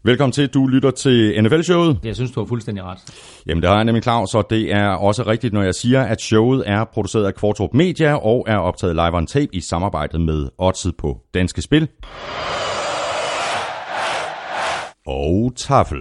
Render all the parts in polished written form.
Velkommen til, du lytter til NFL-showet. Jeg synes, du har fuldstændig ret. Jamen, det har jeg nemlig, Claus, og det er også rigtigt, når jeg siger, at showet er produceret af Kvartrup Media og er optaget live on tape i samarbejde med Oddset på Danske Spil og Tafel.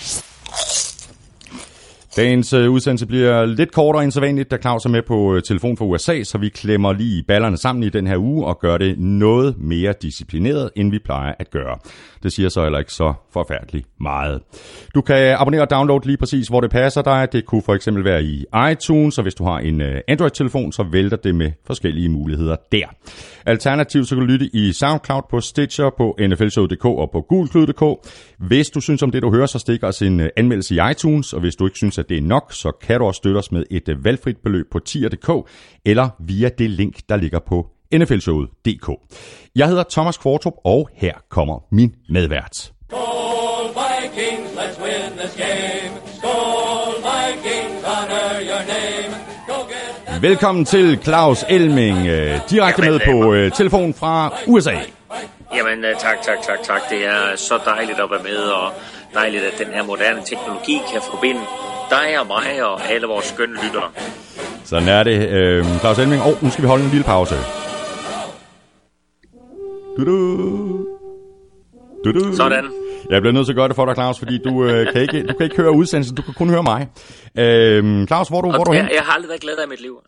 Dagens udsendelse bliver lidt kortere end så vanligt, da Claus er med på telefon fra USA, så vi klemmer lige ballerne sammen i den her uge og gør det noget mere disciplineret, end vi plejer at gøre. Det siger så heller ikke så forfærdeligt meget. Du kan abonnere og downloade lige præcis, hvor det passer dig. Det kunne for eksempel være i iTunes, og hvis du har en Android-telefon, så vælter det med forskellige muligheder der. Alternativt så kan du lytte i SoundCloud, på Stitcher, på nflshow.dk og på gulklud.dk. Hvis du synes om det, du hører, så stik os en anmeldelse i iTunes, og hvis du ikke synes, at det er nok, så kan du også støtte os med et valgfrit beløb på tier.dk eller via det link, der ligger på nflshowet.dk. Jeg hedder Thomas Kvartrup, og her kommer min medvært. Skål Vikings, let's win this game. Skål Vikings, honor your name. Go get that. Velkommen til Claus Elming, direkte med på telefon fra USA. Jamen tak. Det er så dejligt at være med, og dejligt, at den her moderne teknologi kan forbinde dig og mig og alle vores skønne lyttere. Sådan er det, Claus Elming. Nu skal vi holde en lille pause. Sådan. Jeg bliver nødt til at gøre det for dig, Claus, fordi du kan ikke høre udsendelsen, du kan kun høre mig. Claus, hvor er du hen? Jeg har aldrig været glad af mit liv.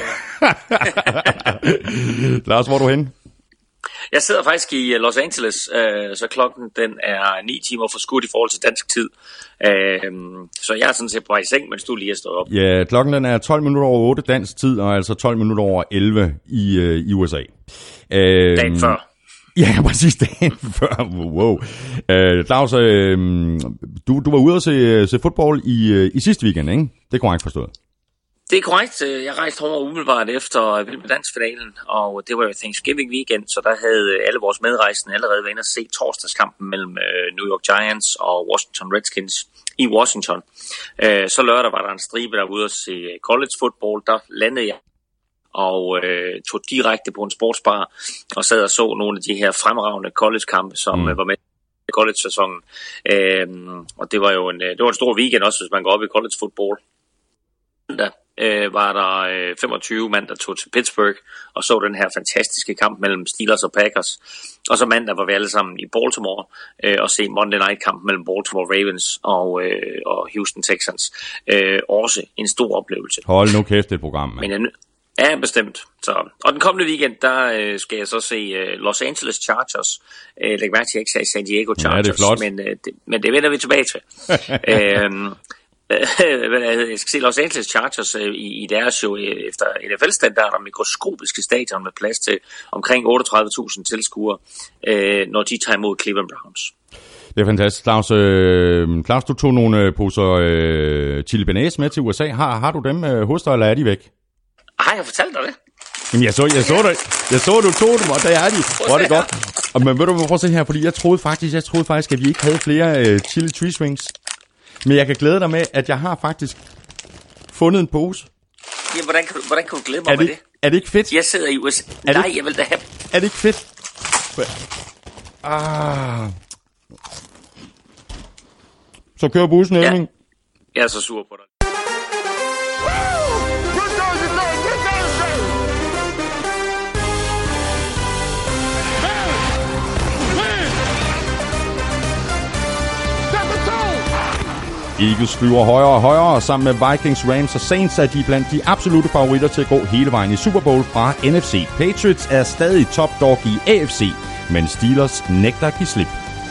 Claus, hvor er du hen? Jeg sidder faktisk i Los Angeles, så klokken den er 9 timer for skudt i forhold til dansk tid. Så jeg er sådan set på vej i seng, mens du lige er stået op. Ja, klokken den er 12 minutter over 8 dansk tid, og altså 12 minutter over 11 i USA. Dagen før. Ja, præcis dagen før. Wow. Claus, du var ude at se fodbold i sidste weekend, ikke? Det er korrekt forstået. Det er korrekt. Jeg rejste over umiddelbart efter Vild med Dans-finalen, og det var jo Thanksgiving weekend, så der havde alle vores medrejsende allerede været inde at se torsdagskampen mellem New York Giants og Washington Redskins i Washington. Så lørdag var der en stribe, der var ude at se college football. Der landede jeg og tog direkte på en sportsbar og sad og så nogle af de her fremragende college-kampe, som var med i college-sæsonen. Og det var jo en stor weekend også, hvis man går op i college football. Der var der 25 mand, der tog til Pittsburgh og så den her fantastiske kamp mellem Steelers og Packers. Og så mandag var vi alle sammen i Baltimore og se Monday Night kamp mellem Baltimore Ravens og Houston Texans. Også en stor oplevelse. Hold nu kæft, det program. Men ja, bestemt. Og den kommende weekend, der skal jeg så se Los Angeles Chargers. Læg mærke til, at jeg ikke sagde San Diego Chargers, ja, det er flot. men det vender vi tilbage til. Jeg skal se Los Angeles Chargers i deres show efter NFL-standarder, mikroskopiske stadion med plads til omkring 38.000 tilskuere, når de tager imod Cleveland Browns. Det er fantastisk. Claus, du tog nogle poser chili bearnaise med til USA. Har du dem hos dig, eller er de væk? Har jeg fortalt dig det? Jamen, jeg så du tog dem, og der er de. Hvor er det godt. Men ved du, prøv at se her, fordi jeg troede faktisk, at vi ikke havde flere chili tree swings. Men jeg kan glæde dig med, at jeg har faktisk fundet en pose. Ja, hvordan kan du glæde mig med det? Er det ikke fedt? Jeg sidder i USA. Nej, jeg vil da have. Er det ikke fedt? Så kører bussen, Elming. Jeg er så sur på dig. Eagles flyver højere og højere, og sammen med Vikings, Rams og Saints er de blandt de absolutte favoritter til at gå hele vejen i Super Bowl fra NFC. Patriots er stadig top dog i AFC, men Steelers nægter at give slip.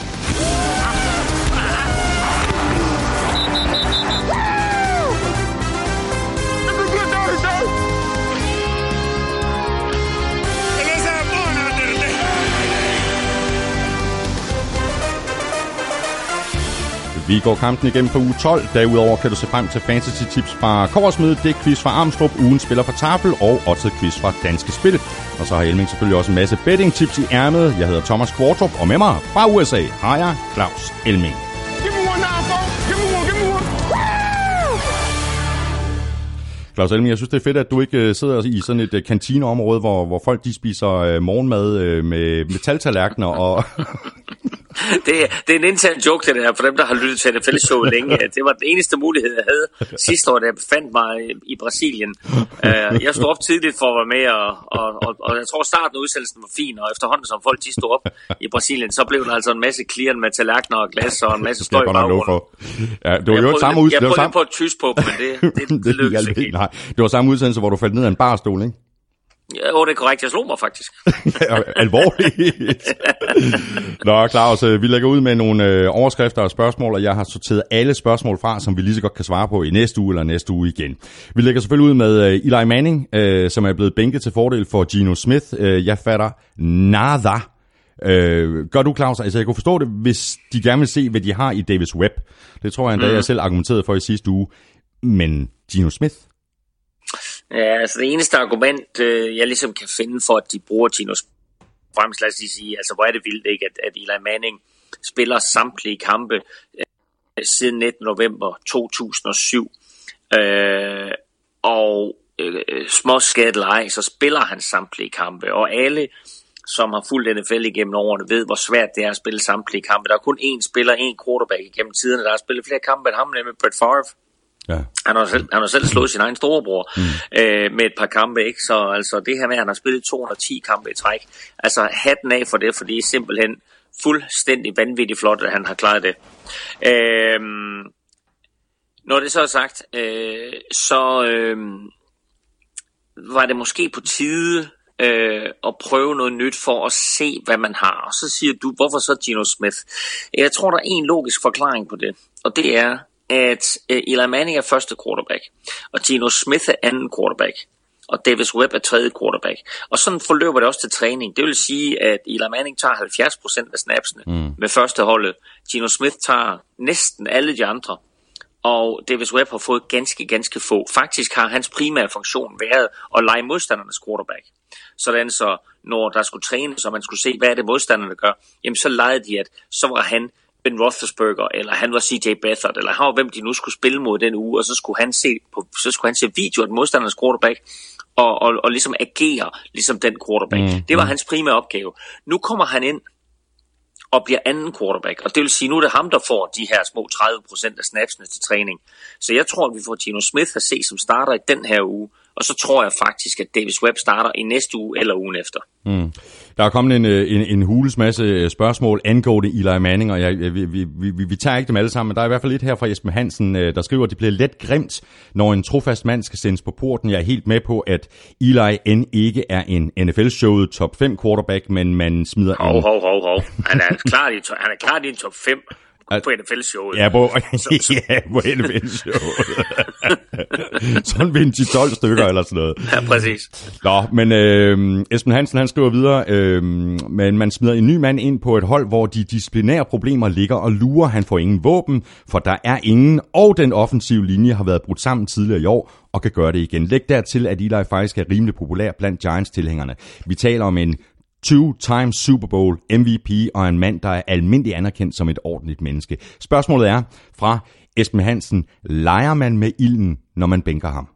Vi går kampen igennem på uge 12. Derudover kan du se frem til fantasy tips fra Korsmødet, det quiz fra Armstrong, ugen spiller fra Tafel og Oddset quiz fra Danske Spil. Og så har Elming selvfølgelig også en masse betting tips i ærmet. Jeg hedder Thomas Kvartrup, og med mig fra USA har jeg Claus Elming. Claus Elming, jeg synes, det er fedt, at du ikke sidder i sådan et kantineområde, hvor folk de spiser morgenmad med metaltallerkener og... Det er en intern joke, det der, for dem, der har lyttet til NFL-showet længe. Det var den eneste mulighed, jeg havde sidste år, da jeg befandt mig i Brasilien. Jeg stod op tidligt for at være med, og jeg tror, starten af udsendelsen var fin, og efterhånden, som folk de stod op i Brasilien, så blev der altså en masse klirren med tallerkener og glas og en masse støj i baggrunden. Ja, det var jo samme udsendelse. Jeg prøvede på at tyse på, men det lykkedes ikke. Nej, det var samme udsendelse, hvor du faldt ned af en barstol, ikke? Ja, det er korrekt. Jeg slog mig faktisk. Alvorligt. Nå, Claus, vi lægger ud med nogle overskrifter og spørgsmål, og jeg har sorteret alle spørgsmål fra, som vi lige så godt kan svare på i næste uge eller næste uge igen. Vi lægger selvfølgelig ud med Eli Manning, som er blevet bænket til fordel for Geno Smith. Jeg fatter nada. Gør du, Claus? Altså, jeg kunne forstå det, hvis de gerne vil se, hvad de har i Davis Webb. Det tror jeg endda, jeg selv argumenterede for i sidste uge. Men Geno Smith? Ja, altså det eneste argument, jeg ligesom kan finde for, at de bruger Geno Smith, fremmest lad os lige sige, altså hvor er det vildt, ikke, at Eli Manning spiller samtlige kampe siden 19. november 2007, og småskadet eller ej, så spiller han samtlige kampe, og alle, som har fulgt NFL igennem årene, ved, hvor svært det er at spille samtlige kampe. Der er kun én spiller, én quarterback igennem tiderne, der har spillet flere kampe end ham, nemlig Brett Favre. Ja. Han har selv slået sin egen storebror med et par kampe, ikke? Så altså det her med, at han har spillet 210 kampe i træk, altså hatten af for det, for det er simpelthen fuldstændig vanvittigt flot, at han har klaret det. Når det så er sagt, var det måske på tide at prøve noget nyt for at se, hvad man har. Og så siger du, hvorfor så Geno Smith? Jeg tror, der er en logisk forklaring på det, og det er, at Eli Manning er første quarterback, og Geno Smith er anden quarterback, og Davis Webb er tredje quarterback. Og sådan forløber det også til træning. Det vil sige, at Eli Manning tager 70% af snapsene med første holdet. Geno Smith tager næsten alle de andre, og Davis Webb har fået ganske få. Faktisk har hans primære funktion været at lege modstandernes quarterback. Sådan så, når der skulle træne, så man skulle se, hvad er det modstanderne gør, jamen så legede de, at så var han Ben Roethlisberger, eller han var CJ Beathard, eller han var hvem de nu skulle spille mod den uge, og så skulle han se video af den modstandernes quarterback, og ligesom agere ligesom den quarterback. Det var hans primære opgave. Nu kommer han ind og bliver anden quarterback, og det vil sige, nu er det ham, der får de her små 30% af snapsene til træning. Så jeg tror, at vi får Geno Smith at se som starter i den her uge, og så tror jeg faktisk, at Davis Webb starter i næste uge eller ugen efter. Der er kommet en hules masse spørgsmål angående Eli Manning, og vi tager ikke dem alle sammen, men der er i hvert fald lidt her fra Esben Hansen, der skriver, at det bliver let grimt, når en trofast mand skal sendes på porten. Jeg er helt med på, at Eli end ikke er en NFL-showet top 5 quarterback, men man smider Hov. Han er klart i en top 5. På NFL-showet. Ja, på NFL-showet. Sådan vind de 12 stykker eller sådan noget. Ja, præcis. Nå, men Esben Hansen, han skriver videre, men man smider en ny mand ind på et hold, hvor de disciplinære problemer ligger og lurer. Han får ingen våben, for der er ingen, og den offensive linje har været brudt sammen tidligere i år, og kan gøre det igen. Læg dertil, at Eli faktisk er rimelig populær blandt Giants-tilhængerne. Vi taler om en 2-time Super Bowl MVP og en mand, der er almindeligt anerkendt som et ordentligt menneske. Spørgsmålet er fra Esben Hansen: leger man med ilden, når man bænker ham?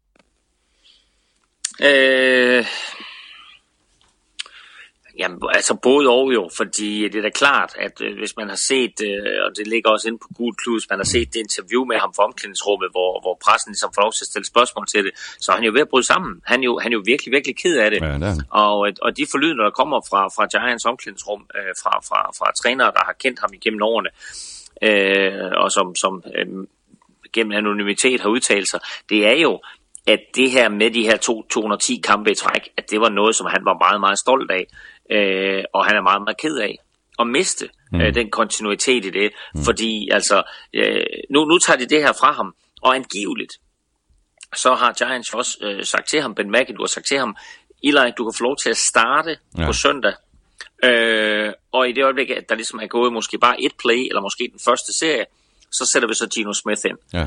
Jamen, altså både og jo, fordi det er da klart, at hvis man har set, og det ligger også inde på Gul Klud, man har set det interview med ham fra omklædningsrummet, hvor pressen ligesom får lov til at stille spørgsmål til det, så er han jo ved at bryde sammen. Han er jo virkelig ked af det. Ja, og de forlydende, der kommer fra Giants omklædningsrum, fra trænere, der har kendt ham igennem årene, og som gennem anonymitet har udtalt sig, det er jo, at det her med de her 210 kampe i træk, at det var noget, som han var meget stolt af. Og han er meget ked af at miste den kontinuitet i det, fordi altså nu tager de det her fra ham, og angiveligt så har Giants også sagt til ham, Ben McAdoo har sagt til ham, Eli, du kan få lov til at starte på søndag, og i det øjeblik, at der ligesom er gået måske bare et play, eller måske den første serie, så sætter vi så Geno Smith ind. Ja.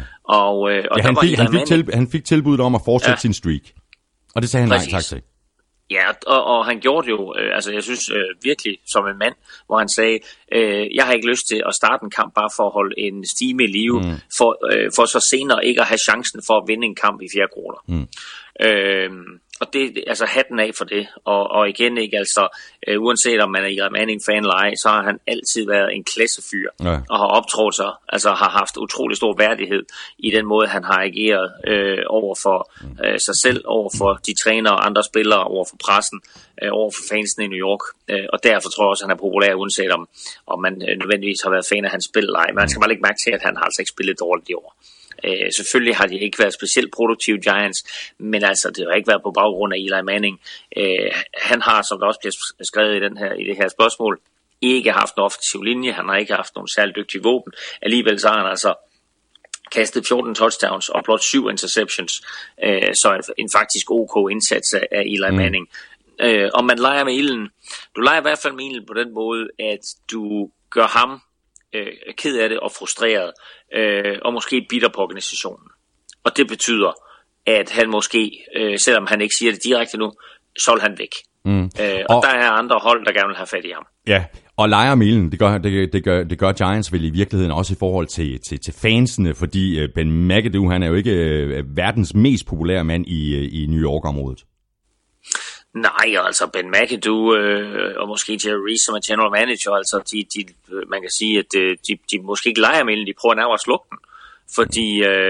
Han fik tilbuddet om at fortsætte sin streak, og det sagde han nej tak til. Ja, og han gjorde det jo, altså jeg synes virkelig som en mand, hvor han sagde, jeg har ikke lyst til at starte en kamp bare for at holde en stime i live, for så senere ikke at have chancen for at vinde en kamp i 4. kvartal. Og Og det, altså hatten af for det, og igen ikke, altså uanset om man er Eli Manning-fan eller ej, så har han altid været en klassefyr, og har optrådt sig, altså har haft utrolig stor værdighed i den måde, han har ageret over for sig selv, over for de trænere og andre spillere, over for pressen, over for fansene i New York, og derfor tror jeg også, at han er populær, uanset om man nødvendigvis har været fan af hans spil eller ej, men man skal bare lægge mærke til, at han har altså ikke spillet dårligt i år. Selvfølgelig har de ikke været specielt produktive Giants, men altså det har ikke været på baggrund af Eli Manning. Han har, som der også bliver skrevet i det her spørgsmål, ikke haft en offensiv linje, han har ikke haft nogen særlig dygtige våben. Alligevel så har han altså kastet 14 touchdowns og blot 7 interceptions, så en faktisk OK indsats af Eli Manning. Og man leger med ilden. Du leger i hvert fald med ilden på den måde, at du gør ham ked af det og frustreret, og måske bitter på organisationen. Og det betyder, at han måske, selvom han ikke siger det direkte nu, så er han væk. Og der er andre hold, der gerne vil have fat i ham. Ja, og leger milen, det gør Giants vel i virkeligheden også i forhold til fansene, fordi Ben McAdoo, han er jo ikke verdens mest populære mand i New York-området. Nej, altså Ben McAdoo og måske Jerry Reese som er general manager, altså man kan sige, at de måske ikke leger med, de prøver nærmere at slukke den, fordi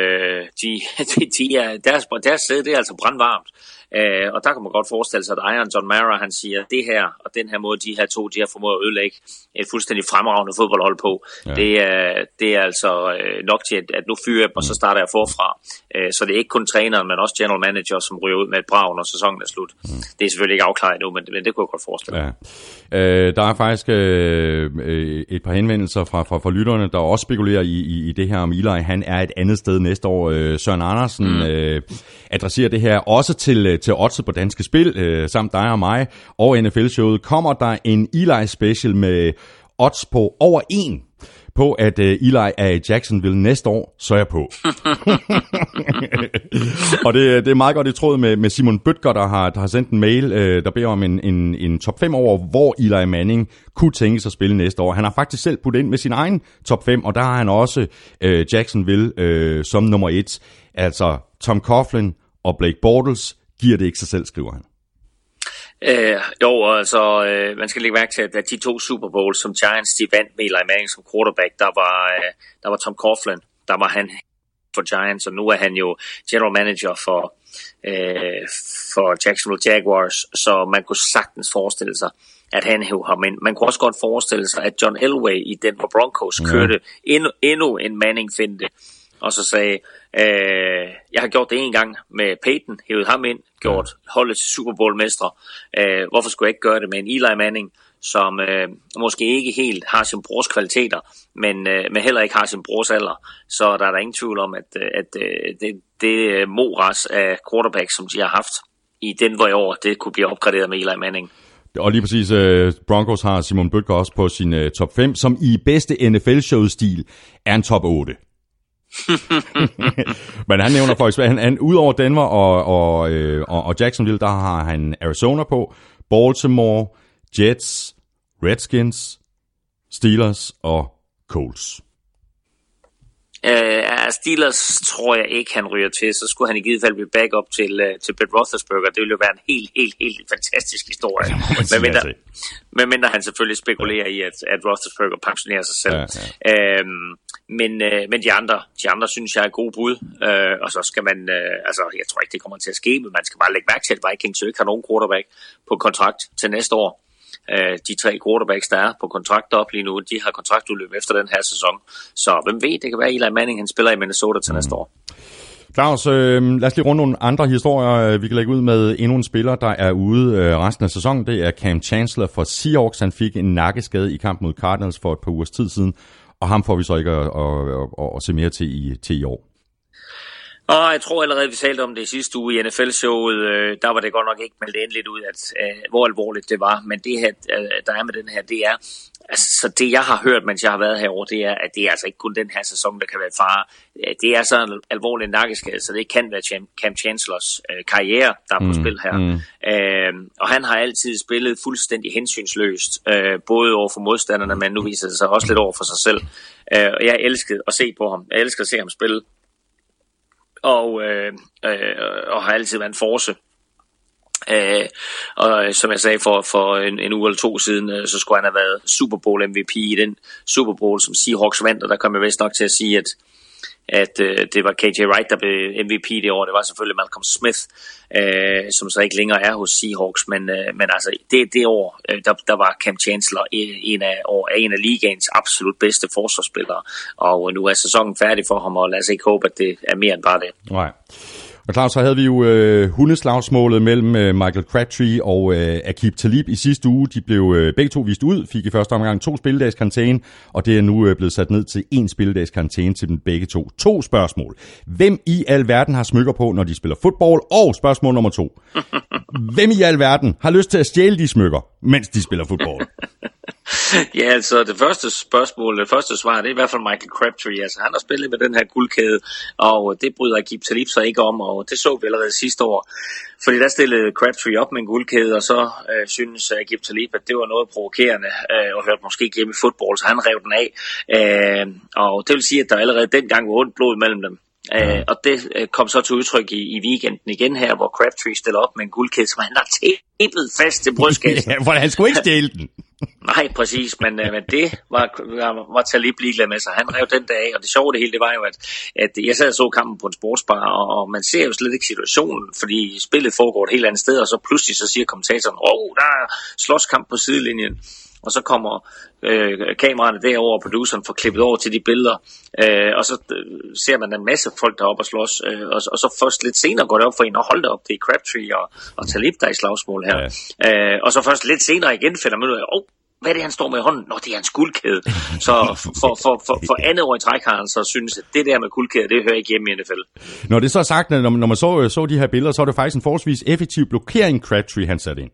deres sæde, det er altså brandvarmt. Og der kan man godt forestille sig, at ejeren John Mara, han siger, at det her og den her måde, de har formået at ødelægge et fuldstændig fremragende fodboldhold på, det er altså nok til, at nu fyrer jeg dem, og så starter jeg forfra. Så det er ikke kun træneren, men også general manager, som ryger ud med et brag, når sæsonen er slut. Det er selvfølgelig ikke afklaret endnu, men det kunne jeg godt forestille mig. Ja. Der er faktisk et par henvendelser fra lytterne, der også spekulerer i det her om Eli. Han er et andet sted næste år. Søren Andersen adresserer det her også til oddset på Danske Spil, samt dig og mig, og NFL-showet. Kommer der en Eli special med odds på over 1 på, at Eli er i Jacksonville næste år, så er jeg på. Og det er meget godt i tråd med Simon Bøtger, der har sendt en mail, der beder om en top 5 over, hvor Eli Manning kunne tænke sig at spille næste år. Han har faktisk selv puttet ind med sin egen top 5, og der har han også Jacksonville som nummer 1. Altså Tom Coughlin og Blake Bortles giver det ikke sig selv, skriver han. Man skal lægge mærke til, at de 2 Super Bowls, som Giants de vandt med Eli Manning som quarterback, der var Tom Coughlin, der var han for Giants, og nu er han jo general manager for Jacksonville Jaguars, så man kunne sagtens forestille sig, at han hævde ham ind. Man kunne også godt forestille sig, at John Elway i Denver Broncos kørte endnu en Manning-finte, og så sagde, jeg har gjort det en gang med Peyton, hævet ham ind, gjort holdet til Super Bowl-mestre. Hvorfor skulle jeg ikke gøre det med en Eli Manning, som måske ikke helt har sin brors kvaliteter, men heller ikke har sin brors alder. Så der er der ingen tvivl om, at det moras af quarterback, som de har haft i Denver i år, det kunne blive opgraderet med Eli Manning. Og lige præcis, Broncos har Simon Bøtger også på sin top 5, som i bedste NFL-show-stil er en top 8. Men han nævner faktisk, han ud over Denver og Jacksonville, der har han Arizona på, Baltimore, Jets, Redskins, Steelers og Colts. Steelers tror jeg ikke, han ryger til. Så skulle han i givet fald blive backup til Ben Roethlisberger. Det ville jo være en helt fantastisk historie. Medmindre han selvfølgelig spekulerer i, at Roethlisberger pensionerer sig selv. Men de andre synes jeg er gode bud. Og så skal man, jeg tror ikke, det kommer til at ske, men man skal bare lægge mærke til, at Vikings jo ikke har nogen quarterback på kontrakt til næste år. De 3 quarterbacks, der er på kontrakt op lige nu, de har kontraktudløb efter den her sæson. Så hvem ved, det kan være Eli Manning, han spiller i Minnesota til næste år. Claus, lad os lige runde nogle andre historier. Vi kan lægge ud med endnu en spiller, der er ude resten af sæsonen. Det er Cam Chancellor for Seahawks. Han fik en nakkeskade i kamp mod Cardinals for et par ugers tid siden, og ham får vi så ikke at se mere til i år. Og jeg tror allerede, vi talte om det sidste uge i NFL-showet, der var det godt nok ikke meldt endeligt ud, at hvor alvorligt det var. Men det her, der er med den her, det er, altså det jeg har hørt, mens jeg har været herovre, det er, at det er altså ikke kun den her sæson, der kan være fare. Det er så en alvorlig nakkeskade, så det kan være Cam Chancellors karriere, der er på spil her. Og han har altid spillet fuldstændig hensynsløst, både over for modstanderne, men nu viser det sig også lidt over for sig selv. Og jeg elskede at se på ham. Jeg elsker at se ham spille. Og har altid været en force. Og som jeg sagde for en uge eller to siden, så skulle han have været Super Bowl MVP i den Super Bowl, som Seahawks vandt, og der kom jeg vist nok til at sige, at det var KJ Wright, der blev MVP det år. Det var selvfølgelig Malcolm Smith, som så ikke længere er hos Seahawks, men altså det år, der var Cam Chancellor en af ligaens absolut bedste forsvarsspillere, og nu er sæsonen færdig for ham, og lad os ikke håbe, at det er mere end bare det. Nej. Og Claus, så havde vi jo hundeslagsmålet mellem Michael Crabtree og Aqib Talib i sidste uge. De blev begge to vist ud, fik i første omgang 2 spilledags karantæne, og det er nu blevet sat ned til 1 spilledags karantæne til dem begge to. 2 spørgsmål. Hvem i alverden har smykker på, når de spiller fodbold? Og spørgsmål nummer 2. Hvem i alverden har lyst til at stjæle de smykker, mens de spiller fodbold? Ja, altså det første svar, det er i hvert fald Michael Crabtree. Altså han har spillet med den her guldkæde, og det bryder Aqib Talib sig ikke om, og det så vi allerede sidste år. Fordi der stillede Crabtree op med en guldkæde, og så synes Aqib Talib, at det var noget provokerende, og hørte måske ikke hjemme i fodbold, så han rev den af. Og det vil sige, at der allerede dengang var ondt blod mellem dem. Og det kom så til udtryk i weekenden igen her, hvor Crabtree stiller op med en guldkæde, som han har tæppet fast til brystkassen. Ja, for han skulle ikke stjæle den. Nej, præcis, men det var Talib ligeglad med sig. Han rev den dag af, og det sjove det hele, det var jo, at jeg sad og så kampen på en sportsbar, og man ser jo slet ikke situationen, fordi spillet foregår et helt andet sted, og så pludselig så siger kommentatoren, der er slåskamp på sidelinjen. Og så kommer kameraerne derover, og produceren får klippet over til de billeder, og så ser man en masse folk deroppe og slås, og så først lidt senere går det op for en, og hold da op, det er Crabtree og Talib, der er i slagsmål her. Ja. Og så først lidt senere igen finder man ud af, hvad er det, han står med i hånden? Nå, det er hans guldkæde. Så for andet år i træk har han så synes, at det der med guldkæde, det hører ikke hjemme i NFL. Når det så er sagt, når man så de her billeder, så er det faktisk en forholdsvis effektiv blokering, Crabtree han satte ind.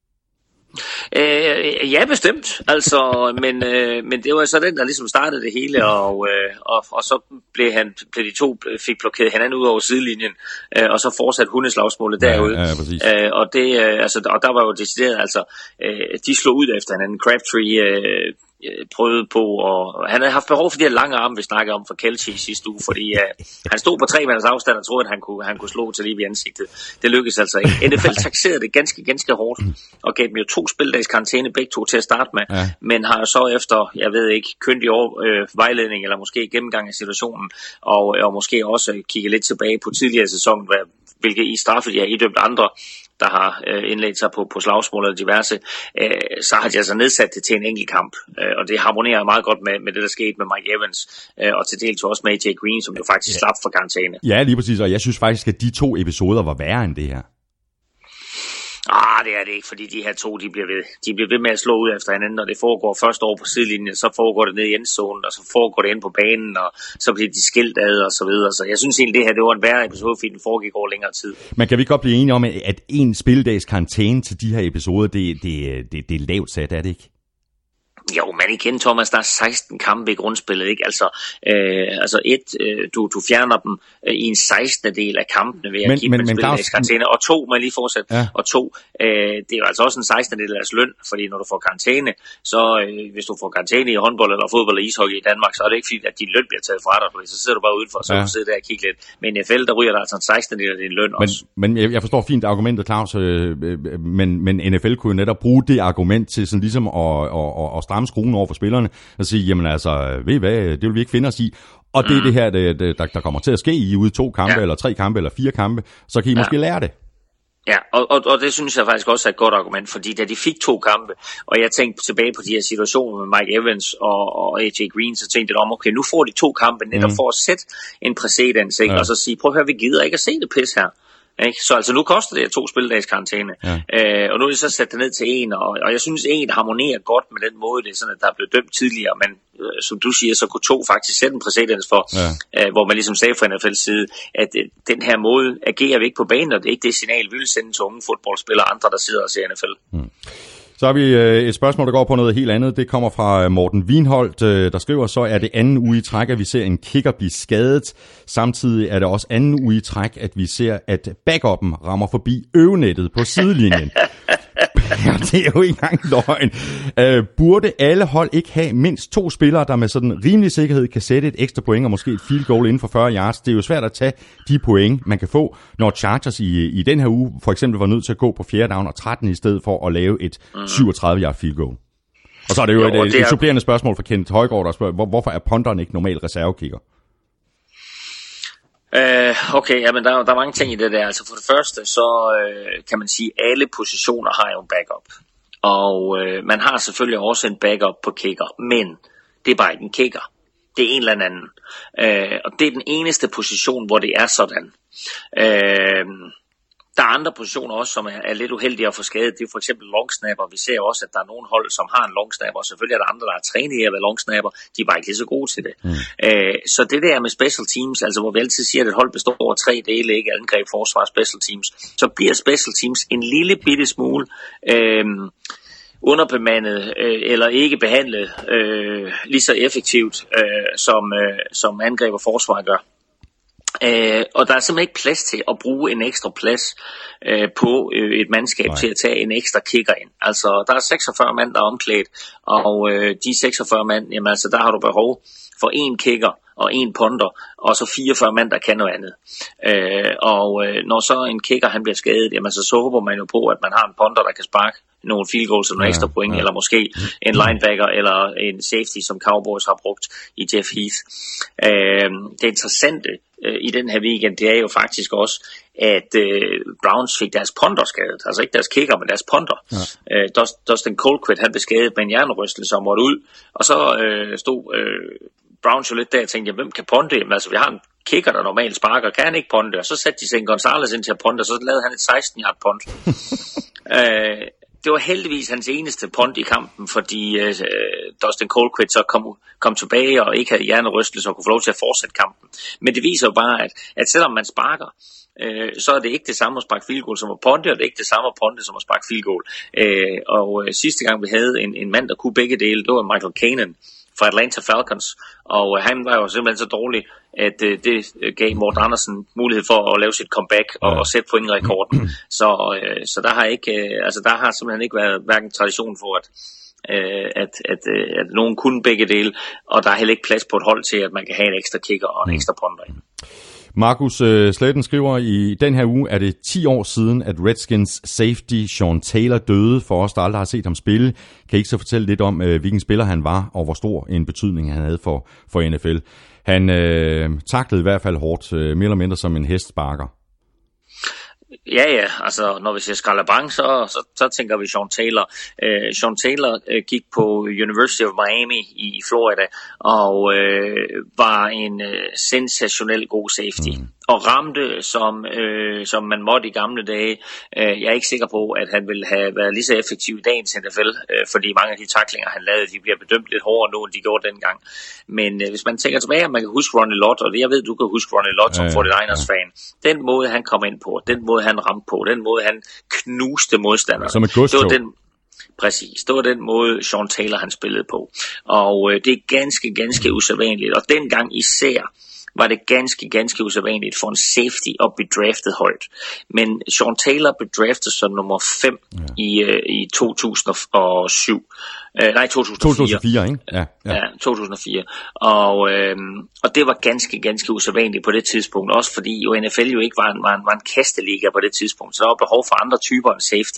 Ja, bestemt. Altså, men det var så den, der ligesom startede det hele, og så blev de to fik blokeret hinanden ud over sidelinjen, og så fortsatte hundeslagsmålet derude. Ja, og det, og der var jo decideret, altså, de slog ud efter hinanden. Crabtree prøvede på, og han havde haft behov for de her lange arme, vi snakkede om for Kelce i sidste uge, fordi han stod på 3 meters afstand og troede, at han kunne slå til lige i ansigtet. Det lykkedes altså ikke. NFL taxerede det ganske hårdt, og gav dem jo 2 spildags karantæne, begge to til at starte med, men har jo så efter, jeg ved ikke, kyndig vejledning, eller måske gennemgang af situationen, og måske også kigge lidt tilbage på tidligere sæson, hvilket i straffet de har idømt andre, der har indledt sig på slagsmål og diverse, så har de altså nedsat det til en enkelt kamp, og det harmonerer meget godt med det, der skete med Mike Evans, og til dels også med AJ Green, som jo faktisk slap for karantæne. Ja, lige præcis, og jeg synes faktisk, at de 2 episoder var værre end det her. Det er det ikke, fordi de her 2, de bliver ved med at slå ud efter hinanden, og det foregår først over på sidelinjen, så foregår det ned i endzonen, og så foregår det ind på banen, og så bliver de skilt ad, og så videre. Så jeg synes egentlig, det her, det var en værre episode, fordi den foregik over længere tid. Men kan vi godt blive enige om, at en spilledags karantæne til de her episoder, det er lavt sat, er det ikke? Jo, men igen, Thomas, der er 16 kampe i grundspillet, ikke? Du fjerner dem i en 16. del af kampene ved at give dem en spildagskarantæne, og 2, må jeg lige fortsætte, og 2, det er jo altså også en 16. del af deres løn, fordi når du får karantæne, så hvis du får karantæne i håndbold eller fodbold eller ishockey i Danmark, så er det ikke fordi, at din løn bliver taget fra dig, fordi så sidder du bare udenfor, og så kan du sidde der og kigge lidt. Men i NFL, der ryger der altså en 16. del af din løn også. Men jeg forstår fint argumentet, Claus, men NFL kunne jo netop bruge det argument til sådan ligesom at stramme skruen over for spillerne og sige, jamen altså, ved I hvad, det vil vi ikke finde os i. Og det er det her, der kommer til at ske i ude 2 kampe, eller 3 kampe, eller 4 kampe, så kan I måske lære det. Ja, og det synes jeg faktisk også er et godt argument, fordi da de fik 2 kampe, og jeg tænkte tilbage på de her situationer med Mike Evans og AJ Green, så tænkte jeg om, okay, nu får de 2 kampe netop for at sætte en præcedens, ikke? Og så sige, prøv at høre, vi gider ikke at se det pis her. Ikke? Så altså nu koster det 2 spilledags karantæne, og nu er det så sat det ned til 1, og jeg synes 1 harmonerer godt med den måde, det er sådan, at der er blevet dømt tidligere, men som du siger, så kunne 2 faktisk sætte en præcedens for, hvor man ligesom sagde fra NFL's side, at den her måde agerer vi ikke på banen, og det er ikke det signal, vi vil sende til unge fodboldspillere og andre, der sidder og ser NFL. Så har vi et spørgsmål, der går på noget helt andet. Det kommer fra Morten Wienholdt, der skriver, så er det 2. uge i træk, at vi ser en kicker blive skadet. Samtidig er det også 2. uge i træk, at vi ser, at backuppen rammer forbi øvenettet på sidelinjen. Ja, det er jo ikke engang løgn. Burde alle hold ikke have mindst 2 spillere, der med sådan rimelig sikkerhed kan sætte et ekstra point og måske et field goal inden for 40 yards? Det er jo svært at tage de point, man kan få, når Chargers i den her uge for eksempel var nødt til at gå på 4. down og 13 i stedet for at lave et 37-yard field goal. Og så er det jo et supplerende spørgsmål fra Kent Højgaard, der spørger, hvorfor er punteren ikke normalt reservekicker? Okay, jamen der er mange ting i det der. Altså for det første, så kan man sige, at alle positioner har jo en backup. Og man har selvfølgelig også en backup på kicker, men det er bare ikke en kicker. Det er en eller anden. Og det er den eneste position, hvor det er sådan. Der er andre positioner også, som er lidt uheldige at få skadet. Det er for eksempel longsnapper. Vi ser også, at der er nogle hold, som har en longsnapper. Selvfølgelig er der andre, der er trænet i at være longsnapper. De er bare ikke lige så gode til det. Så det der med special teams, altså hvor vi altid siger, at et hold består over 3 dele, ikke angreb, forsvar, special teams, så bliver special teams en lille bitte smule underbemandet eller ikke behandlet lige så effektivt som angreb og forsvar gør. Og der er simpelthen ikke plads til at bruge en ekstra plads på et mandskab til at tage en ekstra kicker ind. Altså der er 46 mand, der er omklædt, og de 46 mand, jamen altså der har du behov for en kicker og en punter, og så 44 mand, der kan noget andet. Når så en kicker han bliver skadet, jamen så håber man jo på, at man har en punter, der kan sparke nogle field goals og nogle ekstra point, eller måske en linebacker eller en safety, som Cowboys har brugt i Jeff Heath. Det interessante i den her weekend, det er jo faktisk også, at Browns fik deres punter skadet. Altså ikke deres kicker, men deres punter. Dustin Colquitt, han blev skadet med en hjernerystelse og måtte ud, og så stod Browns jo lidt der og tænkte, hvem kan punte? Jamen, altså vi har en kicker, der normalt sparker, kan han ikke punte? Og så satte de St. Gonzalez ind til at punte, og så lavede han et 16-yard punt. Det var heldigvis hans eneste punt i kampen, fordi Dustin Colquitt så kom tilbage og ikke havde hjernerystelse og kunne få lov til at fortsætte kampen. Men det viser jo bare, at selvom man sparker, så er det ikke det samme at sparke field goal som at punte, og det er ikke det samme at punte som at sparke field goal. Sidste gang vi havde en mand, der kunne begge dele, det var Michael Kanan fra Atlanta Falcons, og han var jo simpelthen så dårlig, at det gav Morten Andersen mulighed for at lave sit comeback og sætte pointrekorden. Så der har ikke, altså der har simpelthen ikke været hverken tradition for at nogen kunne begge dele, og der er heller ikke plads på et hold til, at man kan have en ekstra kicker og en ekstra punter. Markus Sletten skriver, i den her uge er det 10 år siden, at Redskins safety Sean Taylor døde. For os, der aldrig har set ham spille, kan I ikke så fortælle lidt om, hvilken spiller han var, og hvor stor en betydning han havde for NFL. Han taklede i hvert fald hårdt, mere eller mindre som en hestsparker. Ja, altså når vi siger skraldebang, så tænker vi Sean Taylor. Sean Taylor gik på University of Miami i Florida og var en sensationel god safety. Og ramte, som man måtte i gamle dage. Jeg er ikke sikker på, at han ville have været lige så effektiv i dagens NFL, fordi mange af de tacklinger, han lavede, de bliver bedømt lidt hårdere nu, end de gjorde dengang. Men hvis man tænker tilbage, at man kan huske Ronnie Lott, og jeg ved, du kan huske Ronnie Lott som 49ers-fan. Den måde, han kom ind på, den måde, han ramte på, den måde, han knuste modstandere. Som et godstog. Præcis, det var den måde, Sean Taylor han spillede på. Og det er ganske usædvanligt, og dengang især var det ganske usædvanligt for en safety at blive draftet højt. Men Sean Taylor blev draftet som nummer 5 i 2007. 2004, ikke? Ja, 2004. Og det var ganske usædvanligt på det tidspunkt, også fordi jo NFL jo ikke var en kasteliga på det tidspunkt, så der var behov for andre typer end safety.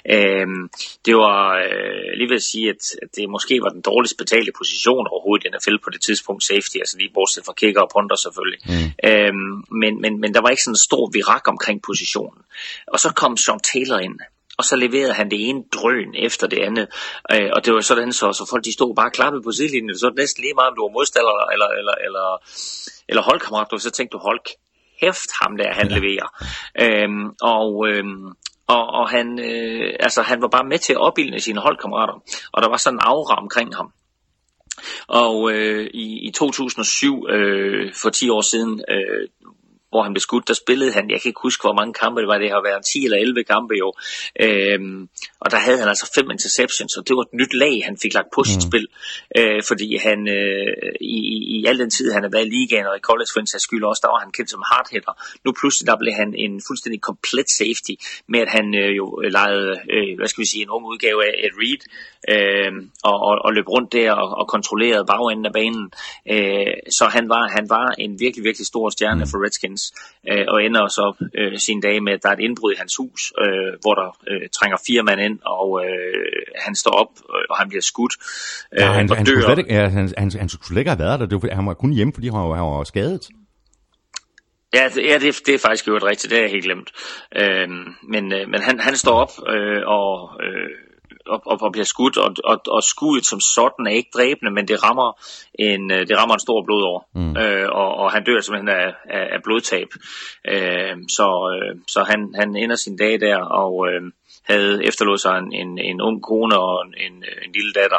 Det var lige ved at sige, at det måske var den dårligst betalte position overhovedet i NFL på det tidspunkt, safety, altså lige bortset fra kicker og punter selvfølgelig. Men der var ikke sådan en stor virak omkring positionen. Og så kom Sean Taylor ind, og så leverede han det ene drøn efter det andet. Og det var sådan, så folk de stod bare klappet på sidelinjen. Så var det næsten lige meget, om du var modstander eller holdkammerat. Så tænkte du, hold kæft ham der, han leverer. Og han, han var bare med til at opildne sine holdkammerater. Og der var sådan en aura omkring ham. Og i 2007, for 10 år siden, hvor han blev skudt, der spillede han, jeg kan ikke huske, hvor mange kampe det var, det har været 10 eller 11 kampe jo, og der havde han altså 5 interceptions, og det var et nyt lag, han fik lagt på sit spil, fordi han i al den tid, han har været i ligaen, og i college for en sags skyld også, der var han kendt som hardhitter. Nu pludselig, der blev han en fuldstændig komplet safety, med at han jo legede, en ung udgave af Ed Reed, og løb rundt der og kontrollerede bagenden af banen. Så han var en virkelig, virkelig stor stjerne for Redskins, og ender så sine dage med, at der er et indbrud i hans hus, hvor der trænger 4 mand ind, og han står op, og han bliver skudt. Han skulle slet ikke have været der. Han var kun hjemme, fordi han var skadet. Ja, det er faktisk jo et rigtigt, det er jeg helt glemt. Men han står op og bliver skudt, og skuddet som sådan er ikke dræbende, men det rammer en stor blodår, og han dør simpelthen af blodtab. Så han ender sin dag der, og havde efterladt sig en ung kone og en lille datter.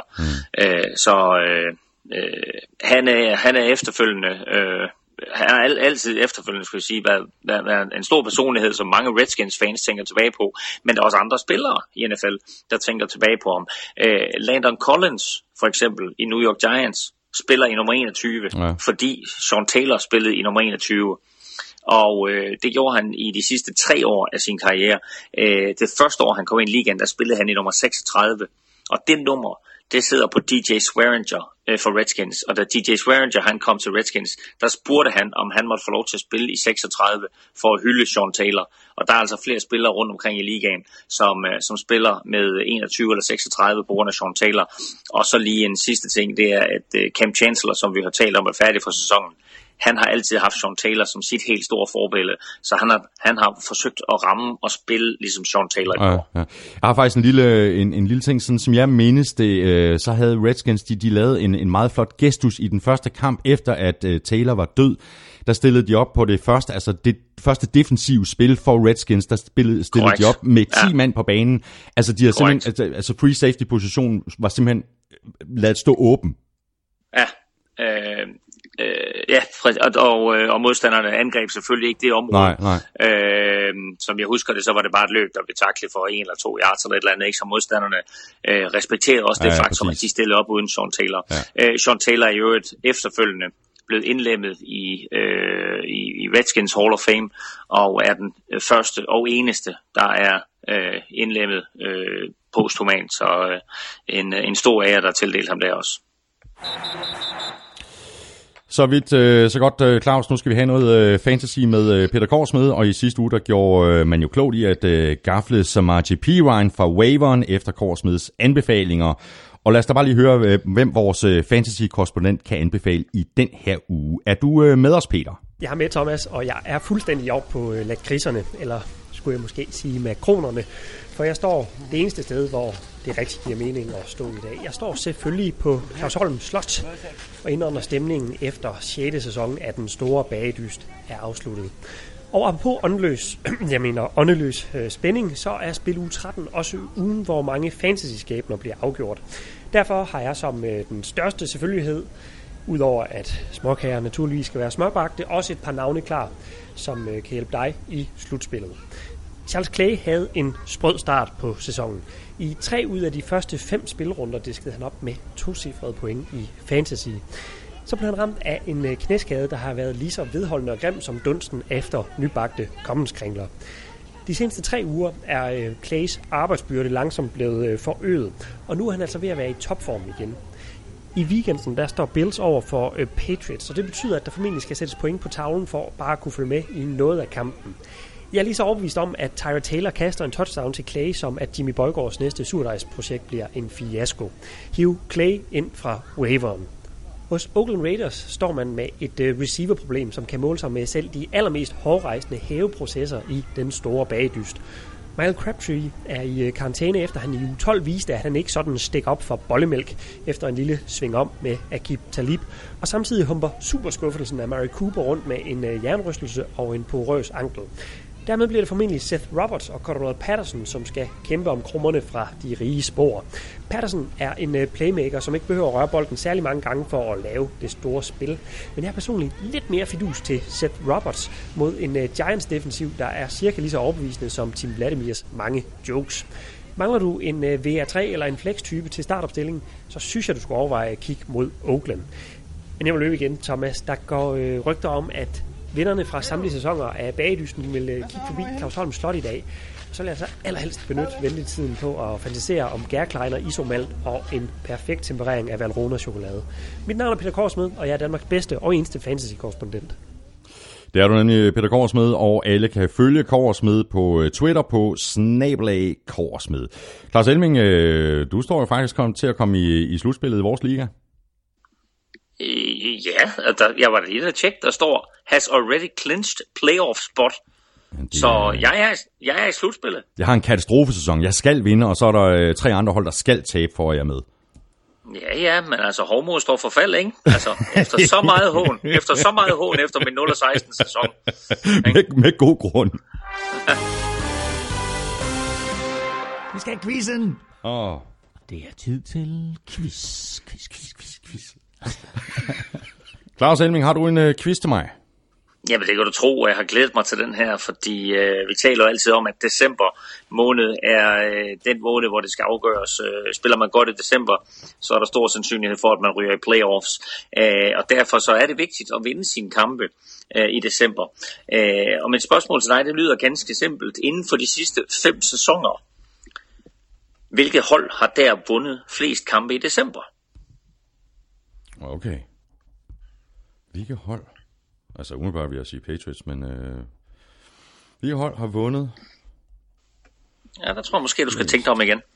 Han er efterfølgende... Han har altid efterfølgende, skal jeg sige, været en stor personlighed, som mange Redskins-fans tænker tilbage på, men der er også andre spillere i NFL, der tænker tilbage på ham. Landon Collins, for eksempel, i New York Giants, spiller i nummer 21, fordi Sean Taylor spillede i nummer 21. Og det gjorde han i de sidste 3 år af sin karriere. Det første år, han kom ind i ligaen, der spillede han i nummer 36. Og det nummer, det sidder på DJ Swearinger for Redskins. Og da DJ Swearinger han kom til Redskins, der spurgte han, om han måtte få lov til at spille i 36 for at hylde Sean Taylor. Og der er altså flere spillere rundt omkring i ligaen, som spiller med 21 eller 36 på grund af Sean Taylor. Og så lige en sidste ting, det er, at Cam Chancellor, som vi har talt om, er færdig for sæsonen. Han har altid haft Sean Taylor som sit helt store forbillede, så han har forsøgt at ramme og spille ligesom Sean Taylor. Ja. Jeg har faktisk en lille ting, sådan som jeg mindes det, så havde Redskins, de lavede en meget flot gestus i den første kamp, efter at Taylor var død. Der stillede de op på det første defensive spil for Redskins, der stillede de op med 10 mand på banen. Altså de har simpelthen, altså free safety position var simpelthen ladet stå åben. Ja. Og modstanderne angreb selvfølgelig ikke det område. Nej. Som jeg husker det, så var det bare et løb, der blev taklet for 1 eller 2 yards eller et eller andet, ikke? Så modstanderne respekterede også det faktum, at de stillede op uden Sean Taylor. Ja. Sean Taylor er jo efterfølgende blevet indlemmet i Redskins Hall of Fame, og er den første og eneste, der er indlemmet posthumant, så en stor ære, der er tildelt ham der også. Så vidt, så godt, Claus. Nu skal vi have noget fantasy med Peter Korsmed, og i sidste uge, der gjorde man jo klogt i at gafle Samaje Perine fra waiveren efter Korsmeds anbefalinger. Og lad os da bare lige høre, hvem vores fantasy-korrespondent kan anbefale i den her uge. Er du med os, Peter? Jeg er med, Thomas, og jeg er fuldstændig oppe på lakridserne, eller skulle jeg måske sige makronerne, for jeg står det eneste sted, hvor det rigtig giver mening at stå i dag. Jeg står selvfølgelig på Clausholm Slot og indånder stemningen efter 6. sæson af den store bagedyst er afsluttet. Og apropos åndeløs spænding, så er spil uge 13 også ugen, hvor mange fantasy-skæbner bliver afgjort. Derfor har jeg som den største selvfølgelighed, udover at småkager naturligvis skal være smørbagte, også et par navne klar, som kan hjælpe dig i slutspillet. Charles Clay havde en sprød start på sæsonen. I 3 ud af de første 5 spilrunder diskede han op med 2-cifrede point i fantasy. Så blev han ramt af en knæskade, der har været lige så vedholdende og grim som dunsten efter nybagte kommenskringler. De seneste 3 uger er Clays arbejdsbyrde langsomt blevet forøget, og nu er han altså ved at være i topform igen. I weekenden der står Bills over for Patriots, og det betyder, at der formentlig skal sættes point på tavlen for bare at kunne følge med i noget af kampen. Jeg er lige så overbevist om, at Tyrod Taylor kaster en touchdown til Clay, som at Jimmy Bøjgaards næste surdejsprojekt bliver en fiasko. Hiv Clay ind fra waiveren. Hos Oakland Raiders står man med et receiverproblem, som kan måle sig med selv de allermest hårdrejsende hæveprocesser i den store bagedyst. Michael Crabtree er i karantæne, efter han i uge 12 viste, at han ikke sådan stikker op for bollemælk efter en lille sving om med Aqib Talib. Og samtidig humper superskuffelsen af Mary Cooper rundt med en jernrystelse og en porøs ankel. Dermed bliver det formentlig Seth Roberts og Cordarrelle Patterson, som skal kæmpe om krummerne fra de rige spor. Patterson er en playmaker, som ikke behøver at røre bolden særlig mange gange for at lave det store spil. Men jeg er personligt lidt mere fidus til Seth Roberts mod en Giants defensiv, der er cirka lige så overbevisende som Tim Vladimirs mange jokes. Mangler du en VR3 eller en flex-type til startopstillingen, så synes jeg, du skal overveje at kigge mod Oakland. Men jeg vil løbe igen, Thomas. Der går rygter om, at vinderne fra samtlige sæsoner af Bagedysten vil kigge forbi Clausholm Slot i dag. Så vil jeg så allerhelst benytte ventetiden på at fantasere om gærkleiner, isomalt og en perfekt temperering af Valrhona chokolade. Mit navn er Peter Korsmed, og jeg er Danmarks bedste og eneste fantasy-korrespondent. Det er du nemlig, Peter Korsmed, og alle kan følge Korsmed på Twitter på @Korsmed. Claus Elming, du står jo faktisk til at komme i slutspillet i vores liga. Ja, jeg var da lige der tjek, der står has already clinched playoff spot. Så jeg er i slutspillet. Jeg har en katastrofesæson. Jeg skal vinde, og så er der 3 andre hold, der skal tabe for, at jeg er med. Ja, men altså Hovmod står for fald, ikke? Altså, efter så meget hån efter min 0-16 sæson. med god grund. Vi skal have quizzen. Det er tid til quiz. Claus Elming, har du en quiz til mig? Jamen det kan du tro, og jeg har glædet mig til den her, fordi vi taler jo altid om, at december måned er den måned, hvor det skal afgøres. Spiller man godt i december, så er der stor sandsynlighed for, at man ryger i playoffs. Og derfor så er det vigtigt at vinde sine kampe i december. Og mit spørgsmål til dig, det lyder ganske simpelt. Inden for de sidste 5 sæsoner, hvilket hold har der vundet flest kampe i december? Okay. Hvilket hold? Altså umiddelbart vil jeg sige Patriots, men hvilket hold har vundet? Ja, der tror jeg måske, du skal tænke dig om igen.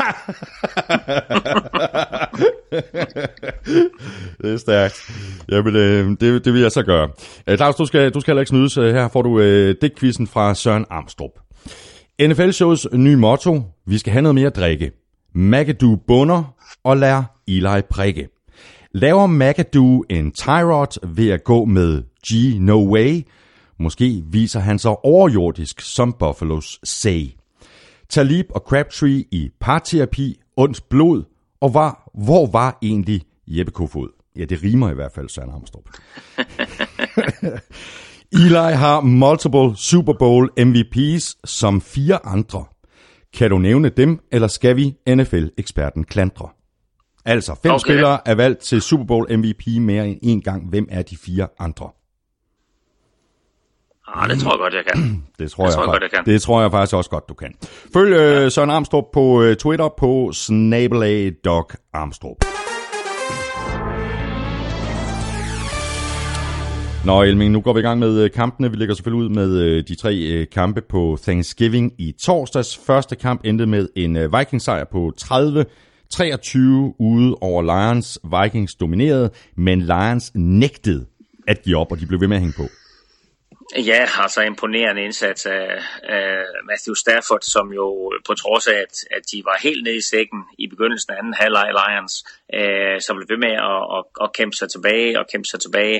Det er stærkt. Jamen, det vil jeg så gøre. Claus, du skal heller ikke snydes. Her får du digtquizzen fra Søren Amstrup. NFL-shows nye motto: vi skal have noget mere at drikke. McAdoo bunder og lær Eli prikke. Laver McAdoo en Tyrod ved at gå med G no way? Måske viser han sig overjordisk, som Buffalos say. Talib og Crabtree i parterapi, ondt blod, og hvor var egentlig Jeppe Kofod? Ja, det rimer i hvert fald, Søren Amstrup. Eli har multiple Super Bowl MVP's som 4 andre. Kan du nævne dem, eller skal vi NFL-eksperten klandre? Altså, 5 spillere er valgt til Super Bowl MVP mere end 1 gang. Hvem er de 4 andre? Det tror jeg godt, jeg kan. Det tror jeg faktisk også godt, du kan. Følg Søren Amstrup på Twitter på @DocArmstrong. Nå, Elming, nu går vi i gang med kampene. Vi lægger selvfølgelig ud med de 3 kampe på Thanksgiving i torsdags. Første kamp endte med en Vikings-sejr på 30-23 ude over Lions. Vikings dominerede, men Lions nægtede at give op, og de blev ved med at hænge på. Ja, altså imponerende indsats af Matthew Stafford, som jo på trods af, at de var helt nede i sækken i begyndelsen af anden halvleg Lions, så blev ved med at kæmpe sig tilbage.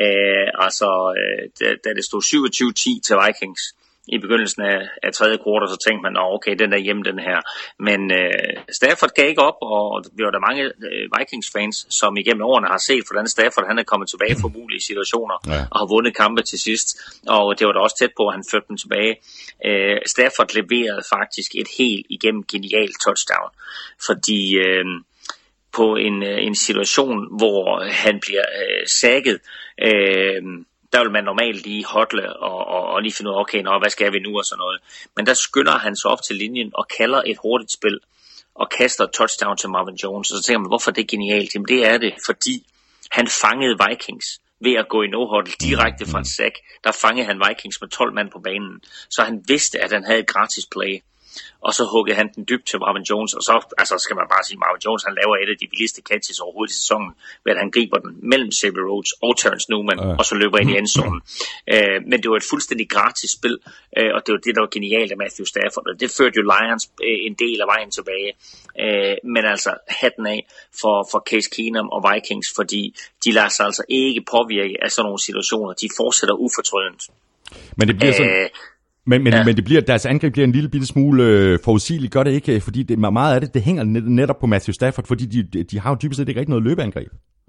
Da det stod 27-10 til Vikings i begyndelsen af tredje kvartal, så tænkte man, okay, den er hjemme, den her. Men Stafford gav ikke op, og vi var der mange Vikings-fans, som igennem årene har set, hvordan Stafford han er kommet tilbage fra mulige situationer, og har vundet kampe til sidst. Og det var da også tæt på, at han førte dem tilbage. Stafford leverede faktisk et helt igennem genialt touchdown, fordi på en situation, hvor han bliver sækket, der vil man normalt lige hodle og lige finde ud af, okay, hvad skal vi nu og sådan noget. Men der skynder han sig op til linjen og kalder et hurtigt spil og kaster et touchdown til Marvin Jones. Og så tænker man, hvorfor er det genialt? Jamen det er det, fordi han fangede Vikings ved at gå i no-huddle direkte fra en sack. Der fangede han Vikings med 12 mand på banen. Så han vidste, at han havde et gratis play. Og så huggede han den dybt til Marvin Jones, og så skal man bare sige, Marvin Jones han laver et af de vildeste catches overhovedet i sæsonen, ved at han griber den mellem Xavier Rhodes og Terrence Newman, og så løber ind i endzonen. Men det var et fuldstændig gratis spil, og det var det, der var genialt af Matthew Stafford, og det førte jo Lions en del af vejen tilbage. Men altså hatten af for Case Keenum og Vikings, fordi de lader sig altså ikke påvirke af sådan nogle situationer. De fortsætter ufortrødent. Men det bliver sådan... Men det bliver, deres angreb bliver en lille bitte smule forudsigeligt, gør det ikke? Fordi meget af det hænger netop på Matthew Stafford, fordi de har jo dybest set ikke rigtig noget løbeangreb.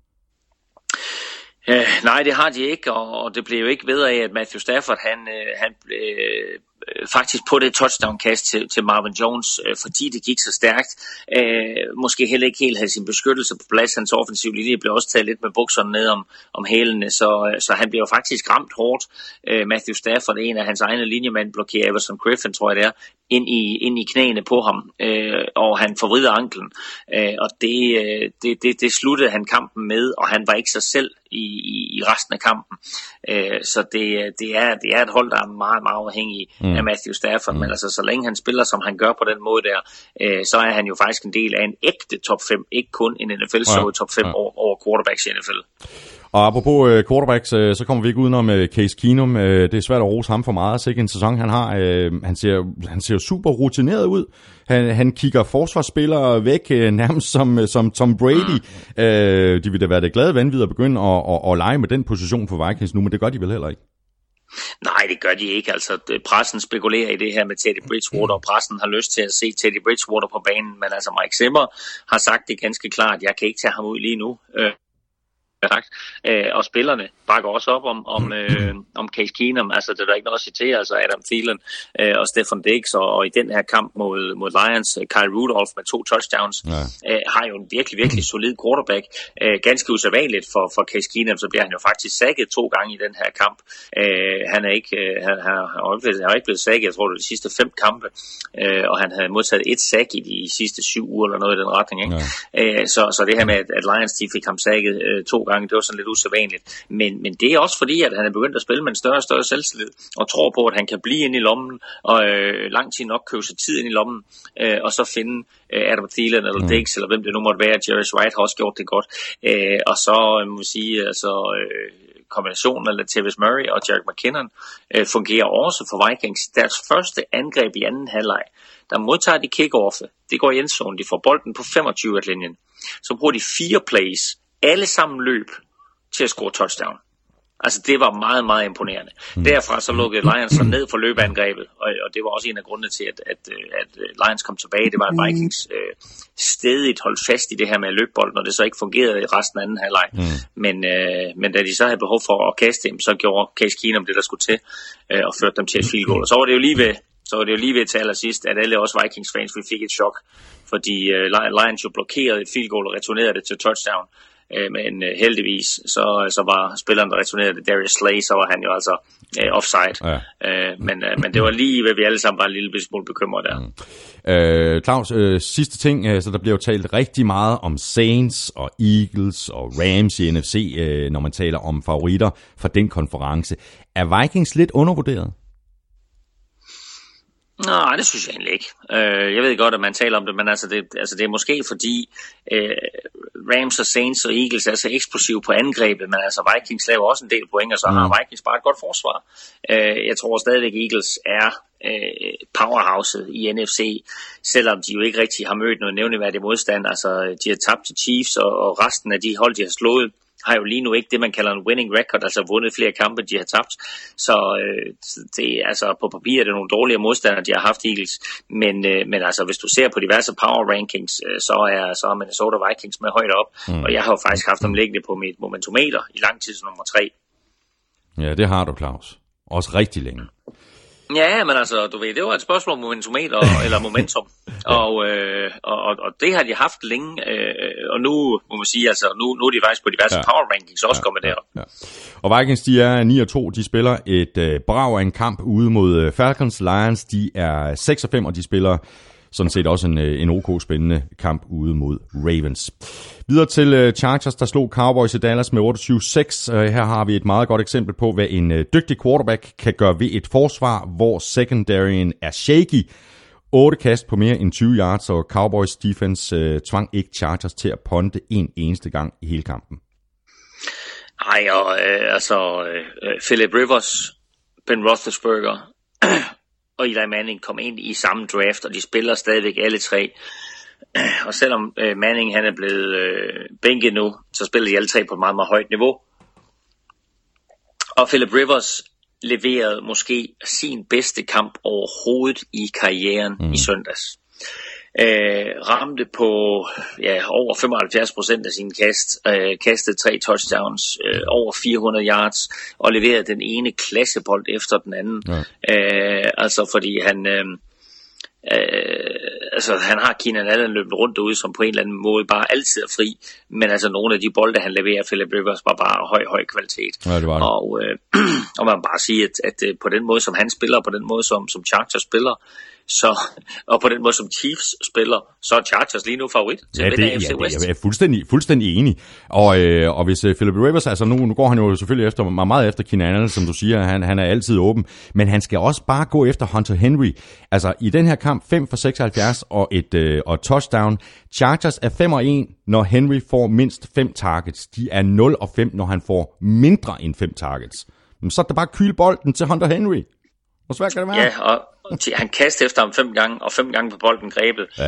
Nej, det har de ikke, og det blev jo ikke ved af, at Matthew Stafford, han faktisk på det touchdown-kast til Marvin Jones, fordi det gik så stærkt, måske heller ikke helt havde sin beskyttelse på plads. Hans offensiv linje blev også taget lidt med bukserne ned om hælene, så han blev jo faktisk ramt hårdt. Matthew Stafford, en af hans egne linjemænd, blokerer Everson Griffin, tror jeg det er, ind i knæene på ham, og han forvrider anklen, og det sluttede han kampen med, og han var ikke sig selv i resten af kampen. Så det er et hold, der er meget, meget afhængig af Matthew Stafford, men altså så længe han spiller, som han gør på den måde der, så er han jo faktisk en del af en ægte top 5, ikke kun en NFL-show top 5 over quarterbacks i NFL. Og apropos quarterbacks, så kommer vi ikke udenom Case Keenum. Det er svært at rose ham for meget, så ikke en sæson han har. Han ser super rutineret ud. Han kigger forsvarsspillere væk, nærmest som Tom Brady. De ville da være det glade vanvid at begynde at lege med den position for Vikings nu, men det gør de vel heller ikke. Nej, det gør de ikke. Altså, pressen spekulerer i det her med Teddy Bridgewater, og pressen har lyst til at se Teddy Bridgewater på banen, men altså Mike Zimmer har sagt det ganske klart, jeg kan ikke tage ham ud lige nu. Og spillerne bakker også op om Case Keenum. Altså det er der ikke noget at citere. Altså Adam Thielen og Stefan Diggs og i den her kamp mod Lions, Kyle Rudolph med 2 touchdowns, har jo en virkelig, virkelig solid quarterback. Ganske usædvanligt for Case Keenum, så bliver han jo faktisk sacket 2 gange i den her kamp. Han er ikke blevet sacket, jeg tror det er de sidste 5 kampe, og han havde modtaget 1 sack i de sidste 7 uger eller noget i den retning, ikke? Så det her med at Lions de fik ham sacket 2 gange, det var sådan lidt usædvanligt. Men det er også fordi, at han er begyndt at spille med en større og større selvtillid, og tror på, at han kan blive inde i lommen, og lang tid nok købe sig tid ind i lommen, og så finde Adam Thielen eller Diggs, eller hvem det nu måtte være. Jarius Wright har også gjort det godt. Og så må vi sige, altså kombinationen af Latavius Murray og Jerick McKinnon fungerer også for Vikings. Deres første angreb i anden halvleg, der modtager de kick-offe, det går i endzone, de får bolden på 25-linjen, så bruger de 4 plays, alle sammen løb, til at score touchdown. Altså det var meget, meget imponerende. Derfra så lukkede Lions sig ned for løbeangrebet, og det var også en af grundene til, at Lions kom tilbage. Det var, at Vikings stedigt holdt fast i det her med at løbe bolden, og det så ikke fungerede i resten af anden halvleg. Men da de så havde behov for at kaste dem, så gjorde Case Keenum det, der skulle til, og førte dem til et field goal. Og så var det jo lige ved til allersidst, at alle os Vikings-fans vi fik et chok, fordi Lions jo blokerede et field goal og returnerede det til touchdown. Men heldigvis så var spilleren, der returnerede det, Darius Slay, så var han jo altså offside. Men det var lige ved, vi alle sammen var en lille smule bekymret der. Claus, sidste ting, så der bliver jo talt rigtig meget om Saints og Eagles og Rams i NFC, når man taler om favoritter fra den konference. Er Vikings lidt undervurderet? Nej, det synes jeg egentlig ikke. Jeg ved godt, at man taler om det, men det er måske fordi Rams og Saints og Eagles er så eksplosive på angrebet, men altså Vikings laver også en del point, og så har Vikings bare et godt forsvar. Jeg tror stadigvæk Eagles er powerhouset i NFC, selvom de jo ikke rigtig har mødt noget nævneværdigt modstand. Altså de har tabt til Chiefs, og resten af de hold, de har slået, har jo lige nu ikke det, man kalder en winning record, altså vundet flere kampe, de har tabt. Så det er altså på papir, det er nogle dårligere modstandere, de har haft Eagles. Men altså, hvis du ser på diverse power rankings, så er Minnesota Vikings med højt op. Og jeg har jo faktisk haft dem liggende på mit momentometer i lang tid som nummer 3. Ja, det har du, Claus. Også rigtig længe. Ja, men altså, du ved, det var et spørgsmål om momentometer eller momentum, og det har de haft længe, og nu må man sige, altså, nu er de faktisk på diverse power rankings også kommet derop. Ja. Og Vikings, de er 9-2, de spiller et brag af en kamp ude mod Falcons. Lions, de er 6-5, og de spiller sådan set også en OK spændende kamp ude mod Ravens. Videre til Chargers, der slog Cowboys i Dallas med 28-6. Her har vi et meget godt eksempel på, hvad en dygtig quarterback kan gøre ved et forsvar, hvor secondaryen er shaky. 8 kast på mere end 20 yards, og Cowboys defense tvang ikke Chargers til at punte en eneste gang i hele kampen. Nej, og Philip Rivers, Ben Roethlisberger og Eli Manning kom ind i samme draft, og de spiller stadigvæk alle 3. Og selvom Manning han er blevet bænket nu, så spiller de alle 3 på et meget, meget højt niveau. Og Philip Rivers leverede måske sin bedste kamp overhovedet i karrieren i søndags. Ramte på over 75% af sine kast, kastede 3 touchdowns, over 400 yards, og leverede den ene klassebold efter den anden. Altså fordi han har Keenan Allen løbet rundt derude, som på en eller anden måde bare altid er fri, men altså nogle af de bolde, han leverer, Philip Rivers, var bare høj kvalitet. Ja, det var det. Og man bare sige, at på den måde, som han spiller, på den måde, som Chargers spiller, og på den måde, som Chiefs spiller, så er Chargers lige nu favorit til at vinde AFC West. Jeg er fuldstændig enig. Og hvis Philip Rivers, altså nu går han jo selvfølgelig meget efter Keenan Allen, som du siger, han er altid åben, men han skal også bare gå efter Hunter Henry. Altså i den her kamp, 5 for 76 og et touchdown. Chargers er 5-1, når Henry får mindst 5 targets. De er 0-5, når han får mindre end 5 targets. Men så er det bare kyle bolden til Hunter Henry. Hvor svært kan det være? Ja, og han kastede efter ham 5 gange, og 5 gange på bolden grebet. Ja.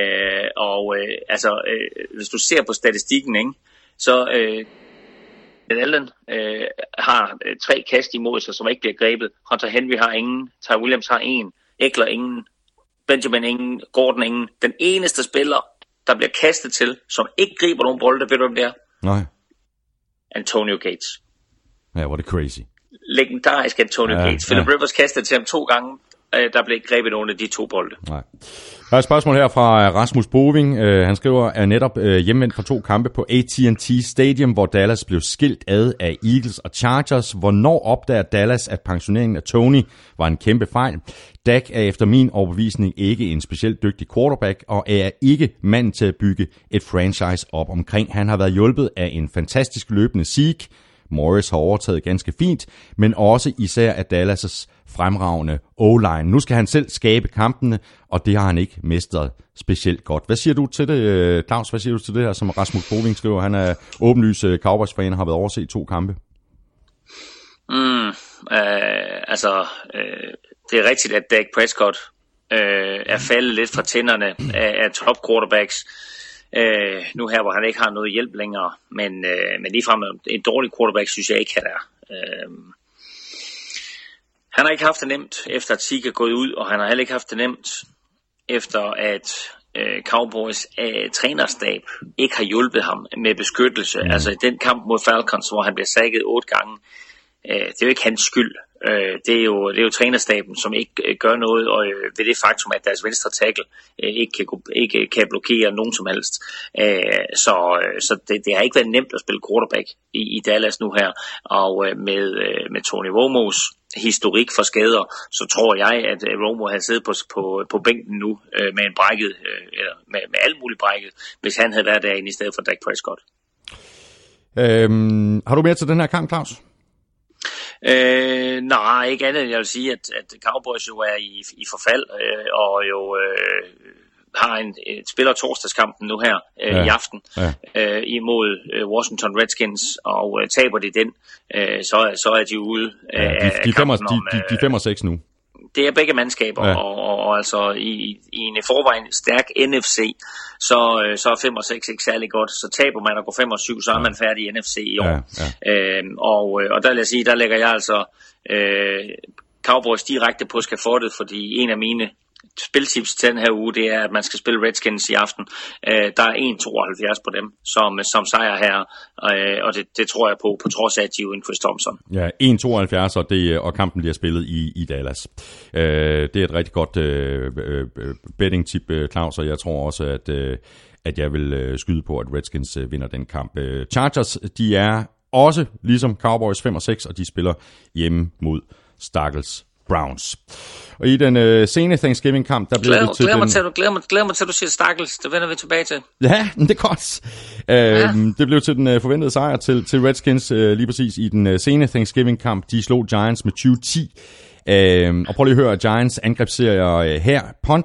Hvis du ser på statistikken, ikke, så Allen har 3 kast imod sig, som ikke bliver grebet. Hunter Henry har ingen, Ty Williams har 1, Eckler ingen, Benjamin ingen, Gordon ingen. Den eneste spiller, der bliver kastet til, som ikke griber nogen bolde, ved du hvem det er? Nej. Antonio Gates. Ja, hvor er det crazy. Legendarisk Antonio Gates. Philip Rivers kastede til ham 2 gange. Der blev ikke grebet nogen af de 2 bolde. Nej. Der er et spørgsmål her fra Rasmus Boving. Han skriver, er netop hjemvendt fra 2 kampe på AT&T Stadium, hvor Dallas blev skilt ad af Eagles og Chargers. Hvornår opdager Dallas, at pensioneringen af Tony var en kæmpe fejl? Dak er efter min overbevisning ikke en specielt dygtig quarterback, og er ikke mand til at bygge et franchise op omkring. Han har været hjulpet af en fantastisk løbende Zeke. Morris har overtaget ganske fint, men også især af Dallas' fremragende O-line. Nu skal han selv skabe kampene, og det har han ikke mestret specielt godt. Hvad siger du til det, Claus? Hvad siger du til det her, som Rasmus Boving skriver? Han er åbenlys Cowboys-fan og har været overset 2 kampe. Det er rigtigt, at Dak Prescott er faldet lidt fra tænderne af top quarterbacks. Nu her, hvor han ikke har noget hjælp længere, men ligefrem en dårlig quarterback, synes jeg ikke, han er. Han har ikke haft det nemt, efter at Zeke er gået ud, og han har heller ikke haft det nemt, efter at Cowboys trænerstab ikke har hjulpet ham med beskyttelse. Altså i den kamp mod Falcons, hvor han bliver sacket 8 gange, det er jo ikke hans skyld. Det er jo trænerstaben, som ikke gør noget, og ved det faktum, at deres venstre tackle ikke kan blokere nogen som helst. Så det har ikke været nemt at spille quarterback i Dallas nu her, og med Tony Romos historik for skader, så tror jeg, at Romo havde siddet på bænken nu med en brækket, eller med alt muligt brækket, hvis han havde været derinde i stedet for Dak Prescott. Har du mere til den her kamp, Claus? Nej, ikke andet. Jeg vil sige, at Cowboys jo er i forfald, og jo har spiller torsdagskampen nu her i aften imod Washington Redskins, og taber de den, så er de ude af kampen om... De er 5-6 nu. Det er begge mandskaber, og altså i en forvejen stærk NFC, så er 5-6 ikke særlig godt. Så taber man og går 5-7, så er man færdig i NFC i år. Og der vil jeg sige, der lægger jeg altså Cowboys direkte på skafottet, fordi en af mine spiltips til den her uge, det er, at man skal spille Redskins i aften. Der er 1,72 på dem som sejr her, og det tror jeg på trods af, at de er uden Chris Thompson. Ja, 1,72, og kampen bliver spillet i Dallas. Det er et rigtig godt betting-tip, Claus, og jeg tror også, at jeg vil skyde på, at Redskins vinder den kamp. Chargers, de er også ligesom Cowboys 5-6, og de spiller hjemme mod stakkels Browns. Og i den sene Thanksgiving-kamp, der blev det til Glæder mig til, at du siger stakkels. Det vender vi tilbage til. Ja, det er godt. Det blev til den forventede sejr til Redskins lige præcis i den sene Thanksgiving-kamp. De slog Giants med 20-10. Og prøv lige at høre Giants angrebsserier her.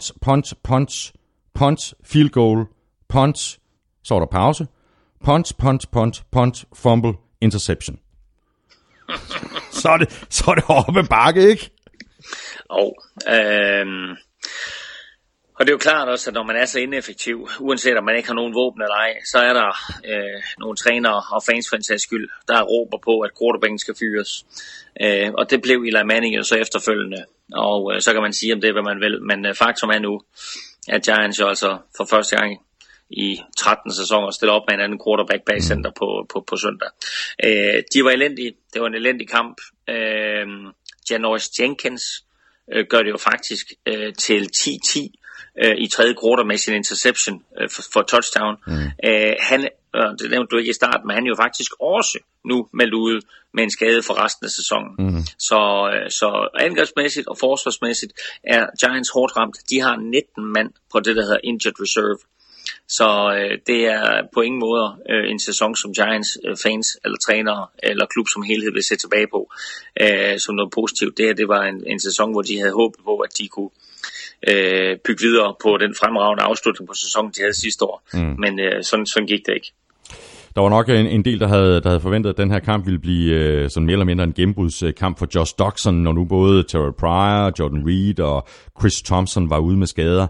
Punt, field goal, punt, så er der pause. Punt, fumble, interception. Så er det oppe bakke, ikke? Og det er jo klart også, at når man er så ineffektiv, uanset om man ikke har nogen våben eller ej, så er der nogle trænere og fans for en sags skyld, der råber på, at quarterbacken skal fyres. Og det blev Eli Manning jo så efterfølgende. Og så kan man sige om det, hvad man vil. Men faktum er nu, at Giants jo altså for første gang i 13 sæsoner stiller op med en anden quarterback bag center på søndag. De var elendige. Det var en elendig kamp. Janoris Jenkins gør det jo faktisk til 10-10 i tredje quarter med sin interception for touchdown. Han, det nævnte du ikke i starten, men han er jo faktisk også nu meldt ud med en skade for resten af sæsonen. Så angrebsmæssigt og forsvarsmæssigt er Giants hårdt ramt. De har 19 mand på det, der hedder injured reserve. Så det er på ingen måde en sæson, som Giants fans eller trænere eller klub som helhed vil se tilbage på som noget positivt. Det var en sæson, hvor de havde håbet på, at de kunne bygge videre på den fremragende afslutning på sæsonen, de havde sidste år. Men sådan gik det ikke. Der var nok en del, der havde forventet, at den her kamp ville blive sådan mere eller mindre en gennembrudskamp for Josh Doctson, når nu både Terrell Pryor, Jordan Reed og Chris Thompson var ude med skader.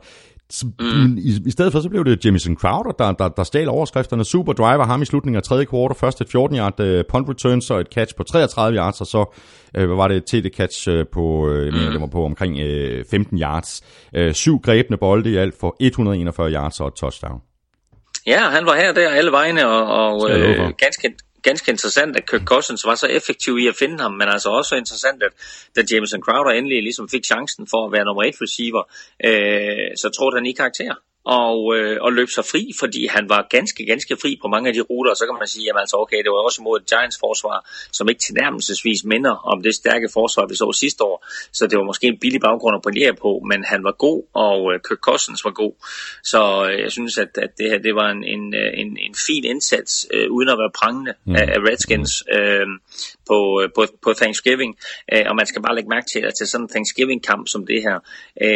I stedet for så blev det Jamison Crowder, der stjal overskrifterne. Super driver ham i slutningen af tredje kvartal. Først et 14-yard punt return, så et catch på 33 yards, og så var det et TD-catch på, det var på omkring 15 yards. 7 grebne bolde i alt for 141 yards og et touchdown. Ja, han var her der alle vegne, og ganske interessant, at Kirk Cousins var så effektiv i at finde ham, men altså også interessant, at da Jamison Crowder endelig ligesom fik chancen for at være nummer 1 receiver, så trådte han i karakter og løb sig fri, fordi han var ganske fri på mange af de ruter, og så kan man sige, jamen altså okay, det var også imod et Giants forsvar, som ikke tilnærmelsesvis minder om det stærke forsvar, vi så sidste år, så det var måske en billig baggrund at brillere på, men han var god, og Kirk Cousins var god, så jeg synes, at det her, det var en fin indsats, uden at være prangende af Redskins på Thanksgiving, og man skal bare lægge mærke til, at til sådan en Thanksgiving-kamp som det her,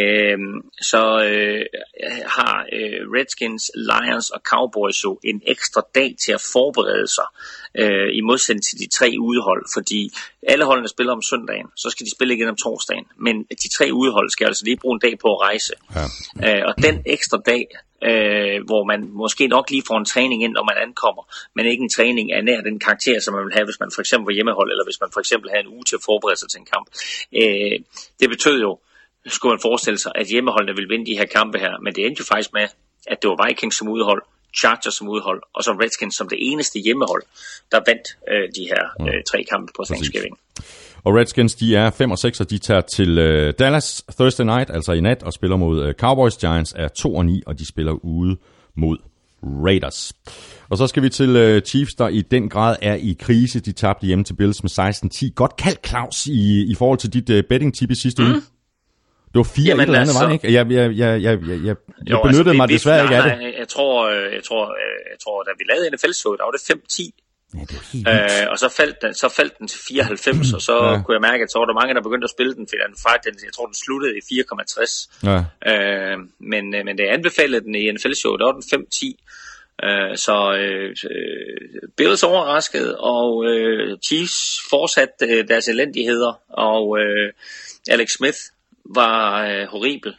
så har Redskins, Lions og Cowboys jo en ekstra dag til at forberede sig i modsætning til de 3 udehold, fordi alle holdene spiller om søndagen, så skal de spille igen om torsdagen, men de 3 udehold skal altså lige bruge en dag på at rejse. Og den ekstra dag, hvor man måske nok lige får en træning ind, når man ankommer, men ikke en træning af nær den karakter, som man vil have, hvis man for eksempel var hjemmehold, eller hvis man for eksempel havde en uge til at forberede sig til en kamp. Det betød jo, skulle man forestille sig, at hjemmeholdene ville vinde de her kampe her, men det endte jo faktisk med, at det var Vikings som udhold, Chargers som udhold, og så Redskins som det eneste hjemmehold, der vandt de her 3 kampe på Thanksgiving. Og Redskins, de er 5-6, og de tager til Dallas Thursday night, altså i nat, og spiller mod Cowboys. Giants er 2-9, og de spiller ude mod Raiders. Og så skal vi til Chiefs, der i den grad er i krise. De tabte hjemme til Bills med 16-10. Godt kaldt, Claus, i forhold til dit betting-tip i sidste uge. Det var 4 et eller andet, var det ikke? Jeg benyttede mig desværre ikke af det. Jeg tror, da vi lavede NFL-showet, der var det 5-10. Ja, det var helt så faldt den til 94, og så kunne jeg mærke, at så var der mange, der begyndte at spille den, fordi jeg tror, den sluttede i 4,60. Men det anbefalede den i NFL-showet, der var den 5-10. Så Bills overrasket, og Chiefs fortsatte deres elendigheder, og Alex Smith var horribel.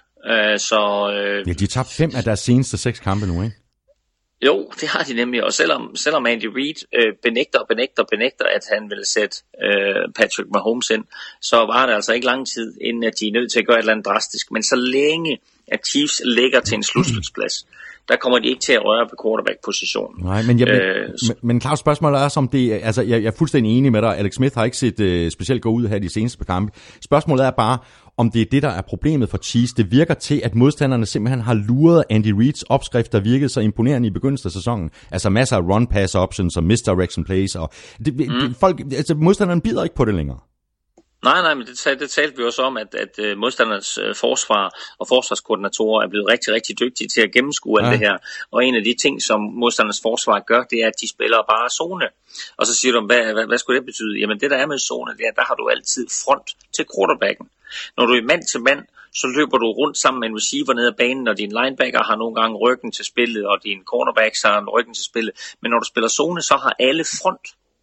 Ja, de tabte 5 af deres seneste 6 kampe nu, ikke? Jo, det har de nemlig, og selvom Andy Reid benægter, at han ville sætte Patrick Mahomes ind, så var det altså ikke lang tid, inden at de er nødt til at gøre et eller andet drastisk. Men så længe at Chiefs ligger til en slutspilsplads, der kommer de ikke til at røre på quarterback-positionen. Nej, men Claus, spørgsmålet er, som det, altså jeg er fuldstændig enig med dig. Alex Smith har ikke set specielt gå ud her de seneste kampe. Spørgsmålet er bare, om det er det, der er problemet for Chiefs. Det virker til, at modstanderne simpelthen har luret Andy Reids opskrift, der virkede så imponerende i begyndelsen af sæsonen. Altså masser af run-pass options og misdirection plays. Og modstanderne bider ikke på det længere. Nej, men det talte vi også om, at modstandernes forsvar og forsvarskoordinatorer er blevet rigtig, rigtig dygtige til at gennemskue alt det her. Og en af de ting, som modstandernes forsvar gør, det er, at de spiller bare zone. Og så siger du, hvad skulle det betyde? Jamen det, der er med zone, det er, der har du altid front til quarterbacken. Når du er mand til mand, så løber du rundt sammen med en receiver ned ad banen, og din linebacker har nogle gange ryggen til spillet, og din cornerbacks har ryggen til spillet. Men når du spiller zone, så har alle front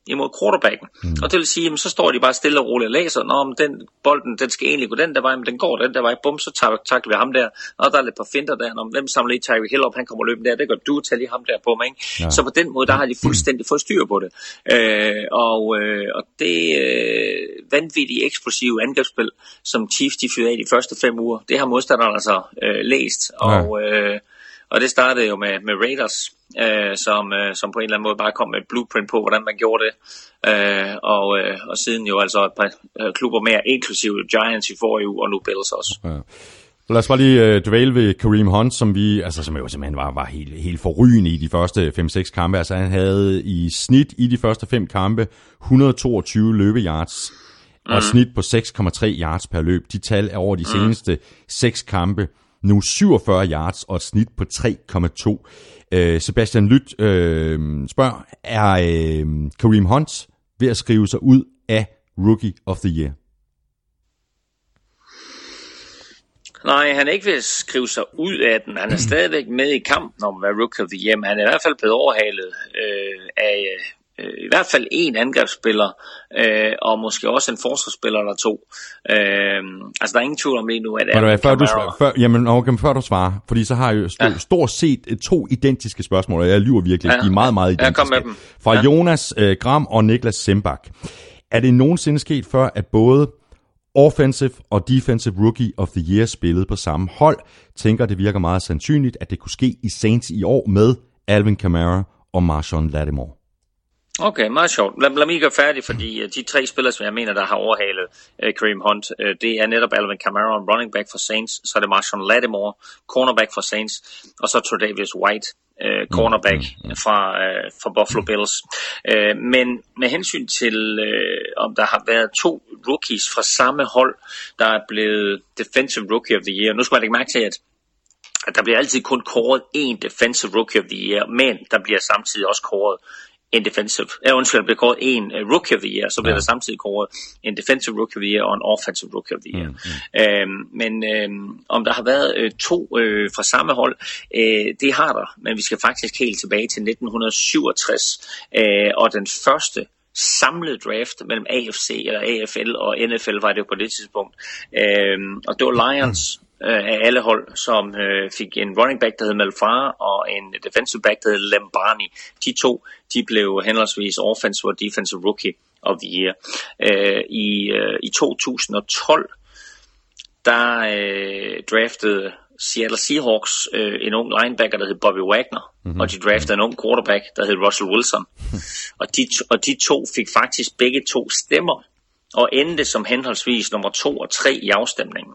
imod quarterbacken. Og det vil sige, jamen, så står de bare stille og roligt og læser, men den bolden, den skal egentlig gå den der vej, men den går den der vej, bum, så takler vi ham der, og der er lidt par finter der, når hvem samler lige Tyreek Hill op, han kommer løbende der, det gør du, tag lige ham der på mig, ikke? Ja. Så på den måde, der har de fuldstændig fået styr på det. Og det vanvittigt eksplosive angrebsspil, som Chiefs de fyrede af de første 5 uger, det har modstanderen altså læst, og det startede jo med Raiders, som på en eller anden måde bare kom med et blueprint på, hvordan man gjorde det. Og siden jo altså et par klubber mere, inklusive Giants i forrige uge, og nu Bills også. Ja. Lad os bare lige dvæle ved Kareem Hunt, som jo simpelthen var helt forrygende i de første 5-6 kampe. Altså han havde i snit i de første 5 kampe 122 løbeyards og et snit på 6,3 yards per løb. De tal er over de seneste 6 kampe. Nu 47 yards og et snit på 3,2. Sebastian Lyt spørger, er Kareem Hunt ved at skrive sig ud af Rookie of the Year? Nej, han er ikke ved at skrive sig ud af den. Han er stadigvæk med i kampen om at være Rookie of the Year, men han er i hvert fald blevet overhalet af i hvert fald en angrebsspiller, og måske også en forsvarsspiller eller 2. Altså der er ingen tvivl om lige nu, at før du svarer, fordi så har jeg jo stort set 2 identiske spørgsmål, og jeg lyver virkelig, de er meget, meget identiske. Fra Jonas Gram og Niklas Sembak. Er det nogensinde sket før, at både offensive og defensive rookie of the year spillede på samme hold? Tænker, det virker meget sandsynligt, at det kunne ske i Saints i år med Alvin Kamara og Marshawn Lattimore. Okay, meget sjovt. Lad mig gøre færdig, fordi de 3 spillere, som jeg mener, der har overhalet Kareem Hunt, det er netop Alvin Kamara, running back for Saints, så er det Marshawn Lattimore, cornerback for Saints, og så Tre'Davious White, cornerback fra Buffalo Bills. Men med hensyn til, om der har været 2 rookies fra samme hold, der er blevet Defensive Rookie of the Year. Nu skal jeg lægge mærke til, at der bliver altid kun kåret en Defensive Rookie of the Year, men der bliver samtidig også kåret en defensive, der bliver kåret en Rookie of the Year, så bliver der samtidig kåret en Defensive Rookie of the Year og en Offensive Rookie of the Year. Men om der har været 2 fra samme hold, det har der, men vi skal faktisk helt tilbage til 1967, og den første samlet draft mellem AFC eller AFL og NFL var det jo på det tidspunkt, og det var Lions af alle hold, som fik en running back, der hed Mel Farr, og en defensive back, der hed Lem Barney. De 2, de blev henholdsvis offensive og defensive rookie of the year. I 2012, der draftede Seattle Seahawks en ung linebacker, der hed Bobby Wagner, og de draftede en ung quarterback, der hed Russell Wilson. Og de 2 fik faktisk begge 2 stemmer, og endte som henholdsvis nummer 2 og 3 i afstemningen.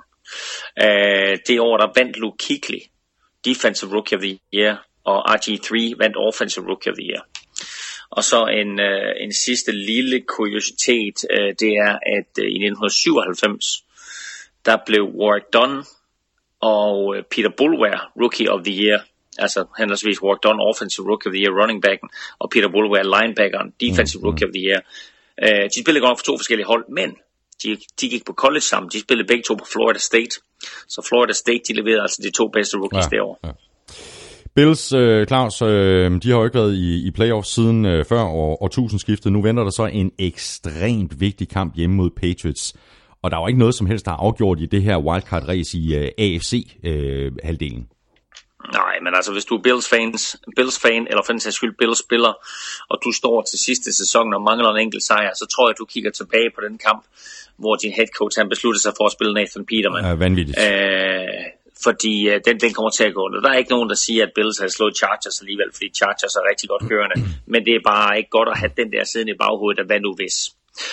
Det år, der vandt Luke Kuechly Defensive Rookie of the Year, og RG3 vandt Offensive Rookie of the Year. Og så en sidste lille kuriositet, det er, at i 1997, der blev Warrick Dunn og Peter Boulware Rookie of the Year, altså henholdsvis Warrick Dunn Offensive Rookie of the Year running backen, og Peter Boulware linebackeren Defensive Rookie of the Year. De spillede godt for 2 forskellige hold, men de gik på college sammen. De spillede begge 2 på Florida State. Så Florida State, de leverede altså de 2 bedste rookies derovre. Ja. Bills, Claus, de har jo ikke været i playoffs siden før årtusindskiftet. Nu venter der så en ekstremt vigtig kamp hjemme mod Patriots. Og der er jo ikke noget som helst, der er afgjort i det her wildcard-race i AFC-halvdelen. Nej, men altså hvis du er Bills-fan, eller for den sags skyld Bills-spiller, og du står til sidste sæson og mangler en enkelt sejr, så tror jeg, at du kigger tilbage på den kamp, hvor din head coach han besluttede sig for at spille Nathan Peterman. Ja, vanvittigt. Fordi den kommer til at gå. Der er ikke nogen, der siger, at Bills har slået Chargers alligevel, fordi Chargers er rigtig godt kørende. Men det er bare ikke godt at have den der siden i baghovedet, at hvad nu hvis.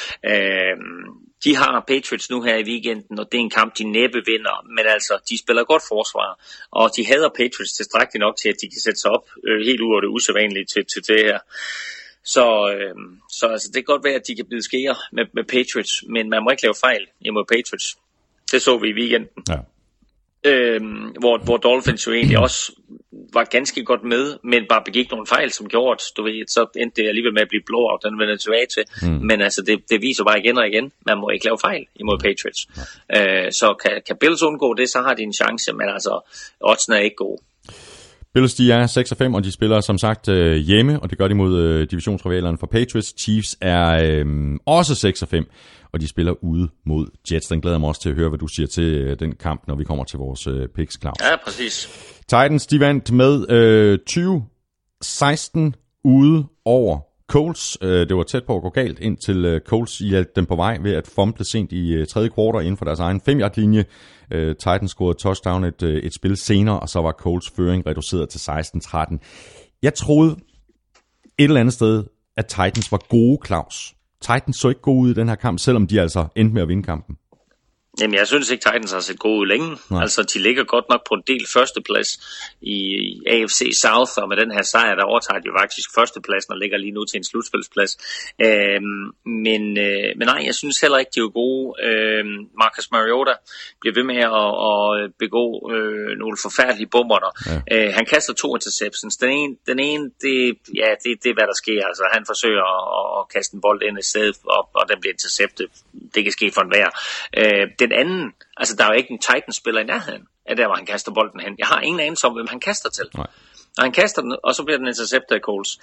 De har Patriots nu her i weekenden, og det er en kamp, de næppe vinder, men altså, de spiller godt forsvar, og de hader Patriots tilstrækkeligt nok til, at de kan sætte sig op helt ud af det usædvanlige til det her. Så altså, det kan godt være, at de kan blive skære med Patriots, men man må ikke lave fejl imod Patriots. Det så vi i weekenden. Ja. Hvor Dolphins jo egentlig også var ganske godt med, men bare begik nogle fejl, som gjorde, du ved, så endte det alligevel med at blive blowout, den vender tilbage til. Men altså, det viser bare igen og igen, man må ikke lave fejl imod Patriots. Så kan Bills undgå det, så har de en chance, men altså, oddsene er ikke gode. Bills, de er 6-5, og de spiller som sagt hjemme, og det gør de mod divisionsrivalerne for Patriots. Chiefs er også 6-5, og de spiller ude mod Jets. Den glæder mig også til at høre, hvad du siger til den kamp, når vi kommer til vores picks, Claus. Ja, præcis. Titans, de vandt med 20-16 ude over Colts. Det var tæt på at gå galt, indtil Colts hjalp dem på vej ved at fumble sent i tredje kvartal inden for deres egen 5-yard-linje. Titans scorede touchdown et spil senere, og så var Colts føring reduceret til 16-13. Jeg troede et eller andet sted, at Titans var gode, Claus. Titans så ikke gode ud i den her kamp, selvom de altså endte med at vinde kampen. Jamen, jeg synes ikke, Titans har set gode ud længe. Nej. Altså, de ligger godt nok på en del førsteplads i AFC South, og med den her sejr, der overtager de faktisk førstepladsen og ligger lige nu til en slutspilsplads. Men nej, jeg synes heller ikke, de er gode. Marcus Mariota bliver ved med at begå nogle forfærdelige bomberter. Ja. Han kaster 2 interceptions. Den ene, det er, hvad der sker. Altså, han forsøger at kaste en bold ind i stedet, og den bliver interceptet. Det kan ske for enhver. Den anden, altså der er jo ikke en Titans-spiller i nærheden af der, hvor han kaster bolden hen. Jeg har ingen anelse om, hvem han kaster til. Nej. Og han kaster den, og så bliver den interceptet af Colts.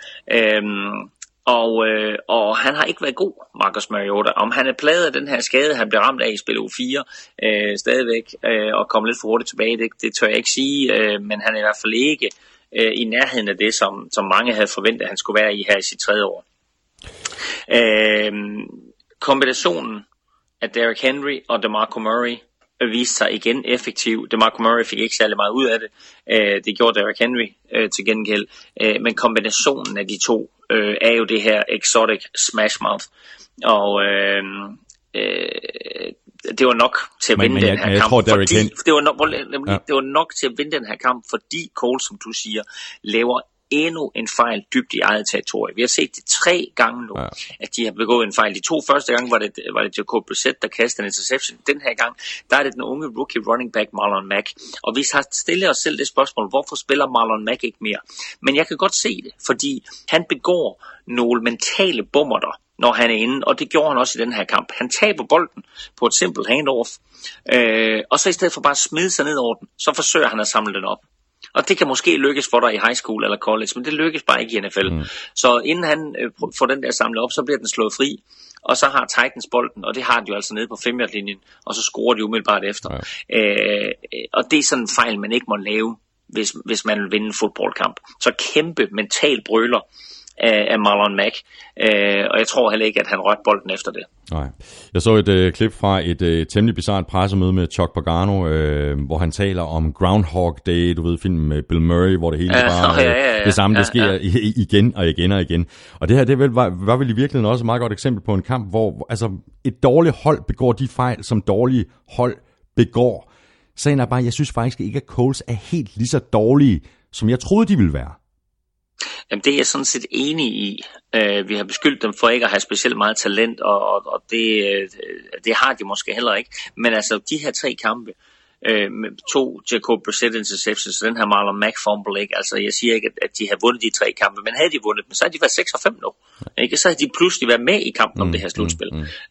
Og han har ikke været god, Marcus Mariota. Om han er plaget af den her skade, han bliver ramt af i spil U4 stadigvæk, og kommer lidt for hurtigt tilbage, det tør jeg ikke sige, men han er i hvert fald ikke i nærheden af det, som mange havde forventet, han skulle være i her i sit 3. år. Kombinationen at Derrick Henry og DeMarco Murray viste sig igen effektiv. DeMarco Murray fik ikke særlig meget ud af det. Det gjorde Derrick Henry til gengæld. Men kombinationen af de to er jo det her exotic smash mouth. Og det var nok til at vinde den her kamp. Det var nok til at vinde den her kamp, fordi Colts, som du siger, laver endnu en fejl dybt i eget territorie. Vi har set det 3 gange nu, at de har begået en fejl. De 2 første gange var det Jacob Brissett, der kastede en interception. Den her gang, der er det den unge rookie running back Marlon Mack. Og vi har stillet os selv det spørgsmål, hvorfor spiller Marlon Mack ikke mere? Men jeg kan godt se det, fordi han begår nogle mentale bommerter, når han er inde, og det gjorde han også i den her kamp. Han taber bolden på et simpelt handoff, og så i stedet for bare at smide sig ned over den, så forsøger han at samle den op. Og det kan måske lykkes for dig i high school eller college, men det lykkes bare ikke i NFL. Så inden han får den der samlet op, så bliver den slået fri, og så har Titans bolden, og det har de jo altså nede på 5-yard-linjen, og så scorer de umiddelbart efter. Og det er sådan en fejl, man ikke må lave, hvis man vil vinde en fodboldkamp. Så kæmpe mental brøler af Marlon Mack, og jeg tror heller ikke, at han rørte bolden efter det. Nej. Jeg så et klip fra et temmelig bizarrt pressemøde med Chuck Pagano, hvor han taler om Groundhog Day, du ved, filmen med Bill Murray, hvor det hele bare det samme, det sker igen og igen og igen. Og det her, det var vel i virkeligheden også et meget godt eksempel på en kamp, hvor altså, et dårligt hold begår de fejl, som dårlige hold begår. Sagen er bare, jeg synes faktisk ikke, at Colts er helt lige så dårlige, som jeg troede, de ville være. Jamen, det er jeg sådan set enig i. Vi har beskyldt dem for ikke at have specielt meget talent, og det har de måske heller ikke. Men altså, de her 3 kampe, med 2 Jacob Brissett interceptions, og den her Marlon Mack fumble, ikke? Altså, jeg siger ikke, at de har vundet de 3 kampe, men havde de vundet dem, så havde de været 6-5 nu. Ikke? Så havde de pludselig været med i kampen om det her slutspil.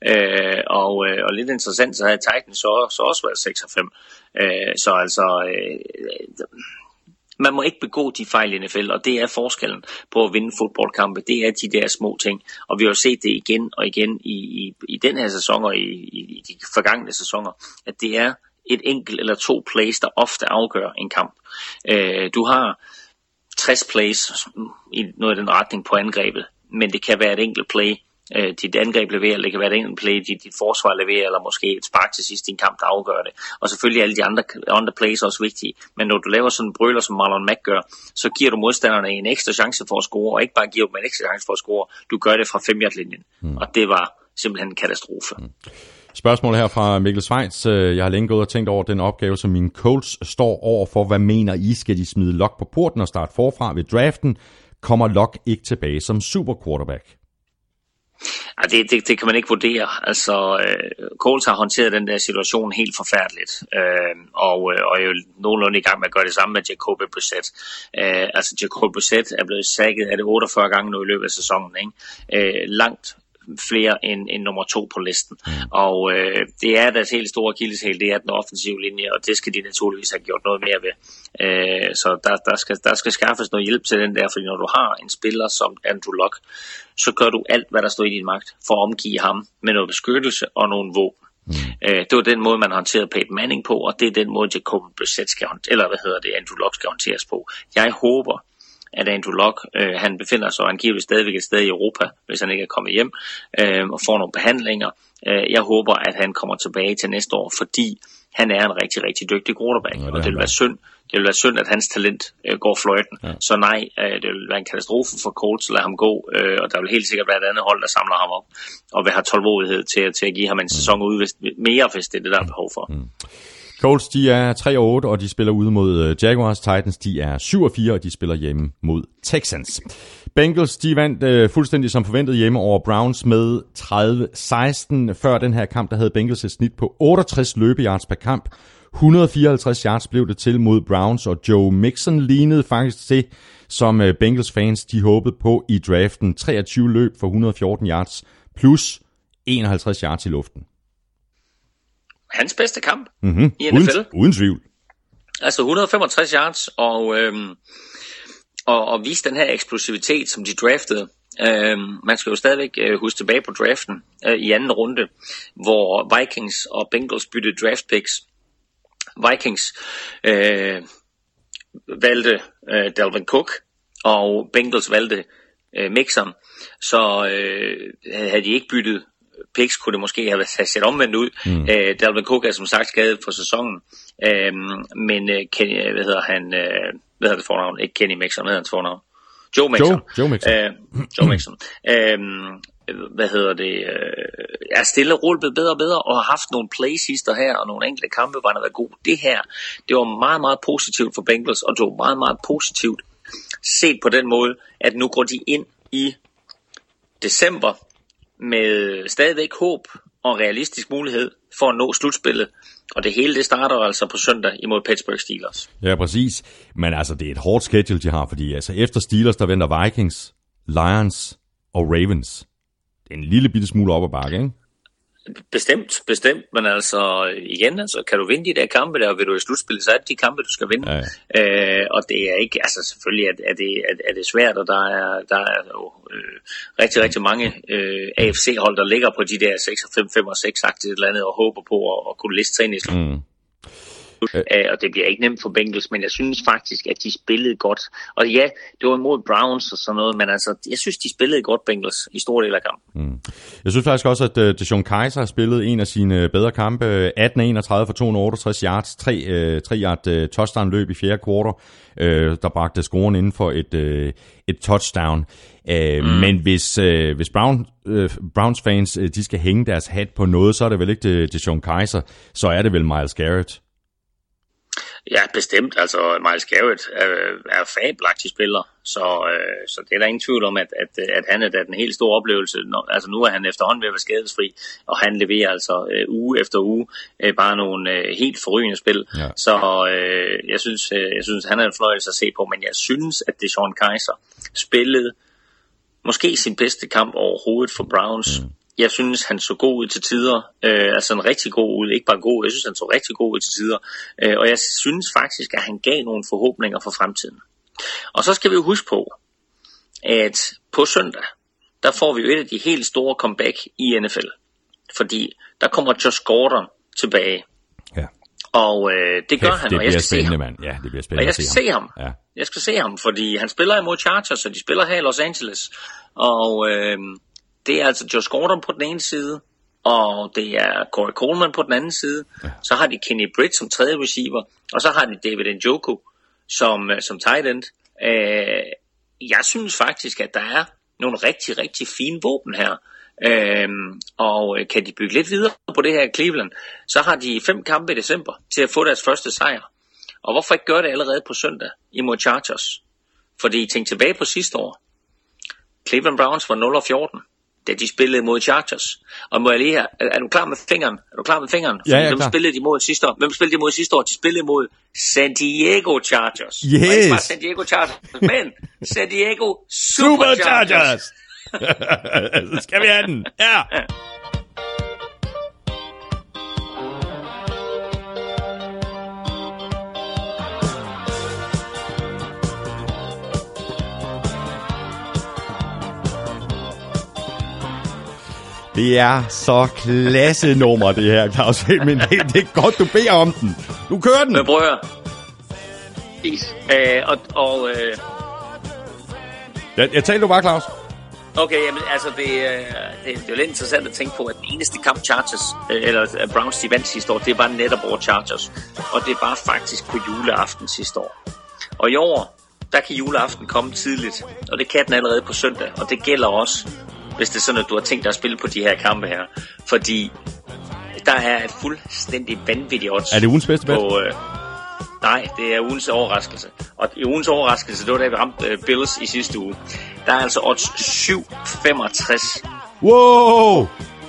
Og lidt interessant, så havde Titans så også været 6-5. Så altså... Man må ikke begå de fejl i NFL, og det er forskellen på at vinde fodboldkampe. Det er de der små ting, og vi har jo set det igen og igen i den her sæson og i de forgangne sæsoner, at det er et enkelt eller 2 plays, der ofte afgør en kamp. Du har 60 plays i noget af den retning på angrebet, men det kan være et enkelt play, dit angreb leverer, det kan være et enkelt play, dit forsvar leverer, eller måske et spark til sidst i en kamp, der afgør det. Og selvfølgelig er alle de andre plays også vigtige, men når du laver sådan en brøler, som Marlon Mack gør, så giver du modstanderne en ekstra chance for at score, og ikke bare giver dem en ekstra chance for at score, du gør det fra 5-yard-linjen. Og det var simpelthen en katastrofe. Spørgsmål her fra Mikkel Schweiz. Jeg har længe gået og tænkt over den opgave, som mine Colts står over for. Hvad mener I? Skal de smide Luck på porten og starte forfra ved draften? Kommer Luck ikke tilbage som super quarterback? Det kan man ikke vurdere. Altså, Colts har håndteret den der situation helt forfærdeligt, og er jo nogenlunde i gang med at gøre det samme med Jacoby Brissett. Altså, Jacoby Brissett er blevet sacket af det 48 gange nu i løbet af sæsonen, ikke? Langt flere end nummer 2 på listen. Og det er deres helt store akilleshæl, det er den offensive linje, og det skal de naturligvis have gjort noget mere ved. Så der skal skaffes noget hjælp til den der, fordi når du har en spiller som Andrew Luck, så gør du alt, hvad der står i din magt for at omgive ham med noget beskyttelse og nogle våben. Det var den måde, man håndterede Peyton Manning på, og det er den måde, Jacoby Brissett Andrew Luck skal håndteres på. Jeg håber, at Andrew Luck, han befinder sig angiveligt stadigvæk et sted i Europa, hvis han ikke er kommet hjem, og får nogle behandlinger. Jeg håber, at han kommer tilbage til næste år, fordi han er en rigtig, rigtig dygtig quarterback, og det vil være synd. Det vil være synd, at hans talent går fløjten. Ja. Så nej, det vil være en katastrofe for Colts at lade ham gå, og der vil helt sikkert være et andet hold, der samler ham op, og vil have tålmodighed til at give ham en sæson ud mere, hvis det er det, der er behov for. Colts, de er 3-8, og de spiller ude mod Jaguars. Titans, de er 7-4, og de spiller hjemme mod Texans. Bengals, de vandt fuldstændig som forventet hjemme over Browns med 30-16. Før den her kamp, der havde Bengals et snit på 68 løbeyards per kamp. 154 yards blev det til mod Browns, og Joe Mixon lignede faktisk til, som Bengals fans de håbede på i draften. 23 løb for 114 yards plus 51 yards i luften. Hans bedste kamp i NFL. Uden tvivl. Altså 165 yards og vise den her eksplosivitet, som de draftede. Man skal jo stadigvæk huske tilbage på draften i anden runde, hvor Vikings og Bengals byttede draft picks. Vikings valgte Dalvin Cook, og Bengals valgte Mixon. Så havde de ikke byttet picks, kunne det måske have set omvendt ud. Dalvin Cook er som sagt skadet for sæsonen, men Kenny, hvad hedder det fornavn? Ikke Kenny Mixon, hvad hedder hans fornavn? Joe Mixon. Joe Mixon. Joe Mixon. Er stille og roligt blevet bedre og bedre, og har haft nogle plays-hister her, og nogle enkelte kampe, hvor han har været god. Det her, det var meget, meget positivt for Bengals, og det var meget, meget positivt set på den måde, at nu går de ind i december med stadigvæk håb og realistisk mulighed for at nå slutspillet. Og det hele, det starter altså på søndag imod Pittsburgh Steelers. Ja, præcis. Men altså, det er et hårdt schedule, de har, fordi altså, efter Steelers, der venter Vikings, Lions og Ravens. Det er en lille bitte smule op ad bakke, ikke? Bestemt, men altså igen, altså, kan du vinde de der kampe der, og vil du i slutspillet, så er det de kampe, du skal vinde. Ja. Og det er ikke, altså selvfølgelig er det svært, og der er jo rigtig, rigtig mange AFC-hold, der ligger på de der 6 og 5, 5 og 6-agtigt et eller andet, og håber på at kunne liste sig ind i slutspillet. Og det bliver ikke nemt for Bengals, men jeg synes faktisk, at de spillede godt. Og ja, det var imod Browns og sådan noget, men altså, jeg synes, de spillede godt Bengals i store del af kampen. Jeg synes faktisk også, at DeShone Kizer har spillet en af sine bedre kampe. 18-31 for 268 yards, 3 yard touchdown løb i fjerde kvartal, der bragte scoren inden for et touchdown. Men hvis Browns fans de skal hænge deres hat på noget, så er det vel ikke DeShone Kizer, så er det vel Myles Garrett. Ja, bestemt. Altså, Myles Garrett er fabelagtig spiller, så det er der ingen tvivl om, at han er den helt store oplevelse. Altså, nu er han efterhånden ved at være skadesfri, og han leverer altså uge efter uge bare nogle helt forrygende spil. Ja. Så jeg synes, han er en fornøjelse at se på, men jeg synes, at DeShone Kizer spillede måske sin bedste kamp overhovedet for Browns. Jeg synes, han så god ud til tider, altså en rigtig god ud, ikke bare god, jeg synes, han så rigtig god ud til tider, og jeg synes faktisk, at han gav nogle forhåbninger for fremtiden. Og så skal vi jo huske på, at på søndag, der får vi jo et af de helt store comeback i NFL, fordi der kommer Josh Gordon tilbage, ja. Og det gør han, og jeg skal se ham. Ja, det bliver spændende og jeg skal se ham. Ja. Jeg skal se ham, fordi han spiller imod Chargers, og de spiller her i Los Angeles, og det er altså Josh Gordon på den ene side, og det er Corey Coleman på den anden side. Ja. Så har de Kenny Britt som tredje receiver, og så har de David Njoku som tight end. Jeg synes faktisk, at der er nogle rigtig, rigtig fine våben her. Og kan de bygge lidt videre på det her i Cleveland, så har de 5 kampe i december til at få deres første sejr. Og hvorfor ikke gøre det allerede på søndag imod Chargers? Fordi tænk tilbage på sidste år. Cleveland Browns var 0-14. Da de spillede mod Chargers. Og må jeg lige her, er du klar med fingeren? Ja, hvem spillede de mod sidste år? De spillede mod San Diego Chargers. Yes. Og ikke bare San Diego Chargers, men San Diego Superchargers. Så skal vi have den. Ja. Det er så klassenummer, det her, Claus. Men det er godt, du beder om den. Du kører den. Men prøv at høre. Jeg taler du bare, Claus. Okay, jamen, altså det er jo lidt interessant at tænke på, at den eneste kamp Chargers, eller Browns, de vandt sidste år, det var netop over Chargers. Og det var faktisk på juleaften sidste år. Og i år, der kan juleaften komme tidligt, og det kan den allerede på søndag. Og det gælder også, hvis det er sådan, at du har tænkt dig at spille på de her kampe her. Fordi der er et fuldstændig vanvittigt odds. Er det ugens bedste bet? Nej, det er ugens overraskelse. Og i ugens overraskelse, det var da vi ramte Bills i sidste uge. Der er altså odds 7,65. Wow!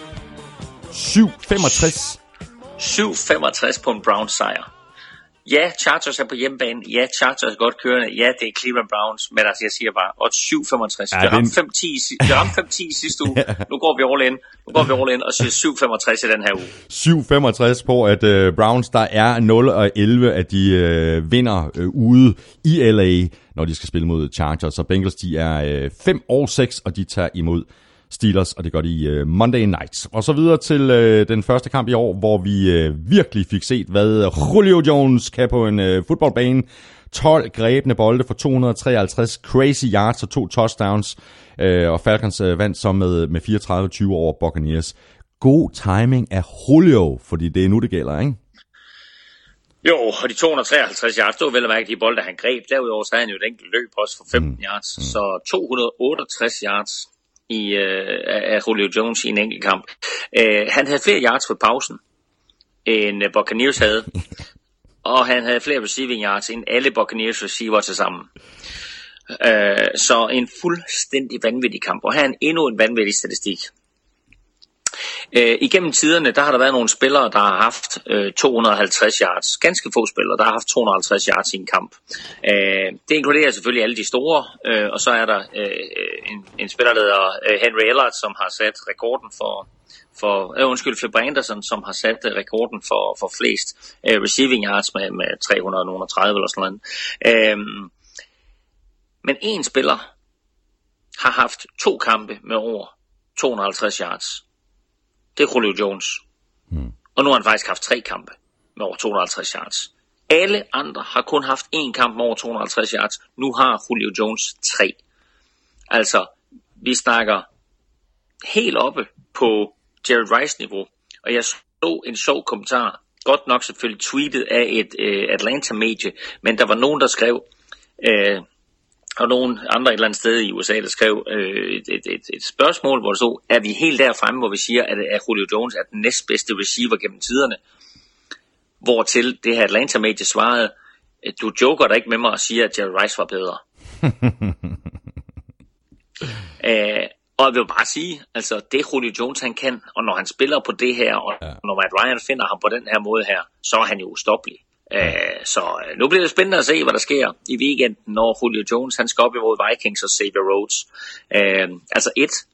7,65? 7,65 på en Browns sejr. Ja, Chargers er på hjemmebane. Ja, Chargers er godt kørende. Ja, det er Cleveland Browns. Men altså, jeg siger bare, odds 7,65. Vi ramte 5,10 sidste uge. Nu går vi all in og siger 7,65 i den her uge. 7,65 på, at Browns, der er 0-11, at de vinder ude i LA, når de skal spille mod Chargers. Så Bengals, de er 5-6, og de tager imod Steelers, og det gør de i Monday Nights. Og så videre til den første kamp i år, hvor vi virkelig fik set, hvad Julio Jones kan på en fodboldbane. 12 grebne bolde for 253 crazy yards og 2 touchdowns, og Falcons vandt så med 34-20 over Buccaneers. God timing af Julio, fordi det er nu, det gælder, ikke? Jo, og de 253 yards, det var vel at mærke de bolde, han greb. Derudover så havde han jo et enkelt løb også for 15 yards, så 268 yards af Julio Jones i en enkelt kamp. Han havde flere yards for pausen, end Buccaneers havde, og han havde flere receiving yards end alle Buccaneers receiver til sammen. Så en fuldstændig vanvittig kamp, og her er endnu en vanvittig statistik. Igennem tiderne, der har der været nogle spillere, der har haft 250 yards. Ganske få spillere, der har haft 250 yards i en kamp. Det inkluderer selvfølgelig alle de store, og så er der en spiller, der hedder Henry Ellard, som har sat rekorden for Flipper Anderson, som har sat rekorden for flest receiving yards med 330 eller sådan noget. Men en spiller har haft 2 kampe med over 250 yards. Det er Julio Jones. Og nu har han faktisk haft 3 kampe med over 250 yards. Alle andre har kun haft 1 kamp med over 250 yards. Nu har Julio Jones 3. Altså, vi snakker helt oppe på Jerry Rice-niveau. Og jeg så en sjov kommentar, godt nok selvfølgelig tweetet af et Atlanta-medie, men der var nogen, der skrev... og nogen andre et eller andet sted i USA, der skrev et spørgsmål, hvor det så, er vi helt der fremme, hvor vi siger, at Julio Jones er den næstbedste receiver gennem tiderne? Hvortil det her Atlanta-medie svarede, du joker da ikke med mig og siger, at Jerry Rice var bedre. Og jeg vil bare sige, altså det Julio Jones han kan, og når han spiller på det her, og når Matt Ryan finder ham på den her måde her, så er han jo ustoppelig. Så nu bliver det spændende at se, hvad der sker i weekenden, når Julio Jones han skal op imod Vikings og Xavier Rhodes. Altså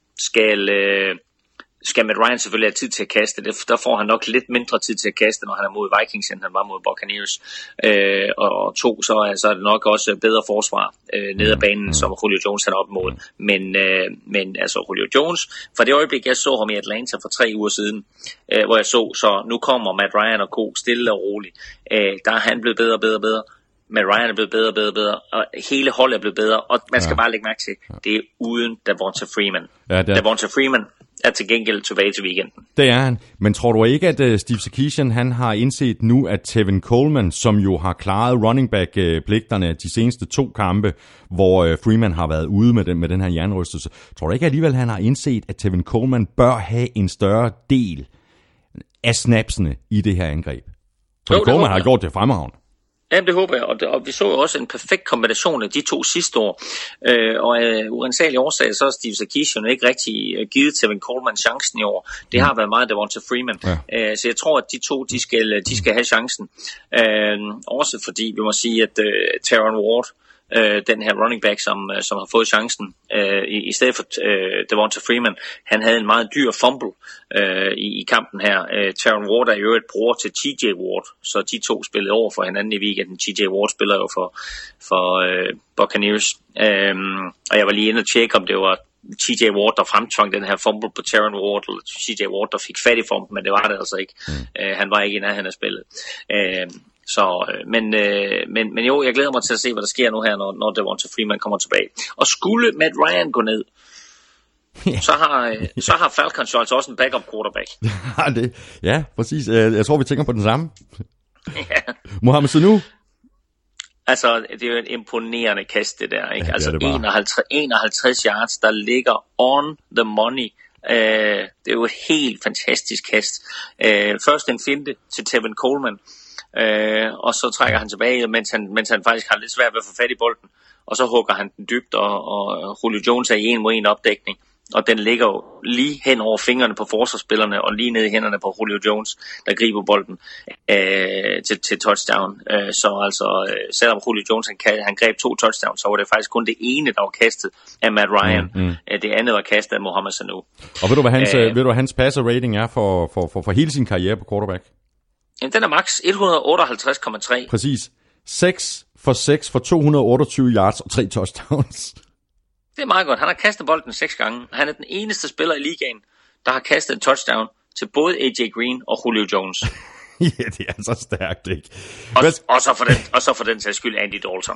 skal Matt Ryan selvfølgelig have tid til at kaste. Der får han nok lidt mindre tid til at kaste, når han er mod Vikings, end han var mod Buccaneers. Og 2, så er det nok også bedre forsvar ned ad banen, som Julio Jones han er op mod. Men altså Julio Jones, fra det øjeblik, jeg så ham i Atlanta for 3 uger siden, hvor jeg så nu kommer Matt Ryan og Co. stille og roligt. Der er han blevet bedre og bedre og bedre. Matt Ryan er blevet bedre og bedre og bedre, og hele holdet er blevet bedre, og man skal bare lægge mærke til, det er uden Devonta Freeman. Devonta Freeman er til gengæld tilbage til weekenden. Det er han. Men tror du ikke, at Steve Sarkisian han har indset nu, at Tevin Coleman, som jo har klaret running back-pligterne de seneste 2 kampe, hvor Freeman har været ude med den her jernrystelse, tror du ikke alligevel, han har indset, at Tevin Coleman bør have en større del af snapsene i det her angreb? Tevin Coleman har gjort det fremragende. Jamen, det håber jeg, og vi så jo også en perfekt kombination af de 2 sidste år, og af urensagelige årsager, så har Steve Sarkisian ikke rigtig givet Tevin Coleman chancen i år. Det har været meget Devonta Freeman, så jeg tror, at de 2, de skal have chancen, også fordi vi må sige, at Terron Ward, den her running back, som har fået chancen i stedet for Devonta Freeman. Han havde en meget dyr fumble i kampen her. Terron Ward er jo et bror til TJ Ward, så de to spillede over for hinanden i weekenden. TJ Ward spiller jo for Buccaneers. Og jeg var lige inde og tjekke, om det var TJ Ward, der fremtvang den her fumble på Terron Ward, eller TJ Ward, der fik fat i fumble, men det var det altså ikke. Han var ikke i nærheden af spillet. Men jo, jeg glæder mig til at se, hvad der sker nu her, når Devonta Freeman kommer tilbage. Og skulle Matt Ryan gå ned, så har Falcons altså også en backup quarterback. Ja, præcis. Jeg tror, vi tænker på den samme. Ja. Mohamed Sanu. Altså, det er jo en imponerende kast, det der, ikke? Ja, altså, det 51 yards, der ligger on the money. Det er jo et helt fantastisk kast. Først en finte til Tevin Coleman, og så trækker han tilbage, mens han faktisk har lidt svært ved at få fat i bolden. Og så hugger han den dybt, og Julio Jones er i 1-mod-1 opdækning. Og den ligger jo lige hen over fingrene på forsvarsspillerne, og lige ned i hænderne på Julio Jones, der griber bolden til touchdown. Så altså, selvom Julio Jones han greb 2 touchdowns, så var det faktisk kun det ene, der var kastet af Matt Ryan. Det andet var kastet af Mohamed Sanu. Og ved du, hvad hans passer rating er for hele sin karriere på quarterback? Den er max 158,3. Præcis. 6 for 228 yards og 3 touchdowns. Det er meget godt. Han har kastet bolden 6 gange. Han er den eneste spiller i ligaen, der har kastet en touchdown til både AJ Green og Julio Jones. Ja, det er så stærkt, ikke? Og så for den sags skyld Andy Dalton.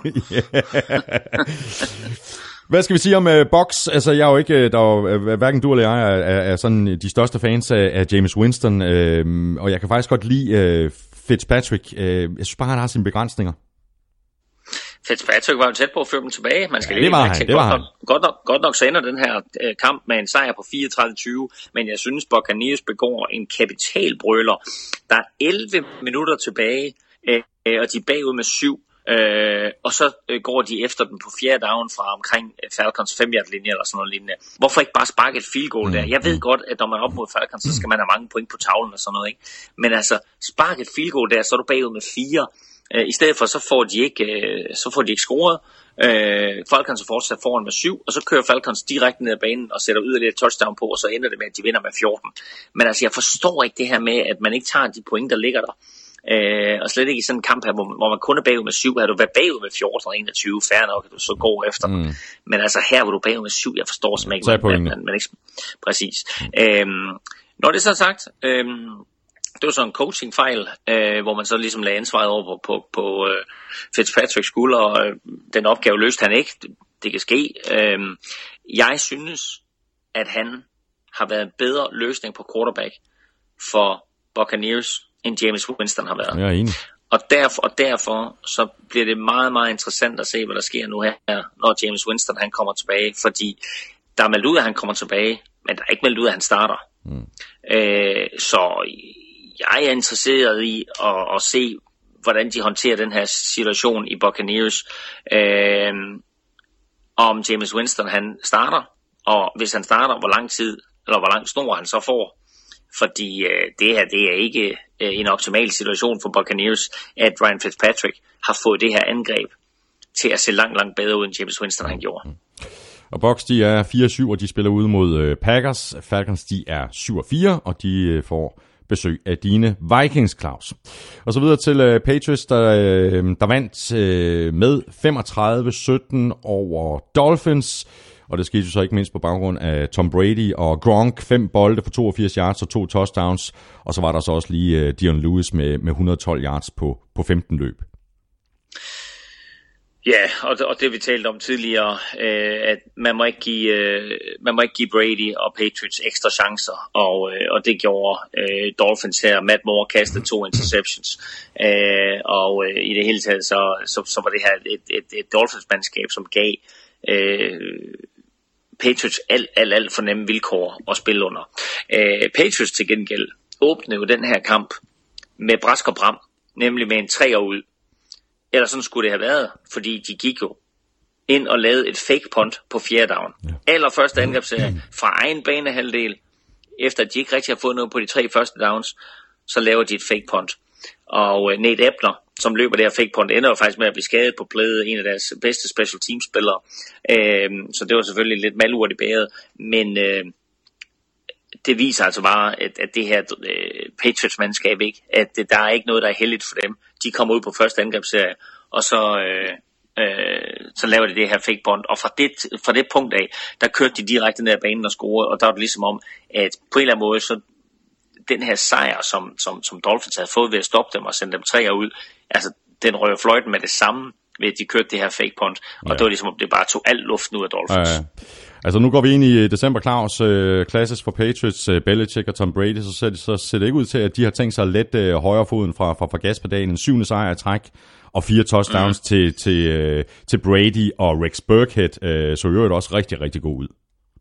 Hvad skal vi sige om Bucs? Altså, jeg er jo ikke, hverken du eller jeg er sådan de største fans af Jameis Winston, og jeg kan faktisk godt lide Fitzpatrick. Jeg synes bare, han har sine begrænsninger. Fitzpatrick var jo tæt på at føre dem tilbage. Man skal godt nok så ender den her kamp med en sejr på 34-20, men jeg synes, Buccaneers begår en kapitalbrøler. Der er 11 minutter tilbage, og de er bagud med 7. Og så går de efter den på 4. down fra omkring Falcons 5-yard-linje eller sådan noget lignende. Hvorfor ikke bare sparke et field goal der? Jeg ved godt, at når man er op mod Falcons, så skal man have mange point på tavlen og sådan noget, ikke? Men altså, spark et field goal der, så er du bagud med 4. I stedet for, så får de ikke scoret. Falcons er fortsat foran med 7, og så kører Falcons direkte ned ad banen og sætter yderligere et touchdown på, og så ender det med, at de vinder med 14. Men altså, jeg forstår ikke det her med, at man ikke tager de point, der ligger der. Og slet ikke i sådan en kamp her, hvor man kun er bagud med 7. Har du været bagud med 14 og 21, fair nok, at du så går efter dem. Men altså, her hvor du er bagud med 7, jeg forstår simpelthen ikke, man ikke præcis. Når det så er sagt, det var så en coaching-fejl, hvor man så ligesom lagde ansvaret over på Fitzpatricks skulder, og den opgave løste han ikke. Det kan ske. Jeg synes, at han har været en bedre løsning på quarterback for Buccaneers, end Jameis Winston har været. Jeg er enig. Og derfor så bliver det meget, meget interessant at se, hvad der sker nu her, når Jameis Winston han kommer tilbage, fordi der er meldt ud, at han kommer tilbage, men der er ikke meldt ud, at han starter. Så jeg er interesseret i at se, hvordan de håndterer den her situation i Buccaneers. Om Jameis Winston han starter, og hvis han starter, hvor lang tid, eller hvor lang snor han så får. Fordi det her, det er ikke en optimal situation for Buccaneers, at Ryan Fitzpatrick har fået det her angreb til at se langt, langt bedre ud, end Jameis Winston han gjorde. Og Bucs, de er 4-7, og de spiller ude mod Packers. Falcons, de er 7-4, og de får besøg af dine Vikings, Claus. Og så videre til Patriots, der vandt med 35-17 over Dolphins. Og det skete jo så ikke mindst på baggrund af Tom Brady og Gronk, 5 bolde for 82 yards og 2 touchdowns. Og så var der så også lige Dion Lewis med 112 yards på 15 løb. Ja, og det vi talte om tidligere, at man må ikke give Brady og Patriots ekstra chancer, og det gjorde Dolphins her. Matt Moore kastede 2 interceptions, og i det hele taget så var det her et Dolphins-mandskab, som gav Patriots alt for nemme vilkår at spille under. Patriots til gengæld åbnede jo den her kamp med brask og bram, nemlig med en 3'er ud. Eller sådan skulle det have været, fordi de gik jo ind og lavede et fake punt på 4. down. Allerførste angrebsserie fra egen banehalvdel, efter at de ikke rigtig har fået noget på de 3 første downs, så laver de et fake punt. Og Nate Ebner som løber det her fake punt, ender jo faktisk med at blive skadet på playet, en af deres bedste special team-spillere. Så det var selvfølgelig lidt malurt i bæret, men det viser altså bare, at det her Patriots-mandskab ikke, at der er ikke noget, der er heldigt for dem. De kommer ud på første angrebsserie, og så laver de det her fake punt, og fra det punkt af, der kørte de direkte ned ad banen og scorede, og der var det ligesom om, at på en eller anden måde, så den her sejr, som Dolphins havde fået ved at stoppe dem og sende dem 3'er ud, altså den røg fløjten med det samme, ved at de kørte det her fake punt, og det var ligesom om det bare tog al luften ud af Dolphins. Altså nu går vi ind i december, Claus, klassisk for Patriots, Belichick og Tom Brady, så ser det ikke ud til, at de har tænkt sig at lette højrefoden fra gaspedalen, en 7. sejr i træk, og 4 touchdowns til Brady, og Rex Burkhead så jo også rigtig, rigtig god ud.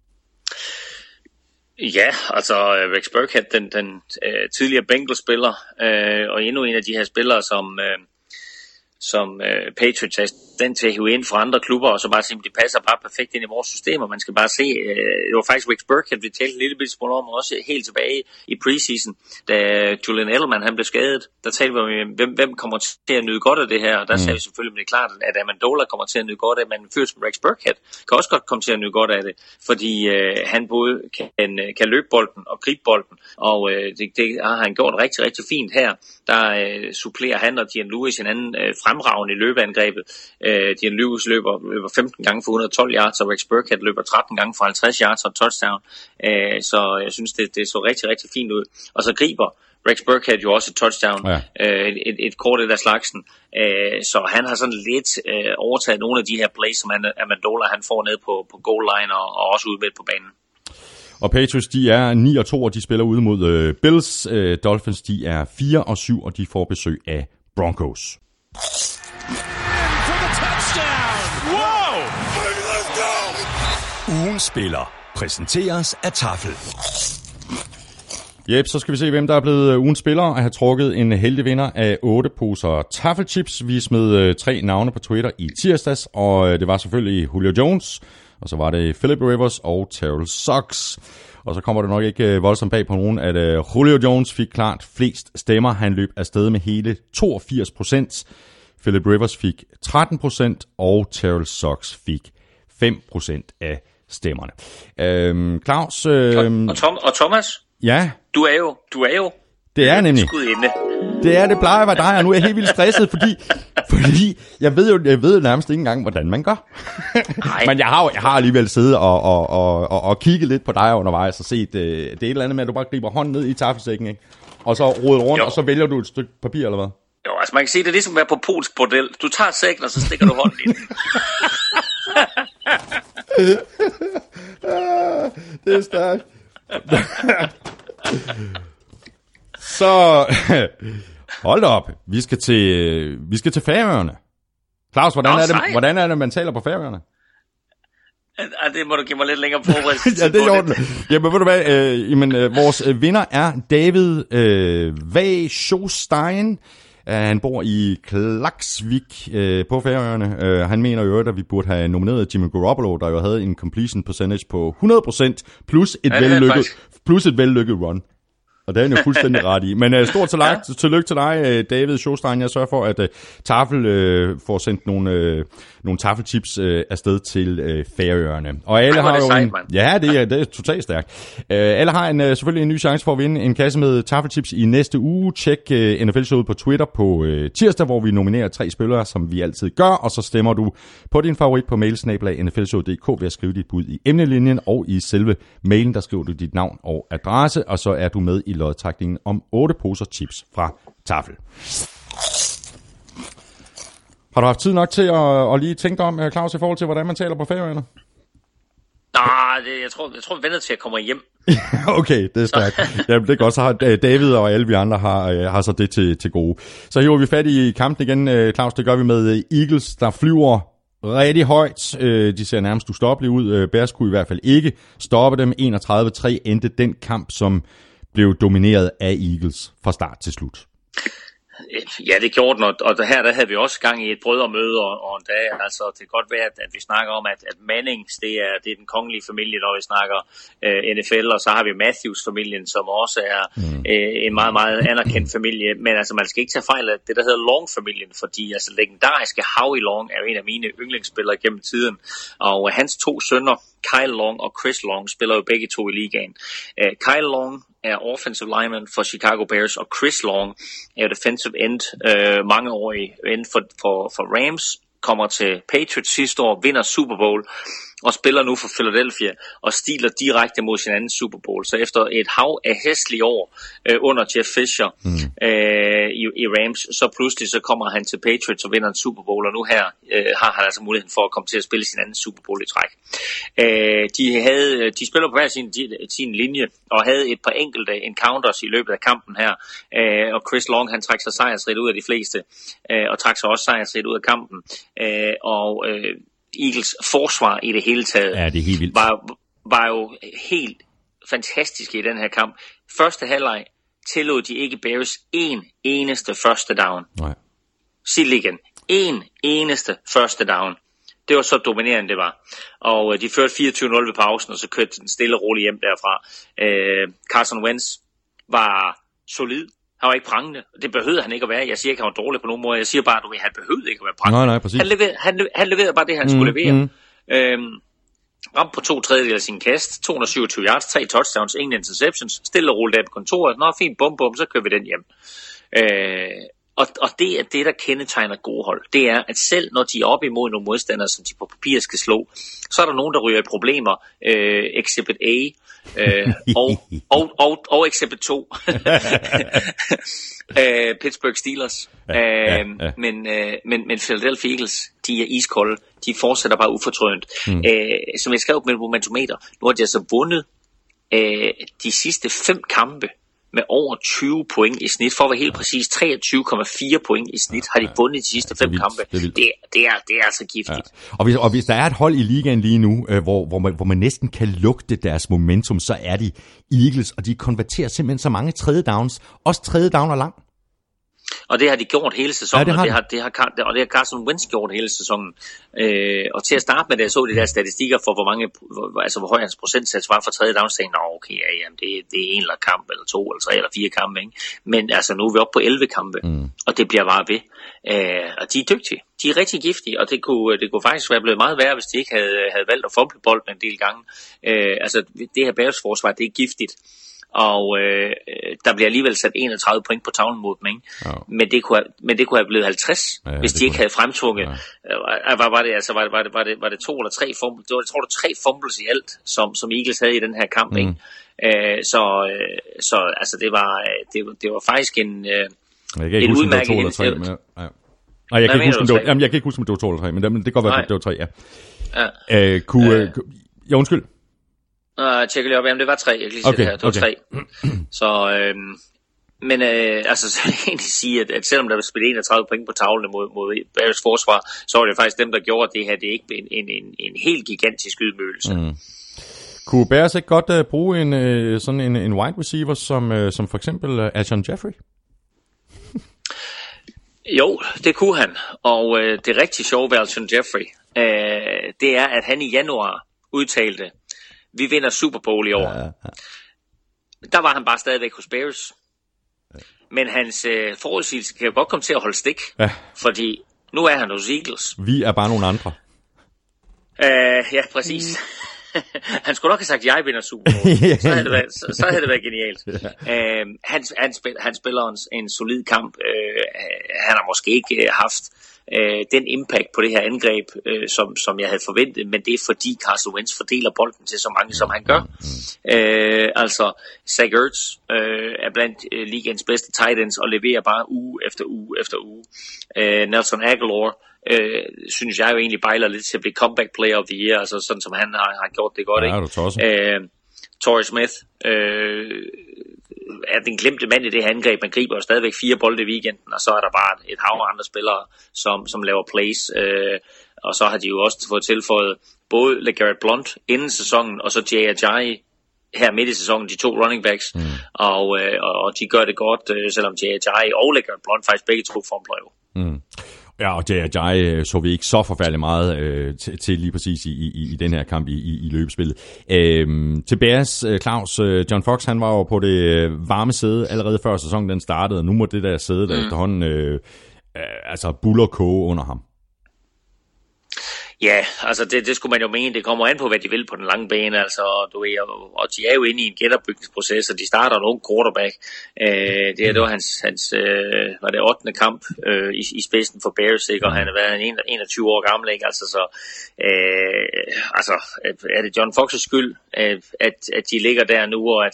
Ja, altså Rex Burkhead, den tidligere Bengals-spiller, og endnu en af de her spillere, som Patriots er den til at hive ind fra andre klubber, og så bare sige, de passer bare perfekt ind i vores system, og man skal bare se, det var faktisk Rex Burkhead, vi talte en lille smule om, også helt tilbage i preseason, da Julian Edelman han blev skadet, der talte vi om, hvem kommer til at nyde godt af det her, og der sagde vi selvfølgelig, men det er klart, at Amendola kommer til at nyde godt af, men fyr som Rex Burkhead kan også godt komme til at nyde godt af det, fordi han både kan løbe bolden og gribe bolden, og det har han gjort rigtig, rigtig fint her. Der supplerer han og Dion Lewis en anden fremragende i løbeangrebet. Dion Lewis løber 15 gange for 112 yards, og Rex Burkhead løber 13 gange for 50 yards og touchdown. Så jeg synes, det så rigtig, rigtig fint ud. Og så griber Rex Burkhead jo også et touchdown, et kort af slagsen. Så han har sådan lidt overtaget nogle af de her plays, som Amendola han får ned på goal line og også ude midt på banen. Og Patriots, de er 9-2, og de spiller ude mod Bills. Dolphins, de er 4-7, og de får besøg af Broncos. Ugens spiller præsenteres af Tafel. Jep, så skal vi se, hvem der er blevet ugens spiller og har trukket en heldig vinder af 8 poser taffelchips. Vi smed 3 navne på Twitter i tirsdags, og det var selvfølgelig Julio Jones, og så var det Philip Rivers og Terrell Suggs. Og så kommer det nok ikke voldsomt bag på nogen, at Julio Jones fik klart flest stemmer. Han løb afsted med hele 82%. Philip Rivers fik 13%, og Terrell Suggs fik 5% af stemmerne. Claus... Og Thomas? Ja? Du er jo... Det er nemlig. Det plejer at være dig, og nu er jeg helt vildt stresset, fordi jeg ved jo nærmest ikke engang, hvordan man gør. Men jeg har alligevel siddet og kigget lidt på dig undervejs og set, det er et eller andet med, at du bare griber hånden ned i taffelsækken, ikke? Og så roder rundt, og så vælger du et stykke papir, eller hvad? Jo, altså man kan sige, det er ligesom at være på polsk bordel. Du tager sækken, og så stikker du hånden i den. Det er stærkt. Så hold da op. Vi skal til Færøerne. Claus, hvordan er det, man taler på Færøerne? Det må du give mig lidt længere forberedelse. Ja, det er jo den. Jamen, ved du hvad? Vores vinder er David Vagshostein. Han bor i Klaksvik på Færøerne. Han mener jo, at vi burde have nomineret Jimmy Garoppolo, der jo havde en completion percentage på 100% plus et vellykket run. Og det er han jo fuldstændig ret i. Men stort tillykke til dig, David Sjostein. Jeg sørger for, at Tafel får sendt nogle taffelchips afsted til Færøerne. Og alle har jo det er totalt stærkt. Alle har selvfølgelig en ny chance for at vinde en kasse med taffelchips i næste uge. Tjek NFL-showet på Twitter på tirsdag, hvor vi nominerer 3 spillere, som vi altid gør. Og så stemmer du på din favorit på mail@nflshow.dk ved at skrive dit bud i emnelinjen, og i selve mailen, der skriver du dit navn og adresse, og så er du med i lodtrækningen om 8 poser chips fra Tafel. Har du haft tid nok til at lige tænke dig om, Claus, i forhold til, hvordan man taler på Færøerne? Nej, jeg tror, vi venter til at komme hjem. Okay, det er stærkt. Jamen, det er godt. Så har David og alle vi andre har så det til gode. Så hiver vi fat i kampen igen, Claus. Det gør vi med Eagles, der flyver rigtig højt. De ser nærmest ustoppelige ud. Bears kunne i hvert fald ikke stoppe dem. 31-3 endte den kamp, som blev domineret af Eagles fra start til slut. Ja, det gjorde den, og her der havde vi også gang i et brødremøde, og en dag, altså det kan godt være, at vi snakker om, at Mannings, det er den kongelige familie, når vi snakker NFL, og så har vi Matthews-familien, som også er en meget, meget anerkendt familie, men altså man skal ikke tage fejl af det, der hedder Long-familien, fordi altså legendariske Howie Long er jo en af mine yndlingsspillere gennem tiden, og hans 2 sønner, Kyle Long og Chris Long, spiller jo begge to i ligaen. Kyle Long er offensive lineman for Chicago Bears, og Chris Long er defensive end, mangeårig end for Rams, kommer til Patriots sidste år, vinder Super Bowl, og spiller nu for Philadelphia, og stiler direkte mod sin anden Super Bowl. Så efter et hav af hæslige år under Jeff Fisher i Rams, så pludselig så kommer han til Patriots og vinder en Super Bowl, og nu her har han altså muligheden for at komme til at spille sin anden Super Bowl i træk. De spiller på hver sin linje, og havde et par enkelte encounters i løbet af kampen her, og Chris Long, han trak sig sejrsrigt ud af de fleste, og trak sig også sejrsrigt ud af kampen, Eagles forsvar i det hele taget var jo helt fantastisk i den her kamp. Første halvleg tillod de ikke Bears en eneste første down. Nej. Sig det igen. En eneste første down. Det var så dominerende det var. Og de førte 24-0 ved pausen, og så kørte den stille og roligt hjem derfra. Carson Wentz var solid. Han var ikke prangende. Det behøvede han ikke at være. Jeg siger ikke, at han var dårlig på nogen måde. Jeg siger bare, at han behøvede ikke at være prangende. Nej, præcis. Han leverede bare det, han skulle levere. Ramte på 2/3 af sin kast. 227 yards, 3 touchdowns, ingen interceptions. Stille og roligt af på kontoret. Nå, fint, bum, så kører vi den hjem. Og det er det, der kendetegner gode hold. Det er, at selv når de er op imod nogle modstandere, som de på papir skal slå, så er der nogen, der ryger i problemer. Exhibit A og Exhibit 2. Pittsburgh Steelers. Men Philadelphia Eagles, de er iskolde. De fortsætter bare ufortrødent. Som jeg skrev med momentometer, nu har de altså vundet de sidste 5 kampe med over 20 point i snit. For at være helt præcis, 23,4 point i snit har de vundet de sidste 5 kampe. Det er altså giftigt. Ja. Og hvis der er et hold i ligaen lige nu, hvor man næsten kan lugte deres momentum, så er de Eagles, og de konverterer simpelthen så mange tredje downs. Også tredje down og lang. Og det har de gjort hele sæsonen, ja, det har Carson Wentz gjort hele sæsonen. Og til at starte med, da jeg så de der statistikker for, hvor høj hans procentsats var for tredje down, så tænkte jeg, okay, jamen, det er en eller kamp, eller 2, eller 3, eller 4 kampe, ikke? Men altså, nu er vi oppe på 11 kampe, og det bliver bare ved. Og de er dygtige. De er rigtig giftige, og det kunne faktisk være blevet meget værre, hvis de ikke havde valgt at fumble bolden en del gange. Altså, det her Bears forsvar, det er giftigt. Og der bliver alligevel sat 31 point på tavlen mod dem, ikke? Oh. Men det kunne have blevet 50, hvis de ikke havde fremtvunget. Var det 2 eller 3 fumbles? Jeg tror, det var 3 fumbles i alt, som Eagles havde i den her kamp, ikke? Så altså det var faktisk en udmærket. Nej, jeg kan ikke huske, om det var 2 eller 3, men det kan godt være, at det var 3, ja. Ja, undskyld. Tjekker lige op, jamen det var 3, jeg kan lige sige det her, det var 3. Så, så vil jeg egentlig sige, at selvom der var spillet 31 point på tavlen mod Bears forsvar, så var det faktisk dem, der gjorde det her. Det er ikke en helt gigantisk ydmygelse. Kunne Bears ikke godt bruge en wide receiver, som for eksempel Alshon Jeffrey? Jo, det kunne han. Og det rigtig sjove ved Alshon Jeffrey, det er, at han i januar udtalte, vi vinder Super Bowl i år. Ja. Der var han bare stadigvæk hos Bears. Men hans forudsigelse kan jo godt komme til at holde stik. Ja. Fordi nu er han hos Eagles. Vi er bare nogle andre. Ja, præcis. Han skulle nok have sagt, jeg vinder Super Bowl. Så havde det været genialt. Han spiller en solid kamp. Han har måske ikke haft den impact på det her angreb, som jeg havde forventet, men det er fordi Carson Wentz fordeler bolden til så mange, som han gør. Zach Ertz er blandt ligaens bedste tight ends og leverer bare uge efter uge efter uge. Nelson Aguilar synes jeg jo egentlig bejler lidt til at blive comeback player of the year, altså sådan som han har gjort det godt, ikke? Torrey Smith er den glemte mand i det her angreb. Man griber jo stadigvæk 4 bolde i weekenden, og så er der bare et hav af andre spillere, som laver plays. Og så har de jo også fået tilføjet både LeGarrette Blount inden sæsonen, og så Jay Ajayi her midt i sæsonen, de 2 running backs, og de gør det godt, selvom J.J. og Legarrette Blount faktisk begge to fumbler jo. Ja, og J.J. så vi ikke så forfærdeligt meget til lige præcis i den her kamp i løbespillet. Til Bears, Claus, John Fox, han var jo på det varme sæde allerede før sæsonen den startede, og nu må det der sæde der efterhånden buller koge under ham. Ja, altså det skulle man jo mene. Det kommer an på, hvad de vil på den lange bane. Altså, og de er jo inde i en genopbygningsproces, og de starter en ung quarterback. Det var hans var det 8. kamp i spidsen for Bears, ikke? Og han har været 21 år gammel, ikke? Altså, er det John Fox's skyld, at de ligger der nu og er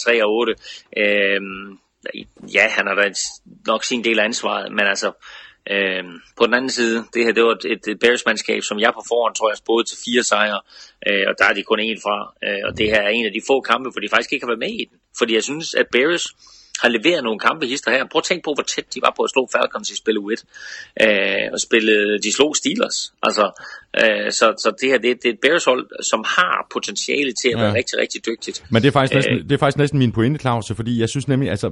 3-8? Ja, han har da nok sin del af ansvaret, men altså på den anden side, det var et Bears-mandskab, som jeg på forhånd tror jeg spåede til 4 sejre, og der er de kun 1 fra, og det her er en af de få kampe, hvor de faktisk ikke har været med i den, fordi jeg synes, at Bears har leveret nogle kampehister her. Prøv at tænke på, hvor tæt de var på at slå Falcons i spillet U1, og de slog Steelers. Altså, så det her, det er et Bears-hold, som har potentiale til at være rigtig, rigtig dygtigt. Men det er faktisk næsten min pointe, Claus, fordi jeg synes nemlig, altså,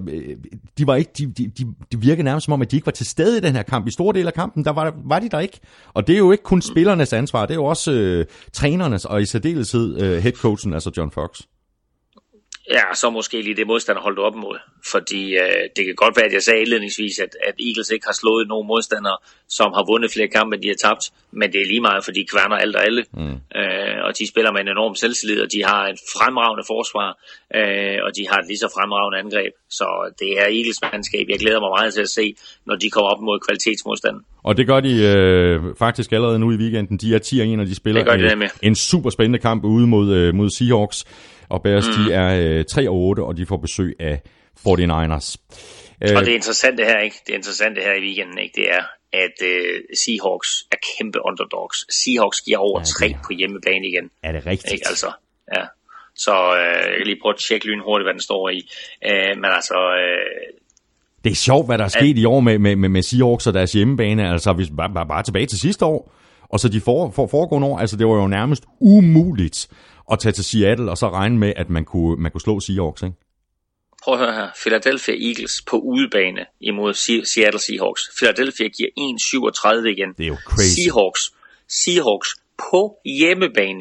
de virkede nærmest som om, at de ikke var til stede i den her kamp. I store del af kampen, der var de der ikke. Og det er jo ikke kun spillernes ansvar, det er jo også trænernes, og i særdeleshed headcoachen, altså John Fox. Ja, så måske lige det modstander holdt op mod. Fordi det kan godt være, at jeg sagde indledningsvis, at Eagles ikke har slået nogen modstandere, som har vundet flere kampe, end de har tabt. Men det er lige meget, fordi de kværner alt og alle. Og de spiller med en enorm selvtillid, og de har et fremragende forsvar, og de har et lige så fremragende angreb. Så det er Eagles mandskab, jeg glæder mig meget til at se, når de kommer op mod kvalitetsmodstanden. Og det gør de faktisk allerede nu i weekenden. De er 10-1, og de spiller en super spændende kamp ude mod Seahawks. Og Bears, de er 3-8, og de får besøg af 49ers. Og det interessante her, ikke? Det interessante her i weekenden, ikke? Det er, at Seahawks er kæmpe underdogs. Seahawks giver over 3 på hjemmebane igen. Er det rigtigt? Ikke? Altså, ja. Så jeg kan lige prøve at tjekke lynhurtigt, hvad den står i. Men altså... det er sjovt, hvad der er sket i år med Seahawks og deres hjemmebane. Altså, hvis bare tilbage til sidste år, og så de foregående år, altså det var jo nærmest umuligt at tage til Seattle og så regne med, at man kunne slå Seahawks, ikke? Prøv at høre her. Philadelphia Eagles på udebane imod Seattle Seahawks. Philadelphia giver 1,37 igen. Det er jo crazy. Seahawks på hjemmebane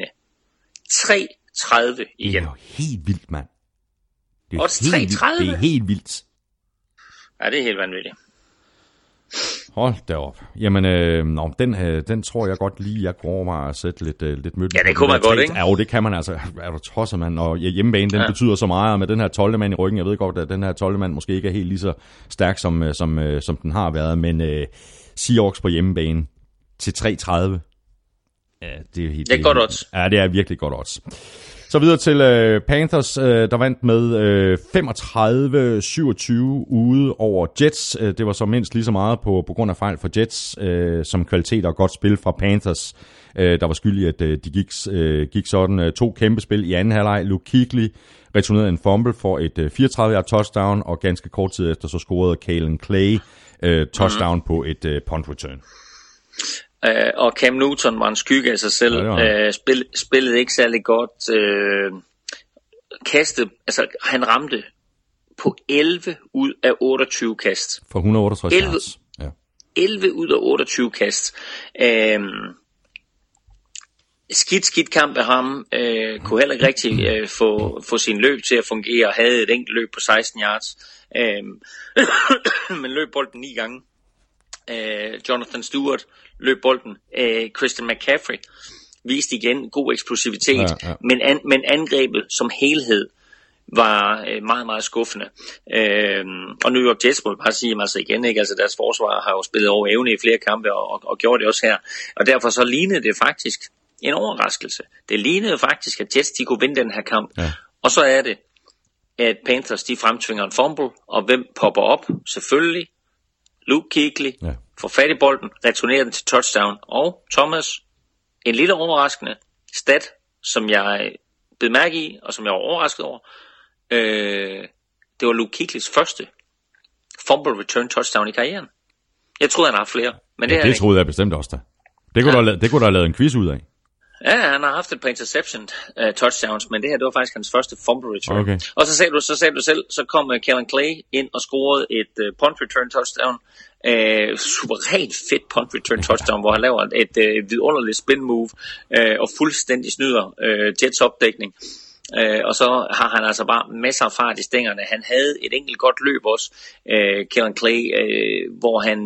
3,30 igen. Det er jo helt vildt, mand. Det er helt vildt. Ja, det er helt vanvittigt. Hold da op. Jamen, den tror jeg godt lige, jeg kunne overveje at sætte lidt mødt. Ja, det kunne man godt, ikke? Ja, det kan man altså. Er du tosset, mand? Og hjemmebane, den betyder så meget, og med den her 12. mand i ryggen, jeg ved godt, at den her 12. mand måske ikke er helt lige så stærk, som den har været, men Seahawks på hjemmebane til 3,30. Ja, det er godt odds. Ja, det er virkelig godt odds. Så videre til Panthers, der vandt med 35-27 ude over Jets. Det var så mindst lige så meget på grund af fejl for Jets, som kvalitet og godt spil fra Panthers, der var skyldige, at de gik sådan 2 kæmpe spil i anden halvleg. Luke Kuechly returnerede en fumble for et 34-yard touchdown, og ganske kort tid efter så scorede Kalen Clay touchdown på et punt return. Og Cam Newton var en skygge af sig selv. Spillede ikke særlig godt. Kastet, altså han ramte på 11 ud af 28 kast. For 168 yards. Ja. 11 ud af 28 kast. Skidt kamp af ham. Kunne heller ikke rigtig få sin løb til at fungere. Havde et enkelt løb på 16 yards. Men løb bolden 9 gange. Jonathan Stewart løb bolden. Christian McCaffrey viste igen god eksplosivitet, ja. Men angrebet som helhed var meget, meget skuffende. Og New York Jets må bare sige mig altså igen, ikke? Altså deres forsvar har jo spillet over evne i flere kampe og gjort det også her. Og derfor så lignede det faktisk en overraskelse. Det lignede faktisk, at Jets de kunne vinde den her kamp. Ja. Og så er det, at Panthers de fremtvinger en fumble, og hvem popper op? Selvfølgelig Luke Kuechly, får fat i bolden, returnerer den til touchdown, og Thomas, en lille overraskende stat, som jeg bed mærke i, og som jeg var overrasket over, det var Luke Kuechlys første fumble return touchdown i karrieren. Jeg troede, han har haft flere, men det troede jeg bestemt også da. Det kunne der have lavet en quiz ud af. Ja, han har haft et par interception touchdowns, men det her, det var faktisk hans første fumble return. Okay. Og så sagde du selv, så kom Kellen Clay ind og scorede et punt return touchdown. Suverænt fedt punt return touchdown, hvor han laver et vidunderligt spin move og fuldstændig snyder Jets opdækning. Og så har han altså bare masser af fart i stængerne. Han havde et enkelt godt løb også, Kellen Clay, hvor han...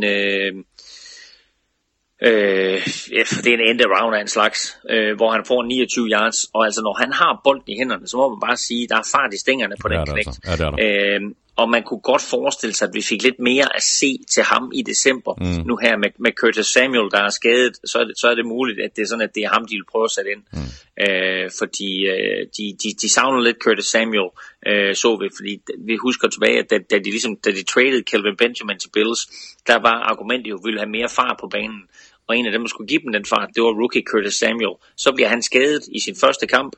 det er en end around af en slags, hvor han får 29 yards, og altså når han har bolden i hænderne, så må man bare sige, der er fart i stængerne på den knægt. Altså. Og man kunne godt forestille sig, at vi fik lidt mere at se til ham i december. Nu her med Curtis Samuel, der er skadet, så er det muligt, at det er sådan, at det er ham, de vil prøve at sætte ind. Fordi de savner lidt Curtis Samuel, så vi, fordi vi husker tilbage, at da de traded Kelvin Benjamin til Bills, der var argumentet jo, at vi ville have mere fart på banen. Og en af dem, der skulle give dem den fart, det var rookie Curtis Samuel. Så bliver han skadet i sin første kamp.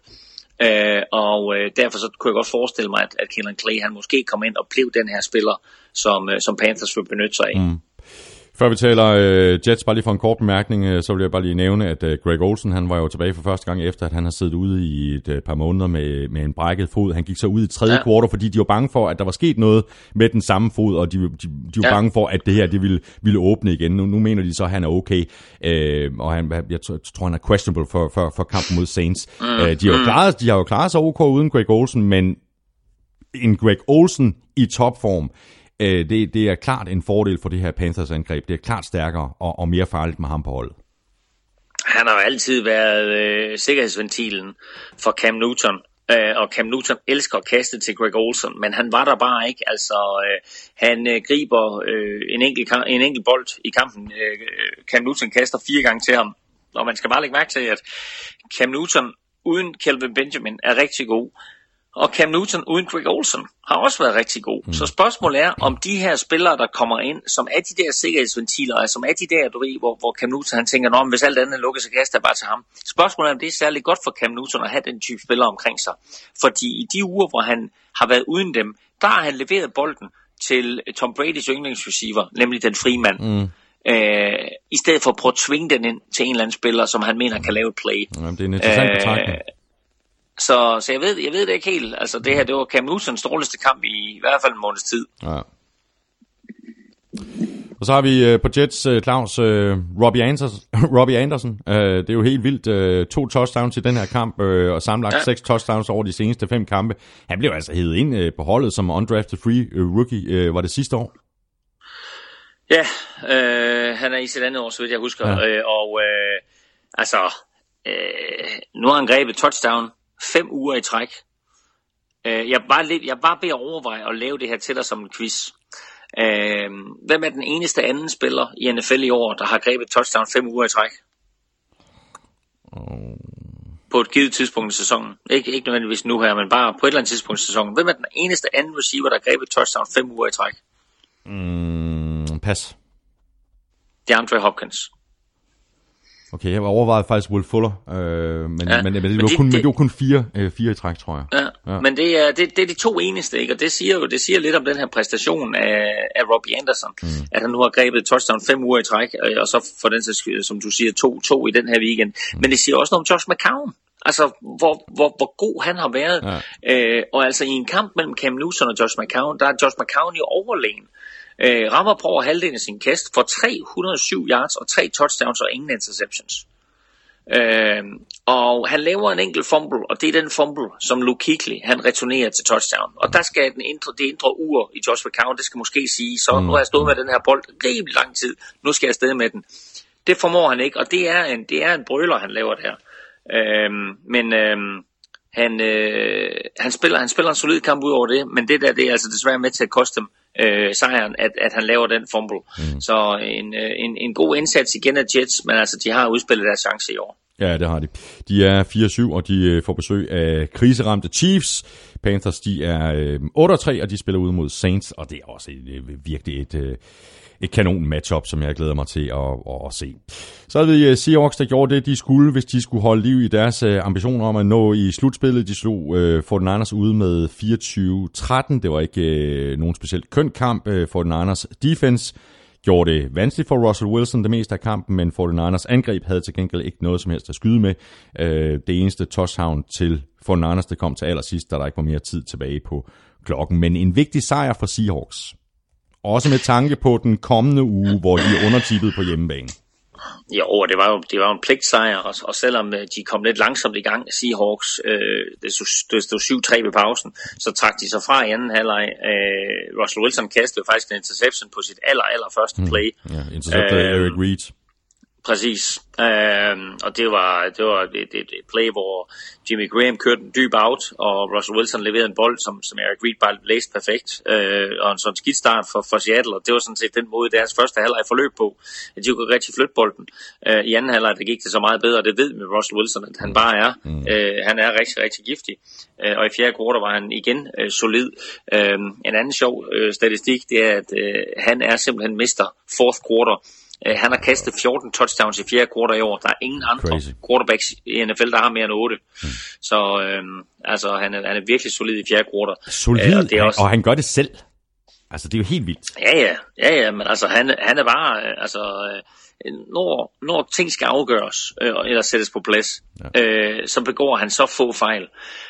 Og derfor så kunne jeg godt forestille mig, at Kellen Clay han måske kom ind og blev den her spiller, som Panthers vil benytte sig af. Før vi taler Jets, bare lige for en kort bemærkning, så vil jeg bare lige nævne, at Greg Olsen, han var jo tilbage for første gang efter, at han har siddet ude i et par måneder med en brækket fod. Han gik så ud i tredje kvartal, fordi de var bange for, at der var sket noget med den samme fod, og de var bange for, at det her det ville åbne igen. Nu mener de så, at han er okay, og jeg tror, han er questionable for kampen mod Saints. De har jo klaret sig ok uden Greg Olsen, men en Greg Olsen i topform, det er klart en fordel for det her Panthers-angreb. Det er klart stærkere og mere farligt med ham på holdet. Han har jo altid været sikkerhedsventilen for Cam Newton. Og Cam Newton elsker at kaste til Greg Olsen, men han var der bare ikke. Altså, han griber en enkelt bold i kampen. Cam Newton kaster 4 gange til ham. Og man skal bare lægge mærke til, at Cam Newton uden Kelvin Benjamin er rigtig god. Og Cam Newton uden Greg Olsen har også været rigtig god. Så spørgsmålet er, om de her spillere, der kommer ind, som er de der sikkerhedsventiler, som er de der, du ved, hvor Cam Newton han tænker, hvis alt andet lukker, så kaster jeg bare til ham. Spørgsmålet er, om det er særlig godt for Cam Newton at have den type spillere omkring sig. Fordi i de uger, hvor han har været uden dem, der har han leveret bolden til Tom Brady's yndlingsreceiver, nemlig den frie mand. I stedet for at prøve at tvinge den ind til en eller anden spiller, som han mener kan lave et play. Jamen, det er en interessant betragtning. Så jeg ved det ikke helt. Altså det her, det var Cam Newtons dårligste kamp i hvert fald en måneds tid. Ja. Og så har vi på Jets, Claus, Robbie Anderson. Det er jo helt vildt. 2 touchdowns i den her kamp, og sammenlagt 6 touchdowns over de seneste 5 kampe. Han blev altså hævet ind på holdet som undrafted free rookie. Var det sidste år? Ja, han er i sit andet år, så vidt jeg husker. Nu har han grebet touchdown 5 uger i træk. Jeg bare beder overveje at lave det her til dig som en quiz. Hvem er den eneste anden spiller i NFL i år, der har grebet touchdown 5 uger i træk? På et givet tidspunkt i sæsonen. Ikke nødvendigvis nu her, men bare på et eller andet tidspunkt i sæsonen. Hvem er den eneste anden receiver, der har grebet touchdown 5 uger i træk? Pas. Det er Andre Hopkins. Okay, jeg overvejede faktisk Will Fuller, men det var kun fire i træk, tror jeg. Ja. Men det er de 2 eneste, ikke? Og det siger lidt om den her præstation af Robbie Anderson, at han nu har grebet touchdown 5 uger i træk, og så for den sags, som du siger, 2 i den her weekend. Men det siger også noget om Josh McCown. Altså, hvor god han har været. Ja. Og altså i en kamp mellem Cam Newton og Josh McCown, der er Josh McCown jo overlegen. Rammer på over halvdelen af sin kast for 307 yards og 3 touchdowns og ingen interceptions. Og han laver en enkelt fumble, og det er den fumble, som Luke Kuechly, han returnerer til touchdown. Og der skal det indre ur i Josh McCown, det skal måske sige, så nu har jeg stået med den her bold rimelig lang tid, nu skal jeg afsted med den. Det formår han ikke, og det er en brøler, han laver der. Han spiller en solid kamp ud over det, men det er altså desværre med til at koste dem sejren, at han laver den fumble. Så en god indsats igen af Jets, men altså de har udspillet deres chance i år. Ja, det har de. De er 4-7, og de får besøg af kriseramte Chiefs. Panthers, de er 8-3, og de spiller ud mod Saints, og det er også virkelig et kanon matchup, som jeg glæder mig til at se. Så er det Seahawks, der gjorde det, de skulle, hvis de skulle holde liv i deres ambitioner om at nå i slutspillet. De slog 49ers ude med 24-13. Det var ikke nogen specielt køn kamp. 49ers defense gjorde det vanskeligt for Russell Wilson det meste af kampen, men 49ers angreb havde til gengæld ikke noget som helst at skyde med. Det eneste touchdown til 49ers, det kom til allersidst, da der ikke var mere tid tilbage på klokken. Men en vigtig sejr for Seahawks. Også med tanke på den kommende uge, hvor de er undertippet på hjemmebane. Jo, det var jo en pligtsejr, og selvom de kom lidt langsomt i gang, Seahawks, det stod 7-3 ved pausen, så trak de sig fra i anden halvleg. Russell Wilson kastede faktisk en interception på sit allerførste play. Ja, intercepted Eric Reed. Præcis. Og det var et play, hvor Jimmy Graham kørte en dyb out, og Russell Wilson leverede en bold, som Eric Reed bare læste perfekt. Og en sådan skidt start for Seattle, og det var sådan set den måde, deres første halvleg forløb på, at de kunne rigtig flytte bolden. I anden halvleg, det gik det så meget bedre, det ved med Russell Wilson, at han bare er. Han er rigtig, rigtig giftig. Og i fjerde kvartal var han igen solid. En anden sjov statistik, det er, at han er simpelthen mister fourth quarter. Han har kastet 14 touchdowns i fjerde kvartal i år. Der er ingen andre quarterbacks i NFL, der har mere end 8. Så altså, han er virkelig solid i fjerde kvartal. Solid, og han gør det selv. Altså, det er jo helt vildt. Ja, men altså, han er bare, når ting skal afgøres, eller sættes på plads, så begår han så få fejl.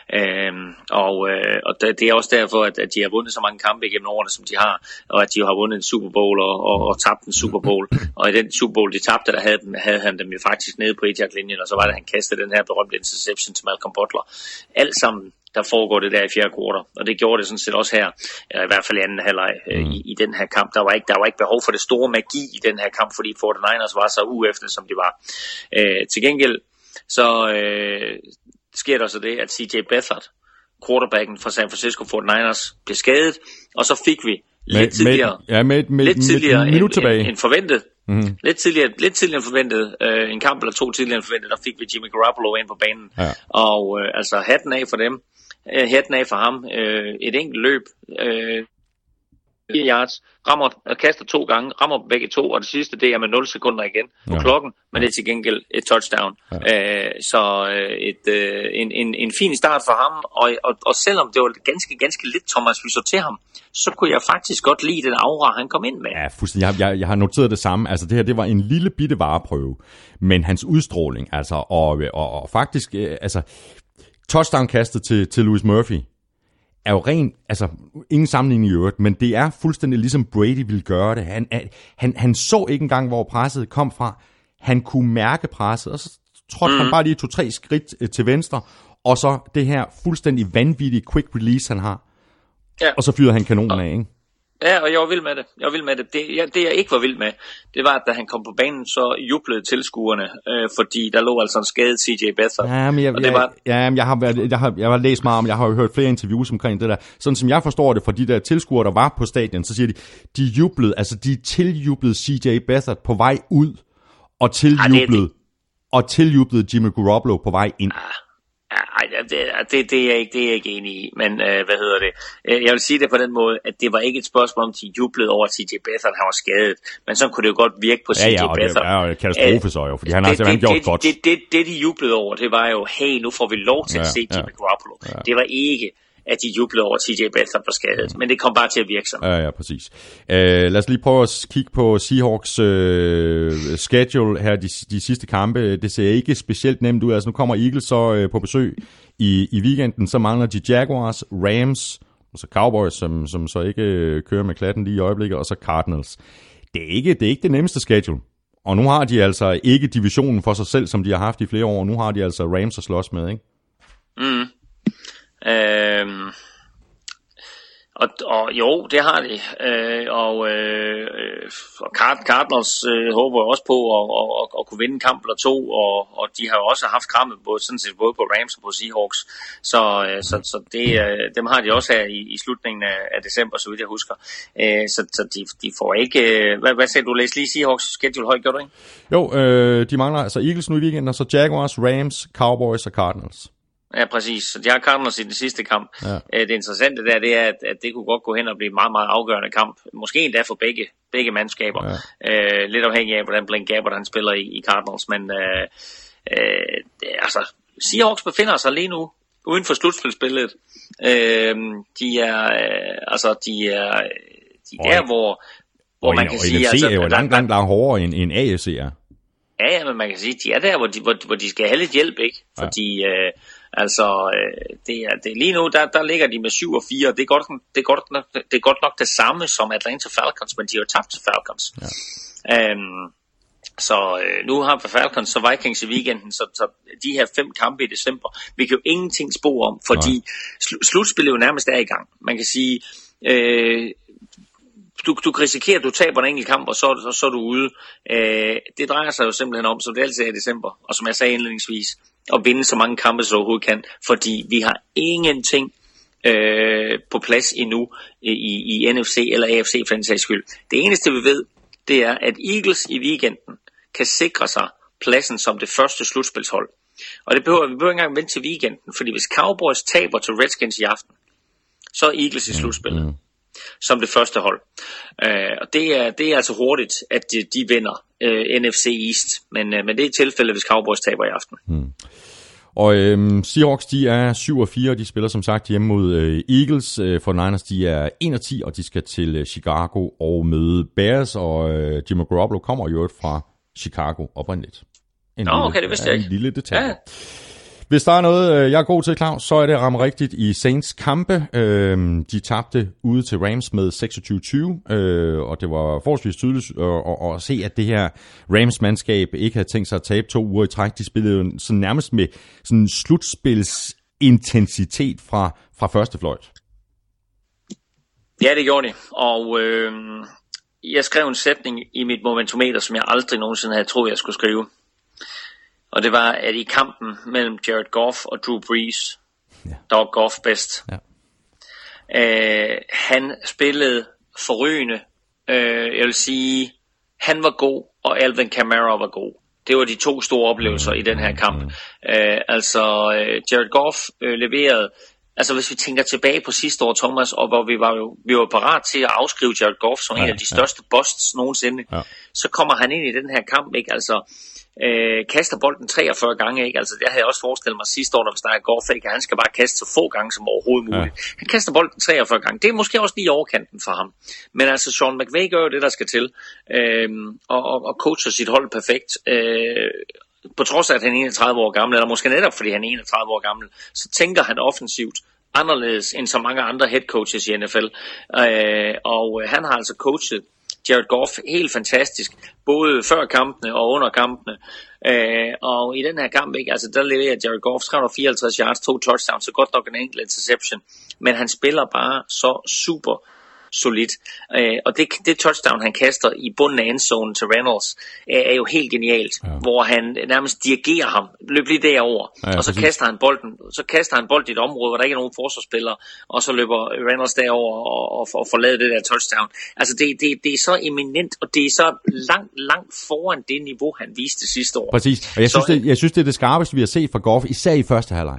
Og det er også derfor, at de har vundet så mange kampe igennem årene, som de har, og at de har vundet en Super Bowl og tabt en Super Bowl. Og i den Super Bowl, de tabte, der havde han dem jo faktisk nede på 1-yard-linjen, og så var det, han kastede den her berømte interception til Malcolm Butler. Alt sammen, der foregår det der i fjerde kvartal, og det gjorde det sådan set også her, i hvert fald i anden halvleg i den her kamp. Der var ikke behov for det store magi i den her kamp, fordi 49ers var så uefne, som de var. Til gengæld, så sker der så det, at CJ Beathard, quarterbacken fra San Francisco 49ers, blev skadet, og så fik vi lidt tidligere end forventet. Mm-hmm. Lidt tidligere end forventet, en kamp eller to tidligere end forventet, der fik vi Jimmy Garoppolo ind på banen. Ja. Og altså hatten af for dem, hatten af for ham, et enkelt løb, 4 yards, rammer og kaster 2 gange, rammer begge to, og det sidste, det er med 0 sekunder igen på klokken, men det er til gengæld et touchdown. En fin start for ham, og selvom det var ganske lidt, Thomas, vi så til ham, så kunne jeg faktisk godt lide den aura, han kom ind med. Ja, fuldstændig. Jeg har noteret det samme. Altså det her, det var en lille bitte vareprøve, men hans udstråling, altså, og faktisk, altså, touchdown-kastet til Louis Murphy, er jo rent, altså ingen sammenligning i øvrigt, men det er fuldstændig ligesom Brady ville gøre det. Han så ikke engang, hvor presset kom fra. Han kunne mærke presset, og så trådte han bare lige 2-3 skridt til venstre, og så det her fuldstændig vanvittige quick release, han har. Ja. Og så fyrede han kanonen af, ikke? Ja, og jeg var vild med det. Det jeg ikke var vild med, det var, at da han kom på banen, så jublede tilskuerne, fordi der lå altså en skadet CJ Beathard. Jeg har læst meget om, jeg har jo hørt flere interviews omkring det der. Sådan som jeg forstår det fra de der tilskuere, der var på stadion, så siger de jublede, altså de tiljublede CJ Beathard på vej ud, og tiljublede Jimmy Garoppolo på vej ind. Det er jeg ikke enig i, men jeg vil sige det på den måde, at det var ikke et spørgsmål om, de jublede over CJ Beathard, han var skadet, men så kunne det jo godt virke på CJ Beathard. Ja, og det er jo katastrofe så jo, fordi han har simpelthen gjort godt. Det de jublede over, det var jo, hey, nu får vi lov til at se Jimmy Garoppolo. Ja. Det var ikke, at de jublede over CJ Beathard var skadet, men det kom bare til at virke sådan. Ja, præcis. Lad os lige prøve at kigge på Seahawks schedule her, de sidste kampe. Det ser ikke specielt nemt ud. Altså nu kommer Eagles så på besøg i weekenden, så mangler de Jaguars, Rams, og så Cowboys, som så ikke kører med klatten lige i øjeblikket, og så Cardinals. Det er ikke det nemmeste schedule. Og nu har de altså ikke divisionen for sig selv, som de har haft i flere år. Nu har de altså Rams at slås med, ikke? Mm. Og jo, det har de. Og Cardinals håber også på at kunne vinde en kamp eller to, og de har jo også haft krammet både på Rams og på Seahawks. Så dem har de også her i slutningen af december, så vidt jeg husker. Så de får ikke... Hvad sagde du? Læs lige Seahawks schedule højt, gjorde du ikke? Jo, de mangler altså Eagles nu i weekenden, og så Jaguars, Rams, Cowboys og Cardinals. Ja, præcis. Så de har Cardinals i den sidste kamp. Ja. Det interessante der, det er, at det kunne godt gå hen og blive en meget, meget afgørende kamp. Måske endda for begge mandskaber. Ja. Lidt afhængig af, hvordan Blaine Gabbert han spiller i Cardinals. Men altså, Seahawks befinder sig lige nu uden for slutspilsspillet. De er der, Og NFC altså, er jo langt hårdere end AFC er. Ja, men man kan sige, de er der, hvor de skal have lidt hjælp, ikke? Fordi det er lige nu, der ligger de med 7-4, og det er godt nok det samme som Atlanta Falcons, men de har jo tabt til Falcons. Ja. Så nu har vi Falcons så Vikings i weekenden, så de her 5 kampe i december, vi kan jo ingenting spå om, fordi slutspillet jo nærmest er i gang. Man kan sige, du kan risikere, at du taber en enkelt kamp, og så er du ude. Det drejer sig jo simpelthen om, som det altid er i december, og som jeg sagde indledningsvis, at vinde så mange kampe, som overhovedet kan, fordi vi har ingenting på plads endnu i NFC eller AFC for den sags skyld. Det eneste vi ved, det er, at Eagles i weekenden kan sikre sig pladsen som det første slutspilshold. Og vi behøver ikke engang vente til weekenden, fordi hvis Cowboys taber til Redskins i aften, så er Eagles i slutspillet som det første hold. Og det er altså hurtigt, at de vinder NFC East, men det er et tilfælde, hvis Cowboys taber i aften. Og Seahawks, de er 7-4, de spiller som sagt hjemme mod Eagles. For Niners, de er 1-10, og de skal til Chicago og møde Bears, og Jimmy Garoppolo kommer jo fra Chicago oprindeligt. Det vidste jeg ikke. En lille detalje. Ja. Hvis der er noget, jeg er god til, Claus, så er det at ramme rigtigt i Saints kampe. De tabte ude til Rams med 26-20, og det var forholdsvis tydeligt at se, at det her Rams-mandskab ikke havde tænkt sig at tabe 2 uger i træk. De spillede jo sådan nærmest med sådan en slutspilsintensitet fra første fløjt. Ja, det gjorde de, og jeg skrev en sætning i mit momentometer, som jeg aldrig nogensinde havde troet, jeg skulle skrive. Og det var, at i kampen mellem Jared Goff og Drew Brees, der var Goff bedst. Ja. Han spillede forrygende. Jeg vil sige, han var god, og Alvin Kamara var god. Det var de 2 store oplevelser i den her kamp. Jared Goff leverede. Altså hvis vi tænker tilbage på sidste år, Thomas, og hvor vi var parat til at afskrive Jared Goff som en af de største busts nogensinde, så kommer han ind i den her kamp, ikke? Altså kaster bolden 43 gange, ikke? Altså det havde jeg også forestillet mig sidste år, når vi snakker Goff, ikke? Han skal bare kaste så få gange som overhovedet muligt. Han kaster bolden 43 gange. Det er måske også lige overkanten for ham. Men altså Sean McVay gør jo det, der skal til, og coacher sit hold perfekt. På trods af, at han er 31 år gammel, eller måske netop fordi han er 31 år gammel, så tænker han offensivt anderledes end så mange andre head coaches i NFL. Og han har altså coachet Jared Goff helt fantastisk, både før kampene og under kampene. Og i den her kamp, ikke, altså der leverer Jared Goff 354 yards, 2 touchdowns, så godt nok en enkelt interception. Men han spiller bare så super solidt. Og det touchdown, han kaster i bunden af endzonen til Reynolds, er jo helt genialt, hvor han nærmest dirigerer ham. Løb lige derover, og så kaster han bolden i et område, hvor der ikke er nogen forsvarsspillere, og så løber Reynolds derover og får lavet det der touchdown. Altså det er så eminent, og det er så langt foran det niveau, han viste sidste år. Præcis, og jeg synes, det er det skarpeste, vi har set fra Goff, især i første halvleg.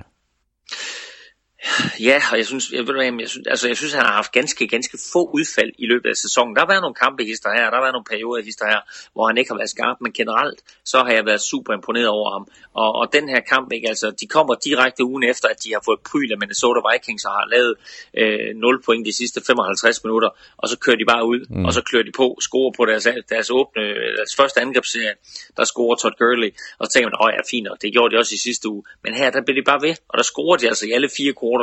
Ja, og jeg synes, han har haft ganske få udfald i løbet af sæsonen. Der har været nogle kampe hister her, der har været nogle perioder hister her, hvor han ikke har været skarp, men generelt, så har jeg været super imponeret over ham. Og den her kamp, ikke, altså, de kommer direkte ugen efter, at de har fået pryl af Minnesota Vikings og har lavet 0 point de sidste 55 minutter, og så kører de bare ud, og så kører de på, scorer på deres første angrebsserie, der scorer Todd Gurley, og så tænker man, ja, fint, og det gjorde de også i sidste uge. Men her, der blev de bare ved, og der scorer de altså i alle 4 quarters.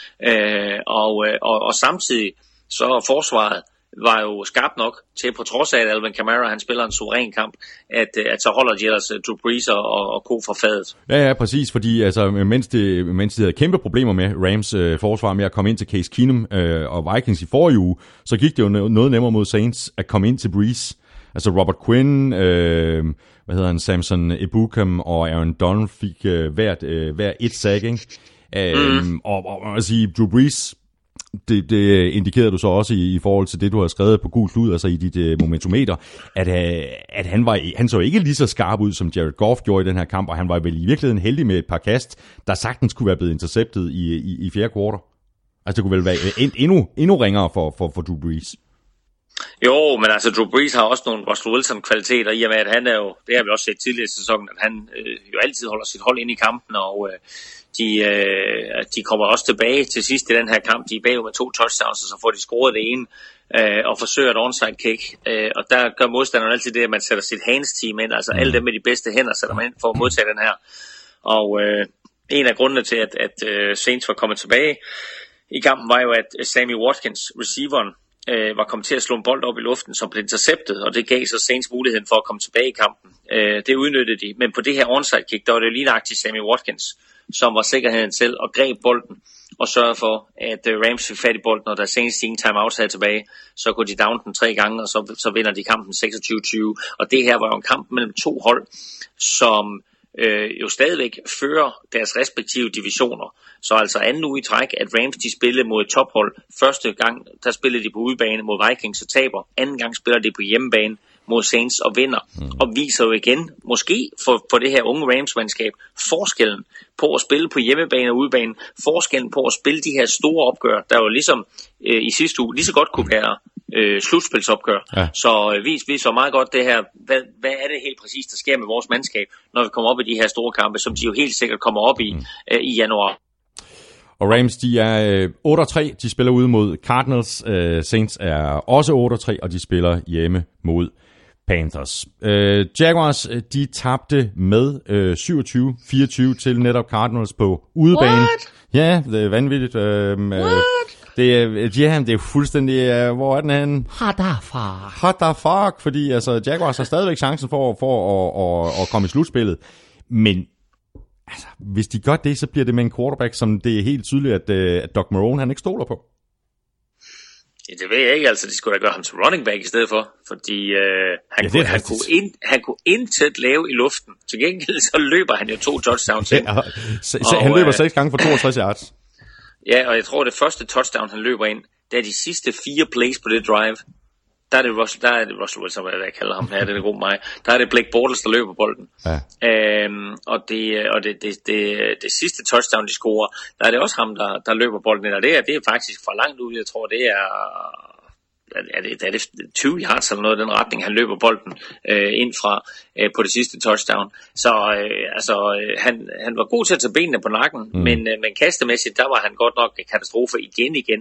Og samtidig så forsvaret var jo skarpt nok til, på trods af at Alvin Kamara han spiller en suveræn kamp, at så holder de ellers Drew Brees og ko fra fadet. Ja, præcis, fordi altså, mens de havde kæmpe problemer med Rams forsvar med at komme ind til Case Keenum og Vikings i forrige uge, så gik det jo noget nemmere mod Saints at komme ind til Brees. Altså Robert Quinn, Samson Ebukam og Aaron Donald fik hver et sack, ikke? Og at sige, Drew Brees, det indikerede du så også i forhold til det, du har skrevet på gul klud, altså i dit momentometer, at han så ikke lige så skarp ud, som Jared Goff gjorde i den her kamp, og han var vel i virkeligheden heldig med et par kast, der sagtens kunne være blevet interceptet i fjerde kvartal. Altså det kunne vel være endnu ringere for Drew Brees. Jo, men altså Drew Brees har også nogle Russell Wilson-kvaliteter, i og med, at han er jo, det har vi også set tidligere i sæsonen, at han jo altid holder sit hold ind i kampen, og de kommer også tilbage til sidst i den her kamp. De er bagud med 2 touchdowns, og så får de scoret det ene, og forsøger et onside kick. Og der gør modstanderen altid det, at man sætter sit hands-team ind, altså alle dem med de bedste hænder sætter man ind for at modtage den her. Og en af grundene til, at Saints var kommet tilbage i kampen, var jo, at Sammy Watkins, receiveren, var kommet til at slå en bold op i luften, som blev interceptet, og det gav så Saints muligheden for at komme tilbage i kampen. Det udnyttede de, men på det her onside kick, der var det jo lige nøjagtigt Sammy Watkins, som var sikkerheden selv og greb bolden og sørgede for, at Rams fik fat i bolden, og da Saints ingen timeouts havde tilbage, så kunne de down den 3 gange, og så vinder de kampen 26-20. Og det her var jo en kamp mellem 2 hold, som jo stadigvæk fører deres respektive divisioner. Så altså anden uge i træk, at Rams de spillede mod et tophold. Første gang, der spillede de på udebane mod Vikings og taber. Anden gang spiller de på hjemmebane mod Saints og vinder. Og viser jo igen, måske for det her unge Rams-mandskab, forskellen på at spille på hjemmebane og udebane. Forskellen på at spille de her store opgør, der jo ligesom i sidste uge lige så godt kunne være slutspilsopgør. Ja. Så vi så meget godt det her, hvad er det helt præcis, der sker med vores mandskab, når vi kommer op i de her store kampe, som de jo helt sikkert kommer op i januar. Og Rams, de er 8-3, de spiller ude mod Cardinals. Saints er også 8-3, og de spiller hjemme mod Panthers. Jaguars, de tabte med 27-24 til netop Cardinals på udebane. What? Ja, det er vanvittigt. Det er jo fuldstændig... hvor er den henne? What the fuck? Fordi altså, Jaguars har stadigvæk chancen for at komme i slutspillet. Men altså, hvis de gør det, så bliver det med en quarterback, som det er helt tydeligt, at Doug Marrone, han ikke stoler på. Ja, det ved jeg ikke. Altså, de skulle da gøre ham til running back i stedet for. Fordi han kunne intet lave i luften. Til gengæld så løber han jo 2 touchdowns ind. Han løber 6 gange for 62 yards. Ja, og jeg tror, det første touchdown, han løber ind, det er de sidste 4 plays på det drive. Der er det Russell Wilson, hvad jeg kalder ham her, det er god mig. Der er det Blake Bortles, der løber bolden. Ja. Og det sidste touchdown, de scorer, der er det også ham, der løber bolden ind. Og det er faktisk fra langt ud, jeg tror, det er... Er det 20 yards eller noget i den retning, han løber bolden ind fra på det sidste touchdown. Så han var god til at tage benene på nakken, men kastemæssigt, der var han godt nok en katastrofe igen.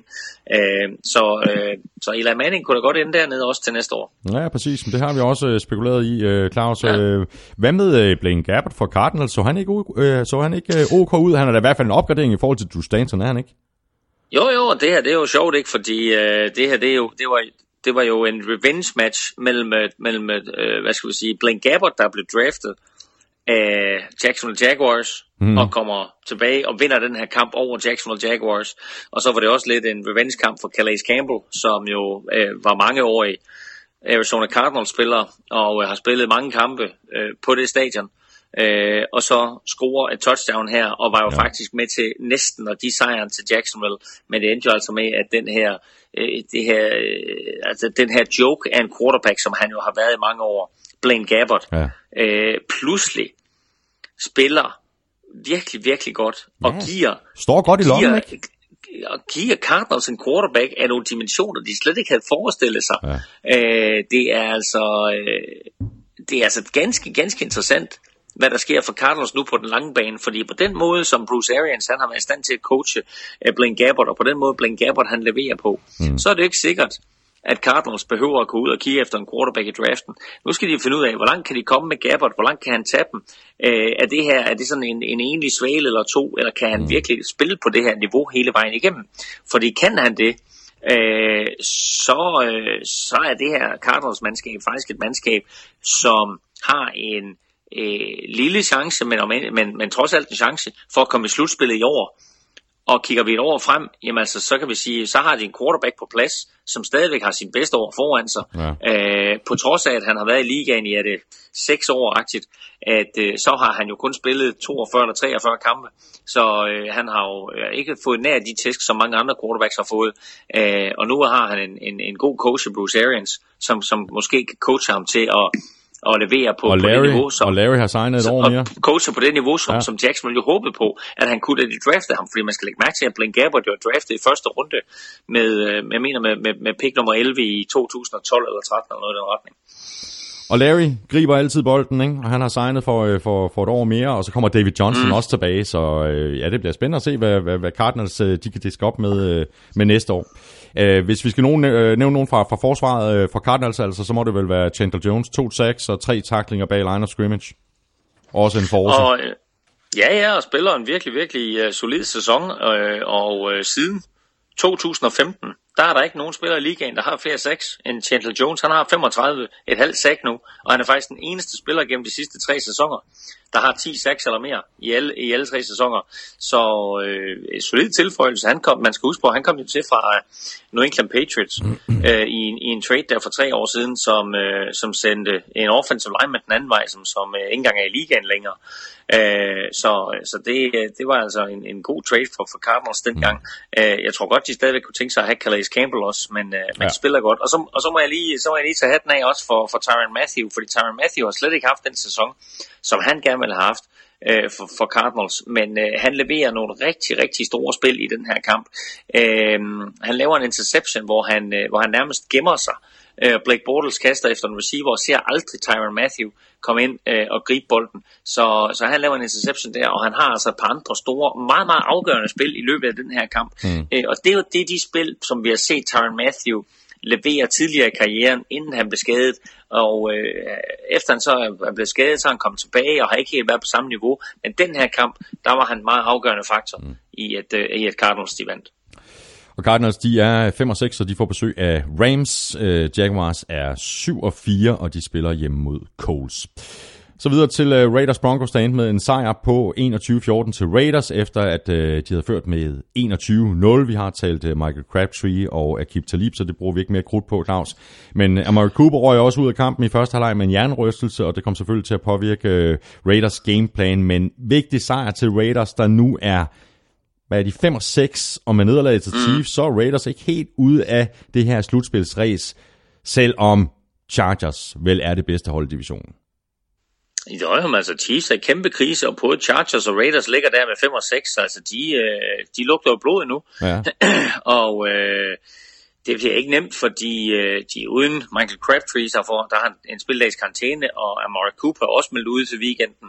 Så Eli Manning kunne da godt ende dernede også til næste år. Ja, præcis. Men det har vi også spekuleret i, Claus. Ja. Hvad med Blaine Gabbert fra Cardinals? Så han ikke OK ud? Han er da i hvert fald en opgradering i forhold til Drew Stanton, er han ikke? Jo, og det her, det er jo sjovt, ikke? Fordi det her, det var jo en revenge match mellem hvad skal vi sige, Blaine Gabbert, der blev draftet af Jacksonville Jaguars, og kommer tilbage og vinder den her kamp over Jacksonville Jaguars. Og så var det også lidt en revenge kamp for Calais Campbell, som jo var mangeårig Arizona Cardinals-spiller, og har spillet mange kampe på det stadion. Og så scorer et touchdown her, og var jo faktisk med til næsten at give sejren til Jacksonville, men det endte jo altså med, at den her joke af en quarterback, som han jo har været i mange år, Blaine Gabbert, pludselig spiller virkelig, virkelig godt, og står godt i lommen, ikke? Og giver Cardinals en quarterback af nogle dimensioner, de slet ikke havde forestillet sig. Det er altså ganske, ganske interessant, hvad der sker for Cardinals nu på den lange bane, fordi på den måde, som Bruce Arians han har været i stand til at coache Blaine Gabbert, og på den måde Blaine Gabbert han leverer på, så er det ikke sikkert, at Cardinals behøver at gå ud og kigge efter en quarterback i draften. Nu skal de finde ud af, hvor langt kan de komme med Gabbert, hvor langt kan han tage dem? Er det sådan en enlig svale eller 2, eller kan han virkelig spille på det her niveau hele vejen igennem? Fordi kan han det, så er det her Cardinals-mandskab faktisk et mandskab, som har en lille chance, men trods alt en chance for at komme i slutspillet i år. Og kigger vi et år frem, jamen altså, så kan vi sige, så har de en quarterback på plads, som stadigvæk har sin bedste år foran sig. På trods af, at han har været i ligaen i 6 år-agtigt, så har han jo kun spillet 42 eller 43 kampe. Så han har jo ikke fået nær de tæsk, som mange andre quarterbacks har fået. Og nu har han en god coach, Bruce Arians, som måske kan coache ham til og levere på Larry, det niveau, som... Og Larry har signet et år mere. Og coacher på det niveau, som Jacksonville jo håbede på, at han kunne, da de draftede ham, fordi man skal lægge mærke til, at Blaine Gabbert jo draftet i første runde med pick nummer 11 i 2012 eller 13 eller noget i den retning. Og Larry griber altid bolden, ikke? Og han har signet for et år mere, og så kommer David Johnson også tilbage, så det bliver spændende at se, hvad Cardinals de kan diske op med næste år. Hvis vi skal nævne nogen fra forsvaret fra Cardinals, altså, så må det vel være Chandler Jones, 2 sacks og 3 tacklinger bag line of scrimmage. Også en force. Og spiller en virkelig, virkelig solid sæson, og siden 2015, der er der ikke nogen spiller i ligaen, der har flere sacks end Chandler Jones. Han har 35,5 sack nu, og han er faktisk den eneste spiller gennem de sidste 3 sæsoner, der har 10 sacks eller mere i alle 3 sæsoner. Så solid tilføjelse. Man skal huske på, at han kom jo til fra New England Patriots i en trade der for 3 år siden, som sendte en offensive lineman den anden vej, som ikke engang er i ligaen længere. Så det var altså en god trade for Cardinals dengang. Jeg tror godt, de stadigvæk kunne tænke sig at have Calais Campbell også, men de spiller godt. Og så må jeg lige tage hatten af også for Tyrann Mathieu, fordi Tyrann Mathieu har slet ikke haft den sæson, som han gerne ville have haft for Cardinals, men han leverer nogle rigtig, rigtig store spil i den her kamp. Han laver en interception, hvor han nærmest gemmer sig. Blake Bortles kaster efter en receiver og ser aldrig Tyrann Mathieu komme ind og gribe bolden. Så han laver en interception der, og han har altså et par andre store, meget, meget afgørende spil i løbet af den her kamp. Og det er jo de spil, som vi har set Tyrann Mathieu levere tidligere i karrieren, inden han blev skadet, og efter han så er blevet skadet, så er han kommet tilbage og har ikke helt været på samme niveau. Men den her kamp, der var han en meget afgørende faktor i et Cardinals, de vandt. Og Cardinals, de er 5-6, og de får besøg af Rams. Jaguars er 7-4, og de spiller hjemme mod Colts. Så videre til Raiders Broncos, der endte med en sejr på 21-14 til Raiders, efter at de havde ført med 21-0. Vi har talt Michael Crabtree og Aqib Talib, så det bruger vi ikke mere krudt på, Claus. Men Amari Cooper røg også ud af kampen i første halvleg med en hjernerystelse, og det kom selvfølgelig til at påvirke Raiders gameplan. Men vigtig sejr til Raiders, der nu er... Hvad er de 5-6, og med nederlaget til Chiefs, så er Raiders ikke helt ude af det her slutspilsræs, selvom Chargers vel er det bedste hold i divisionen. Altså Chiefs er i kæmpe krise, og både Chargers og Raiders ligger der med 5-6, altså de lugter jo blod endnu. Ja. Og det bliver ikke nemt, fordi de er uden Michael Crabtree, der har en spildags karantæne, og Amari Cooper også meldt ude til weekenden.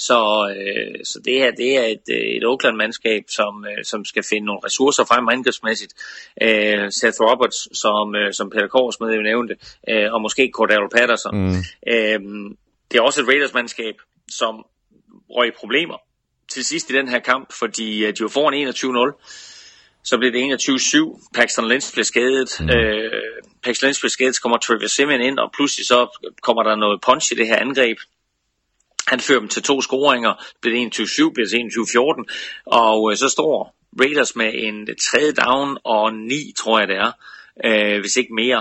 Så det her, det er et Oakland-mandskab, som skal finde nogle ressourcer frem angrebsmæssigt. Seth Roberts, som Peter Korsmed jo nævnte, og måske Cordell Patterson. Det er også et Raiders-mandskab, som røg i problemer til sidst i den her kamp, fordi de var foran 21-0. Så blev det 21-7. Paxton Lynch blev skadet. Paxton Lynch blev skadet, så kommer Trevor Siemian ind, og pludselig så kommer der noget punch i det her angreb. Han fører dem til 2 scoringer. Det blev det 21-7, blev det 21-14. Og så står Raiders med en 3. down og 9, tror jeg det er. Hvis ikke mere.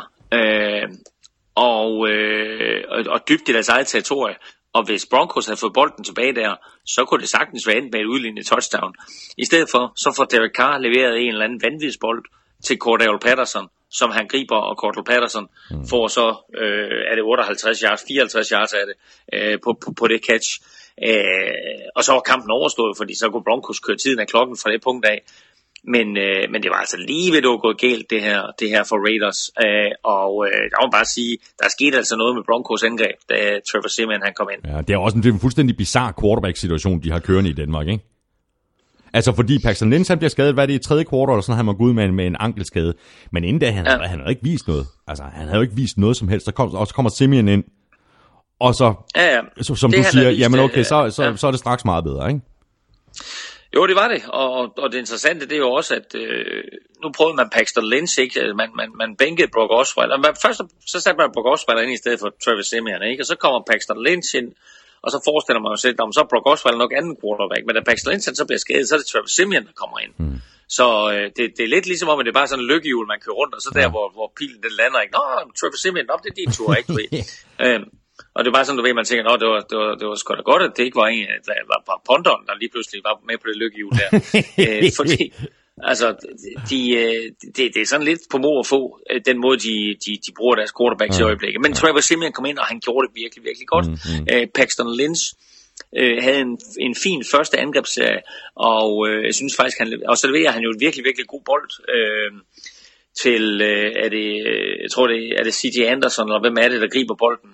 Og dybt i deres eget territorie. Og hvis Broncos havde fået bolden tilbage der, så kunne det sagtens være endt med et udlignet touchdown. I stedet for, så får Derek Carr leveret en eller anden vanvidsbold til Cordell Patterson, som han griber, og Cordell Patterson får så, er det 58 yards, 54 yards er det, på det catch. Og så var kampen overstået, fordi så kunne Broncos køre tiden af klokken fra det punkt af. Men det var altså lige ved, det var gået galt, det her for Raiders. Og jeg må bare sige, der skete altså noget med Broncos angreb, da Trevor Siemian han kom ind. Ja, det er også en fuldstændig bizarre quarterback-situation, de har kørende i Danmark, ikke? Altså fordi Paxton Lynch han bliver skadet, hvad det i 3. kvartal, eller sådan, han var gået med en ankelskade. Men inden da, han havde ikke vist noget. Altså, han havde jo ikke vist noget som helst. Og så kommer Siemian ind, og så, som det, du siger, jamen okay, så er det straks meget bedre, ikke? Jo, det var det, og det interessante, det er jo også, at nu prøvede man Paxton Lynch, ikke? Man bænkede Brock Osweiler. Først så satte man Brock Osweiler ind i stedet for Trevor Siemian, ikke? Og så kommer Paxton Lynch ind, og så forestiller man jo selv, at så er Brock Osweiler nok anden quarterback, men da Paxton Lynch så bliver skadet, så er det Trevor Siemian, der kommer ind. Så det er lidt ligesom om, at det er bare sådan en lykkehjul, man kører rundt, og så der, hvor pilen den lander, ikke? Nå, Trevor Siemian, det er din tur, ikke? Og det er bare sådan, du ved, man tænker, det var sgu da godt, at det ikke var en, der var ponderen, der lige pludselig var med på det lykkehjul der. Altså, det er sådan lidt på mod at få den måde, de bruger deres quarterbacks i øjeblikket. Men Trevor Siemian kom ind, og han gjorde det virkelig, virkelig godt. Paxton Lynch havde en fin første angrebsserie, og jeg synes faktisk, og så leverer han jo en virkelig, virkelig god bold til, jeg tror er det C.J. Anderson, eller hvem er det, der griber bolden,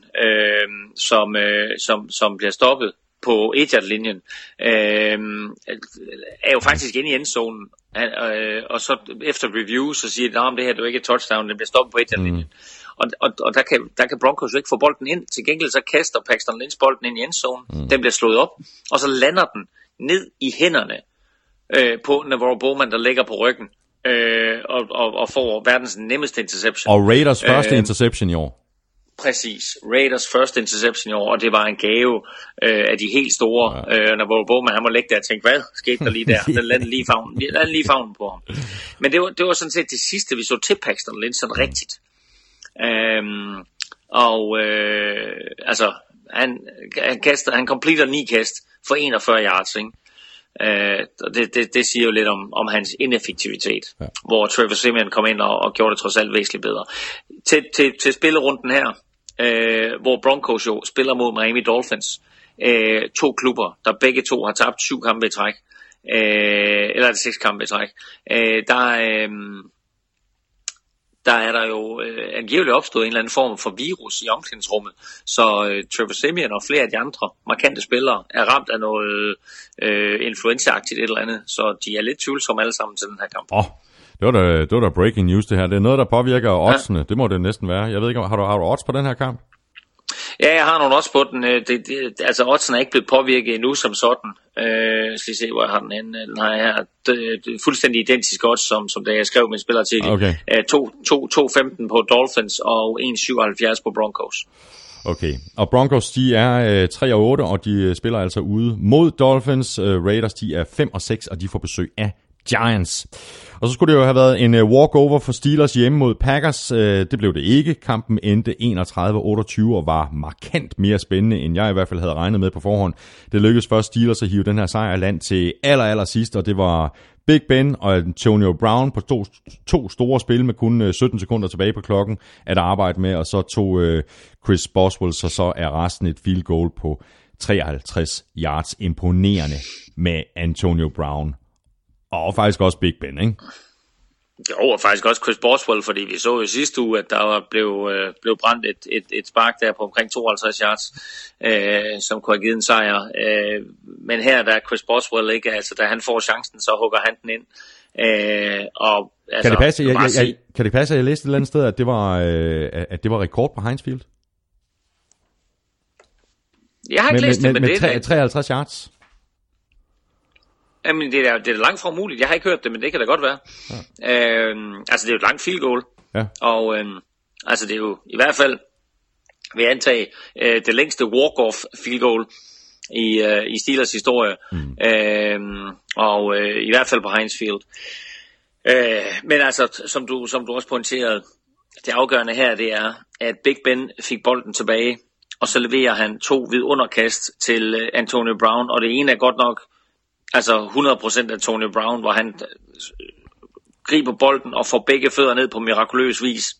som bliver stoppet på 1-yard-linjen, er jo faktisk inde i endzonen, og så efter review, så siger de, at det her er jo ikke et touchdown, den bliver stoppet på 1-yard-linjen. Og der kan Broncos jo ikke få bolden ind. Til gengæld så kaster Paxton Lynch bolden ind i endzonen, den bliver slået op, og så lander den ned i hænderne på Navarro Bowman, der ligger på ryggen, og får verdens nemmeste interception. Og Raiders første interception i år. Præcis. Raiders første interception i år, og det var en gave af de helt store. Navarro Bowman, han må ligge der og tænke, hvad skete der lige der? Den landede lige favnen på ham. Men det var sådan set det sidste, vi så til Paxton Lynch sådan rigtigt. Altså, han completer 9 kast for 41 yards, ikke? Det siger jo lidt om hans ineffektivitet, hvor Trevor Siemian kom ind og gjorde det trods alt væsentligt bedre. Til spillerunden her, hvor Broncos jo spiller mod Miami Dolphins, 2 klubber, der begge to har tabt 7 kampe i træk, eller er det 6 kampe i træk, der er der jo angiveligt opstået en eller anden form for virus i omklædningsrummet, så Trevor Siemian og flere af de andre markante spillere er ramt af noget influenza-agtigt et eller andet, så de er lidt tvivlsomme alle sammen til den her kamp. Det var da breaking news det her. Det er noget, der påvirker oddsene. Det må det næsten være. Jeg ved ikke, har du odds på den her kamp? Ja, jeg har nogle odds på den. Altså, oddsen er ikke blevet påvirket endnu som sådan. Skal I se, hvor jeg har den henne. Den har jeg her. Det er fuldstændig identisk odds, som da jeg skrev min spillerartikel. Okay. 2.15 på Dolphins og 1.77 på Broncos. Okay, og Broncos, de er 3-8, og de spiller altså ude mod Dolphins. Raiders, de er 5-6, og de får besøg af Giants. Og så skulle det jo have været en walkover for Steelers hjemme mod Packers. Det blev det ikke. Kampen endte 31-28 og var markant mere spændende, end jeg i hvert fald havde regnet med på forhånd. Det lykkedes først Steelers at hive den her sejr i land til aller sidst, og det var Big Ben og Antonio Brown på to store spil med kun 17 sekunder tilbage på klokken at arbejde med, og så tog Chris Boswell, så er resten et field goal på 53 yards. Imponerende med Antonio Brown. Og faktisk også Big Ben, ikke? Jo, og faktisk også Chris Boswell, fordi vi så i sidste uge, at der blev brændt et spark der på omkring 52 yards, som kunne have givet en sejr. Men her der er Chris Boswell ikke, altså da han får chancen, så hugger han den ind. Og, altså, kan det passe, at jeg læste et eller andet sted, at det var rekord på Heinz Field? Jeg har ikke læst det, men det er 53 yards. Jamen, det er langt fra muligt. Jeg har ikke hørt det, men det kan da godt være. Ja. Altså, det er jo et langt field goal. Ja. Og altså, det er jo i hvert fald, vil jeg antage, det længste walk-off field goal i Steelers historie. Og i hvert fald på Heinz Field. Men altså, som du også pointerede, det afgørende her, det er, at Big Ben fik bolden tilbage, og så leverer han 2 vidunderkast til Antonio Brown, og det ene er godt nok altså 100% Antonio Brown, hvor han griber bolden og får begge fødder ned på mirakuløs vis.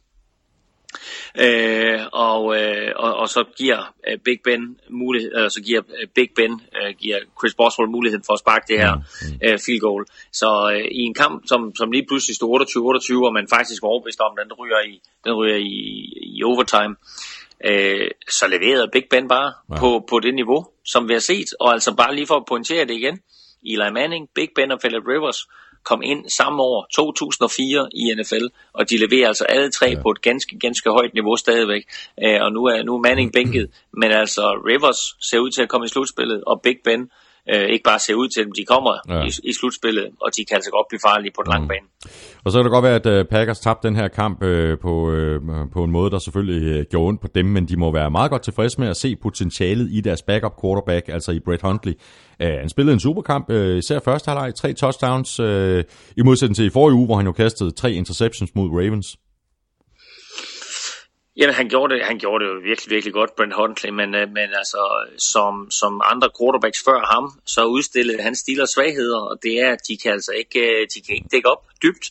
Og så giver Big Ben mulighed, giver Chris Boswell muligheden for at sparke det her field goal. Så i en kamp, som lige pludselig stod 28-28, og man faktisk var overbevist om, den ryger i overtime, så leverede Big Ben bare på det niveau, som vi har set. Og altså bare lige for at pointere det igen, Eli Manning, Big Ben og Philip Rivers kom ind samme år, 2004 i NFL, og de leverer altså alle tre på et ganske højt niveau stadigvæk. Og nu er Manning bænket, men altså Rivers ser ud til at komme i slutspillet, og Big Ben ikke bare ser ud til dem, de kommer i slutspillet, og de kan altså godt blive farlige på den lange bane. Og så kan det godt være, at Packers tabte den her kamp på en måde, der selvfølgelig gjorde ondt på dem, men de må være meget godt tilfredse med at se potentialet i deres backup quarterback, altså i Brett Hundley. Han spillede en superkamp, især første halvleg, 3 touchdowns, i modsætning til i forrige uge, hvor han jo kastede 3 interceptions mod Ravens. Jamen, han gjorde det jo virkelig, virkelig godt, Brent Hundley, men altså, som andre quarterbacks før ham, så udstillede han Steelers svagheder, og det er, at de kan altså ikke dække op dybt.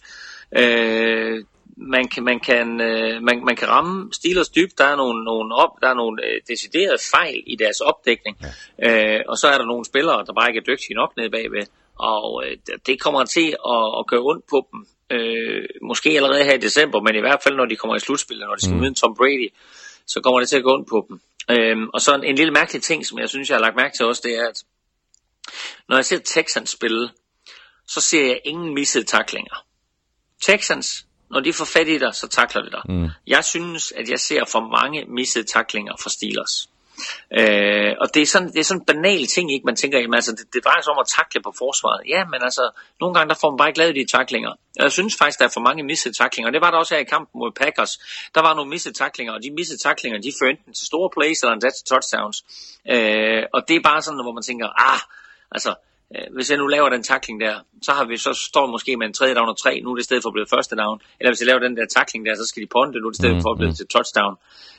Man kan ramme Steelers dybt. Der er nogle deciderede fejl i deres opdækning, og så er der nogle spillere, der bare ikke er dygtige nok nede bagved, og det kommer til at gøre ondt på dem. Måske allerede her i december, men i hvert fald når de kommer i slutspillet, når de skal møde Tom Brady, så kommer det til at gå ondt på dem. Og så en lille mærkelig ting, som jeg synes, jeg har lagt mærke til også, det er, at når jeg ser Texans spille, så ser jeg ingen missede tacklinger. Texans, når de får fat i dig, så tackler det dig. Jeg synes, at jeg ser for mange missede tacklinger fra Steelers. Og det er sådan en banal ting, ikke? Man tænker, jamen, altså, det drejer sig om at tackle på forsvaret. Ja, men altså, nogle gange der får man bare ikke lavet de tacklinger. Jeg synes faktisk, der er for mange missede tacklinger. Det var der også her i kampen mod Packers. Der var nogle missede tacklinger, og de missede tacklinger, de fører enten til store plays eller endda til touchdowns. Og det er bare sådan, hvor man tænker, altså, hvis jeg nu laver den tackling der, så står vi måske med en 3. down og 3, nu er det i stedet for blevet 1. down. Eller hvis jeg laver den der tackling der, så skal de ponte, nu er det i stedet for blevet til touchdown.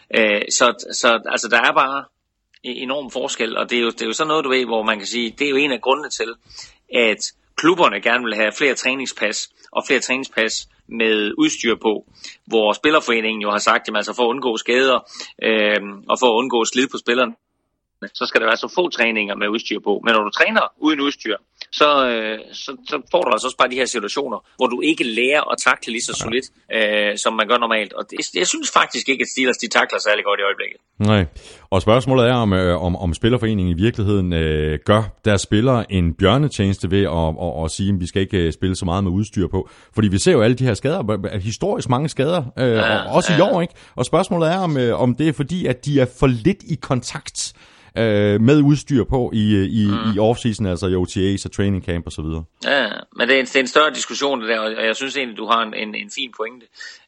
Så altså, der er bare enorm forskel, og det er jo sådan noget, du ved, hvor man kan sige, det er jo en af grundene til, at klubberne gerne vil have flere træningspas, og flere træningspas med udstyr på, hvor Spillerforeningen jo har sagt, at altså for at undgå skader, og for at undgå slid på spillerne, så skal der være så få træninger med udstyr på. Men når du træner uden udstyr, så får du altså også bare de her situationer, hvor du ikke lærer at takle lige så solidt, som man gør normalt. Og jeg synes faktisk ikke, at Steelers de takler særlig godt i øjeblikket. Nej, og spørgsmålet er, om Spillerforeningen i virkeligheden gør deres spillere en bjørnetjeneste ved at sige, at vi skal ikke spille så meget med udstyr på. Fordi vi ser jo alle de her skader, historisk mange skader, også i år, ikke? Og spørgsmålet er, om det er fordi, at de er for lidt i kontakt med udstyr på i off-season, altså i OTAs og training camp og så videre. Ja, men det er en større diskussion det der, og jeg synes egentlig, du har en fin pointe.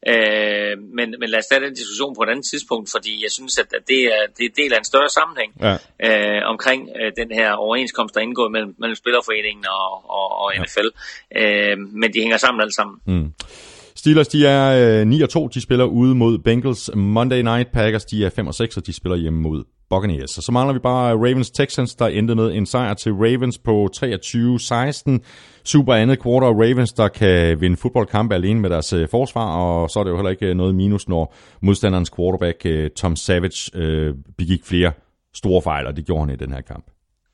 Men lad os tage den diskussion på et andet tidspunkt, fordi jeg synes, at det er del af en større sammenhæng omkring den her overenskomst, der er indgået mellem Spillerforeningen og NFL. Men de hænger sammen alle sammen. Steelers, de er 9-2, de spiller ude mod Bengals. Monday Night Packers, de er 5-6, og de spiller hjemme mod Buccaneers. Og så mangler vi bare Ravens-Texans, der endte med en sejr til Ravens på 23-16. Super andet quarter, Ravens, der kan vinde fodboldkampe alene med deres forsvar, og så er det jo heller ikke noget minus, når modstanderens quarterback Tom Savage begik flere store fejl, og det gjorde han i den her kamp.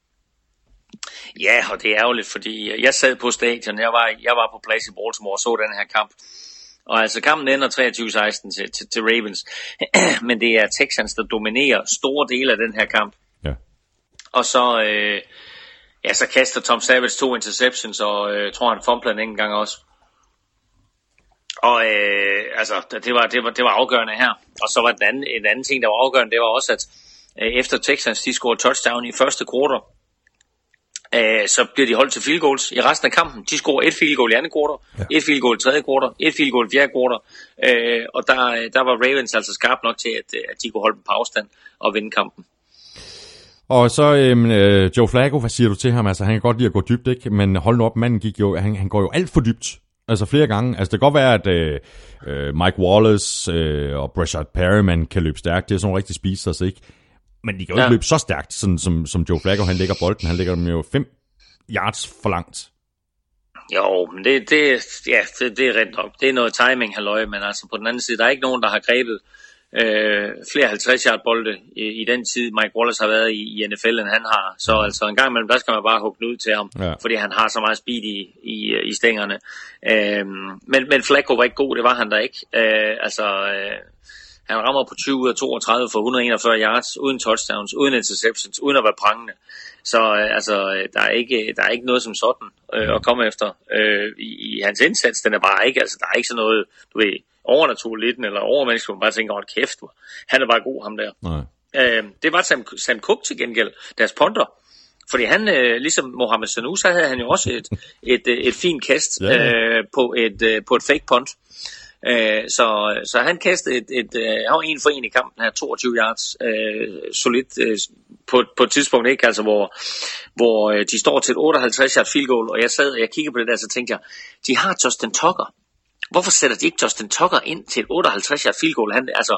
Ja, og det er ærgerligt, fordi jeg sad på stadion, jeg var på plads i Baltimore og så den her kamp. Og altså kampen ender 23-16 til Ravens, men det er Texans, der dominerer store dele af den her kamp. Ja. Og så kaster Tom Savage 2 interceptions, og tror han fumbler en gang også. Og altså det var afgørende her. Og så var en anden ting, der var afgørende, det var også, at efter Texans de scorede touchdown i første quarter, så bliver de holdt til field goals i resten af kampen. De scorer et field goal i andet quarter, et field goal i tredje quarter, et field goal i fjerde quarter, og der var Ravens altså skarp nok til, at de kunne holde dem på afstand og vinde kampen. Og så Joe Flacco, hvad siger du til ham? Altså han kan godt lide at gå dybt, ikke? Men hold nu op, manden han går jo alt for dybt. Altså flere gange. Altså det kan godt være, at Mike Wallace og Brashard Perryman kan løbe stærkt. Det er sådan nogle rigtig spisers, ikke? Men de kan jo ikke løbe så stærkt, sådan som Joe Flacco, han lægger bolden. Han lægger dem jo 5 yards for langt. Jo, men det er rent nok. Det er noget timing, halløj, men altså på den anden side, der er ikke nogen, der har grebet flere 50-yard bolde i den tid, Mike Wallace har været i NFL, end han har. Så altså en gang imellem, der skal man bare hugge ud til ham, fordi han har så meget speed i stængerne. Men Flacco var ikke god, det var han der ikke. Han rammer på 20 ud af 32 for 141 yards, uden touchdowns, uden interceptions, uden at være prangende. Så der er ikke noget som sådan at komme efter i hans indsats. Den er bare ikke, der er ikke sådan noget, du ved, overnaturligt eller overmenneske, man bare tænker, kæft, han er bare god, ham der. Det var Sam Cook til gengæld, deres punter. Fordi han, ligesom Mohamed Sanu, så havde han jo også et fint kast på et fake punt. Så han kastede han var 1 for 1 i kampen her, 22 yards, solidt på et tidspunkt, ikke? Altså hvor de står til et 58 yard field goal, og jeg sad og jeg kiggede på det der, så tænkte jeg, de har Justin Tucker. Hvorfor sætter de ikke Justin Tucker ind til et 58 yard field goal?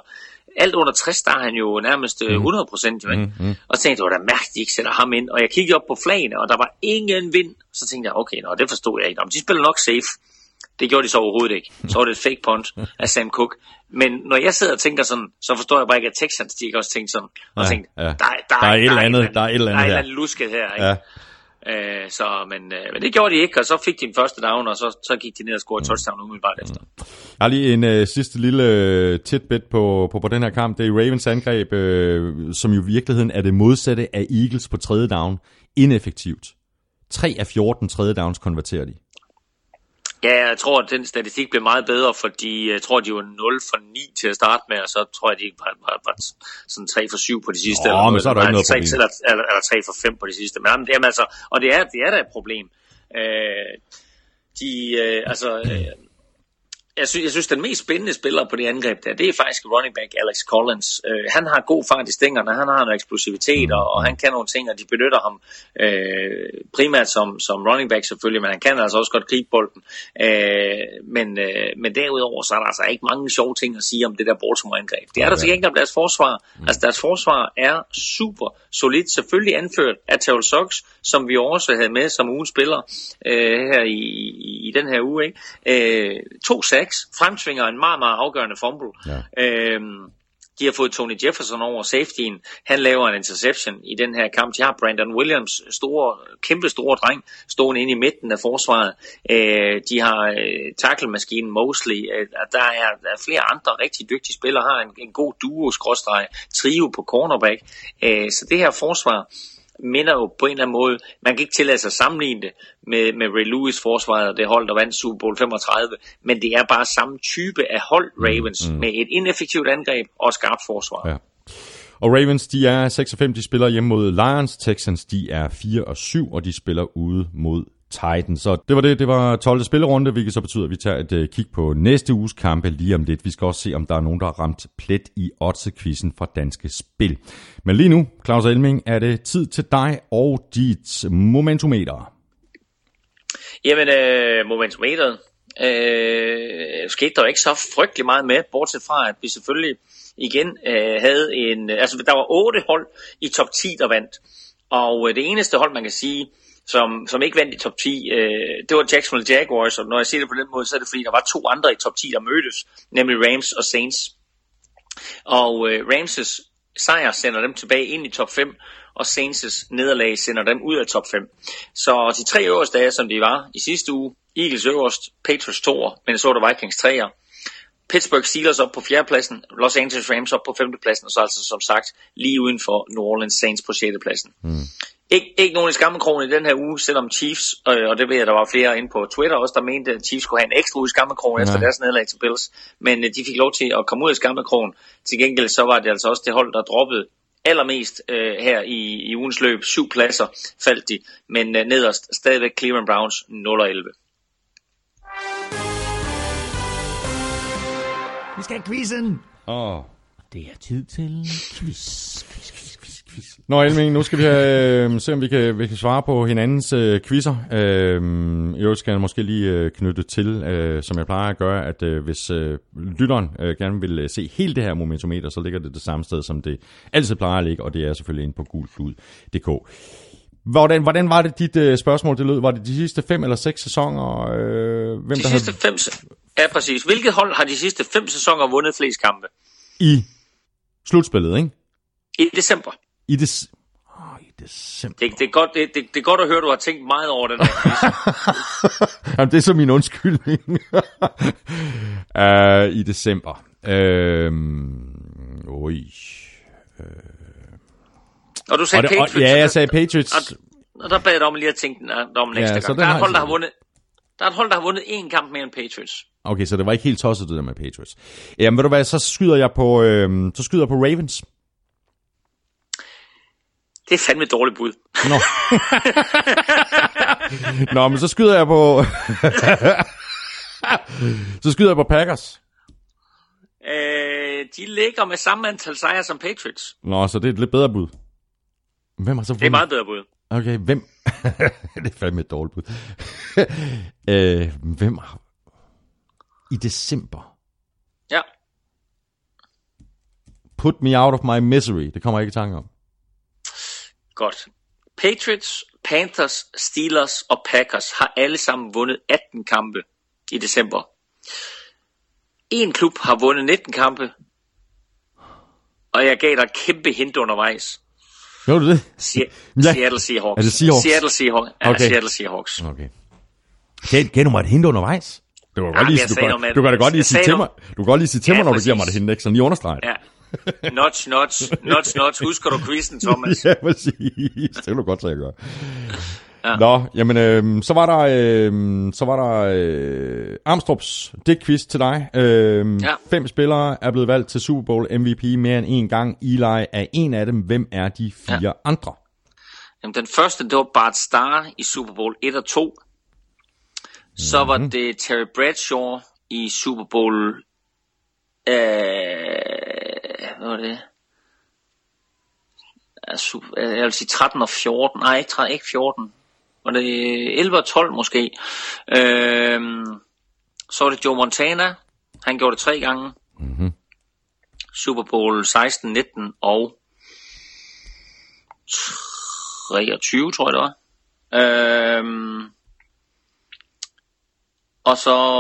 alt under 60, der er han jo nærmest 100%. Jo, ikke? Og så tænkte jeg, det var da mærkeligt, de ikke sætter ham ind. Og jeg kiggede op på flagene, og der var ingen vind. Så tænkte jeg, okay, det forstod jeg ikke. De spiller nok safe. Det gjorde de så overhovedet ikke. Så var det et fake punt af Sam Cook. Men når jeg sidder og tænker sådan, så forstår jeg bare ikke, at Texans, de ikke også tænkte sådan. Og tænkte, der er et eller andet lusket her. Ikke? Ja. Men det gjorde de ikke, og så fik de en første down, og så gik de ned og scorede touchdown umiddelbart efter. Jeg har lige en sidste lille tidbit på den her kamp. Det er Ravens angreb, som jo i virkeligheden er det modsatte af Eagles på tredje down. Ineffektivt. 3 af 14 tredje downs konverterer de. Ja, jeg tror, at den statistik blev meget bedre, fordi jeg tror, de var 0 for 9 til at starte med, og så tror jeg, de var sådan 3 for 7 på de sidste. Men så er der ikke noget problem. Eller 3 for 5 på de sidste. Men jamen, altså, og det er da et problem. Jeg synes, den mest spændende spiller på det angreb der, det er faktisk running back Alex Collins. Han har god fart i stængerne, han har noget eksplosivitet, og han kan nogle ting, og de benytter ham primært som running back selvfølgelig, men han kan altså også godt gribe bolden. Men derudover, så er der altså ikke mange sjove ting at sige om det der Baltimore-angreb. Det er der til gengæld deres forsvar. Altså deres forsvar er super solidt, selvfølgelig anført af Terrell Suggs, som vi også havde med som ugens spiller her i den her uge. Ikke? 2 sacks, fremtvinger en meget, meget afgørende fumble. Ja. De har fået Tony Jefferson over safetyen. Han laver en interception i den her kamp. De har Brandon Williams, kæmpe store dreng, stående inde i midten af forsvaret. De har tackle-maskinen Mosley. Der er flere andre rigtig dygtige spillere. Har en god duo-trio på cornerback. Så det her forsvar minder jo på en eller anden måde, man kan ikke tillade sig at sammenligne det med Ray Lewis forsvaret og det hold, der vandt Super Bowl 35, men det er bare samme type af hold Ravens, med et ineffektivt angreb og skarpt forsvar. Ja. Og Ravens, de er 6-5, de spiller hjemme mod Lions. Texans, de er 4-7, og de spiller ude mod Titans. Så det var 12. spillerunde, hvilket så betyder, at vi tager et kig på næste uges kampe lige om lidt. Vi skal også se, om der er nogen, der har ramt plet i odds-quizzen fra Danske Spil. Men lige nu, Claus Elming, er det tid til dig og dit momentometer. Jamen, momentometeret skete der jo ikke så frygtelig meget med, bortset fra, at vi selvfølgelig igen havde der var 8 hold i top 10, der vandt. Og det eneste hold, man kan sige, som ikke vandt i top 10, det var Jacksonville Jaguars, og når jeg siger det på den måde, så er det fordi, der var 2 andre i top 10, der mødtes, nemlig Rams og Saints. Og Rams' sejr sender dem tilbage ind i top 5, og Saints' nederlag sender dem ud af top 5. Så de 3 øverste dage, som de var i sidste uge, Eagles øverst, Patriots 2'er, Minnesota Vikings 3'er, Pittsburgh Steelers op på 4. pladsen, Los Angeles Rams op på 5. pladsen, og så altså som sagt lige uden for New Orleans Saints på 6. pladsen. Ikke nogen i skammekrogen i den her uge, selvom Chiefs, og det ved jeg, der var flere inde på Twitter også, der mente, at Chiefs skulle have en ekstra uge i skammekrogen efter deres nederlag til Bills, men de fik lov til at komme ud af skammekrogen. Til gengæld så var det altså også det hold, der droppede allermest her i ugens løb. 7 pladser faldt de, men nederst stadigvæk Cleveland Browns 0-11. Vi skal have quizzen. Det er tid til quiz. Nå, Elming, nu skal vi se, om vi kan svare på hinandens quizzer. Jeg skal måske lige knytte til, som jeg plejer at gøre, at hvis lytteren gerne vil se hele det her momentometer, så ligger det samme sted, som det altid plejer at ligge, og det er selvfølgelig inde på gulklud.dk. Hvordan var det dit spørgsmål, det lød? Var det de sidste 5 eller 6 sæsoner? Sidste 5, ja præcis. Hvilket hold har de sidste 5 sæsoner vundet flest kampe? I slutspillet, ikke? I december. I december. Det er godt at høre, du har tænkt meget over den her. Jamen, det er så min undskyldning. I december. Og du sagde Patriots. Ja, jeg sagde Patriots. Og der bad jeg om lige at tænke om næste gang. Der er et hold, der har vundet 1 kamp mere end Patriots. Okay, så det var ikke helt tosset det der med Patriots. Jamen, ved du hvad, så skyder jeg på Ravens. Det er fandme et dårligt bud. Nå. Nå, men så skyder jeg på... Packers. De ligger med samme antal sejre som Patriots. Nå, så det er et lidt bedre bud. Hvem har så vundet? Det er meget bedre bud. Okay, hvem? Det er fandme et dårligt bud. Hvem har... I december? Ja. Put me out of my misery. Det kommer jeg ikke i tanke om. Godt. Patriots, Panthers, Steelers og Packers har alle sammen vundet 18 kampe i december. En klub har vundet 19 kampe, og jeg gav dig et kæmpe hint undervejs. Gjorde du det? Seattle Seahawks. Er det Seahawks? Seattle Seahawks. Ja, Okay. Seattle Seahawks. Okay. Gav du mig et hint undervejs? Du kan da godt lige sige til mig. Du kan godt lige sige til mig, når du giver mig det hint, ikke? Så lige understrege det. Ja. Notch. Husker du quizzen, Thomas? Ja, præcis. Det vil du godt tage at gøre. Ja. Nå, jamen, så var der Armstrongs quiz til dig. 5 spillere er blevet valgt til Super Bowl MVP mere end en gang. Eli er en af dem. Hvem er de 4 andre? Jamen, den første, det var Bart Starr i Super Bowl 1 og 2. Så var det Terry Bradshaw i Super Bowl... hvad var det? Jeg vil sige 13 og 14. Nej, ikke 14. Var det 11 og 12 måske. Så var det Joe Montana. Han gjorde det 3 gange. Mm-hmm. Super Bowl 16, 19 og 23, tror jeg det var. Og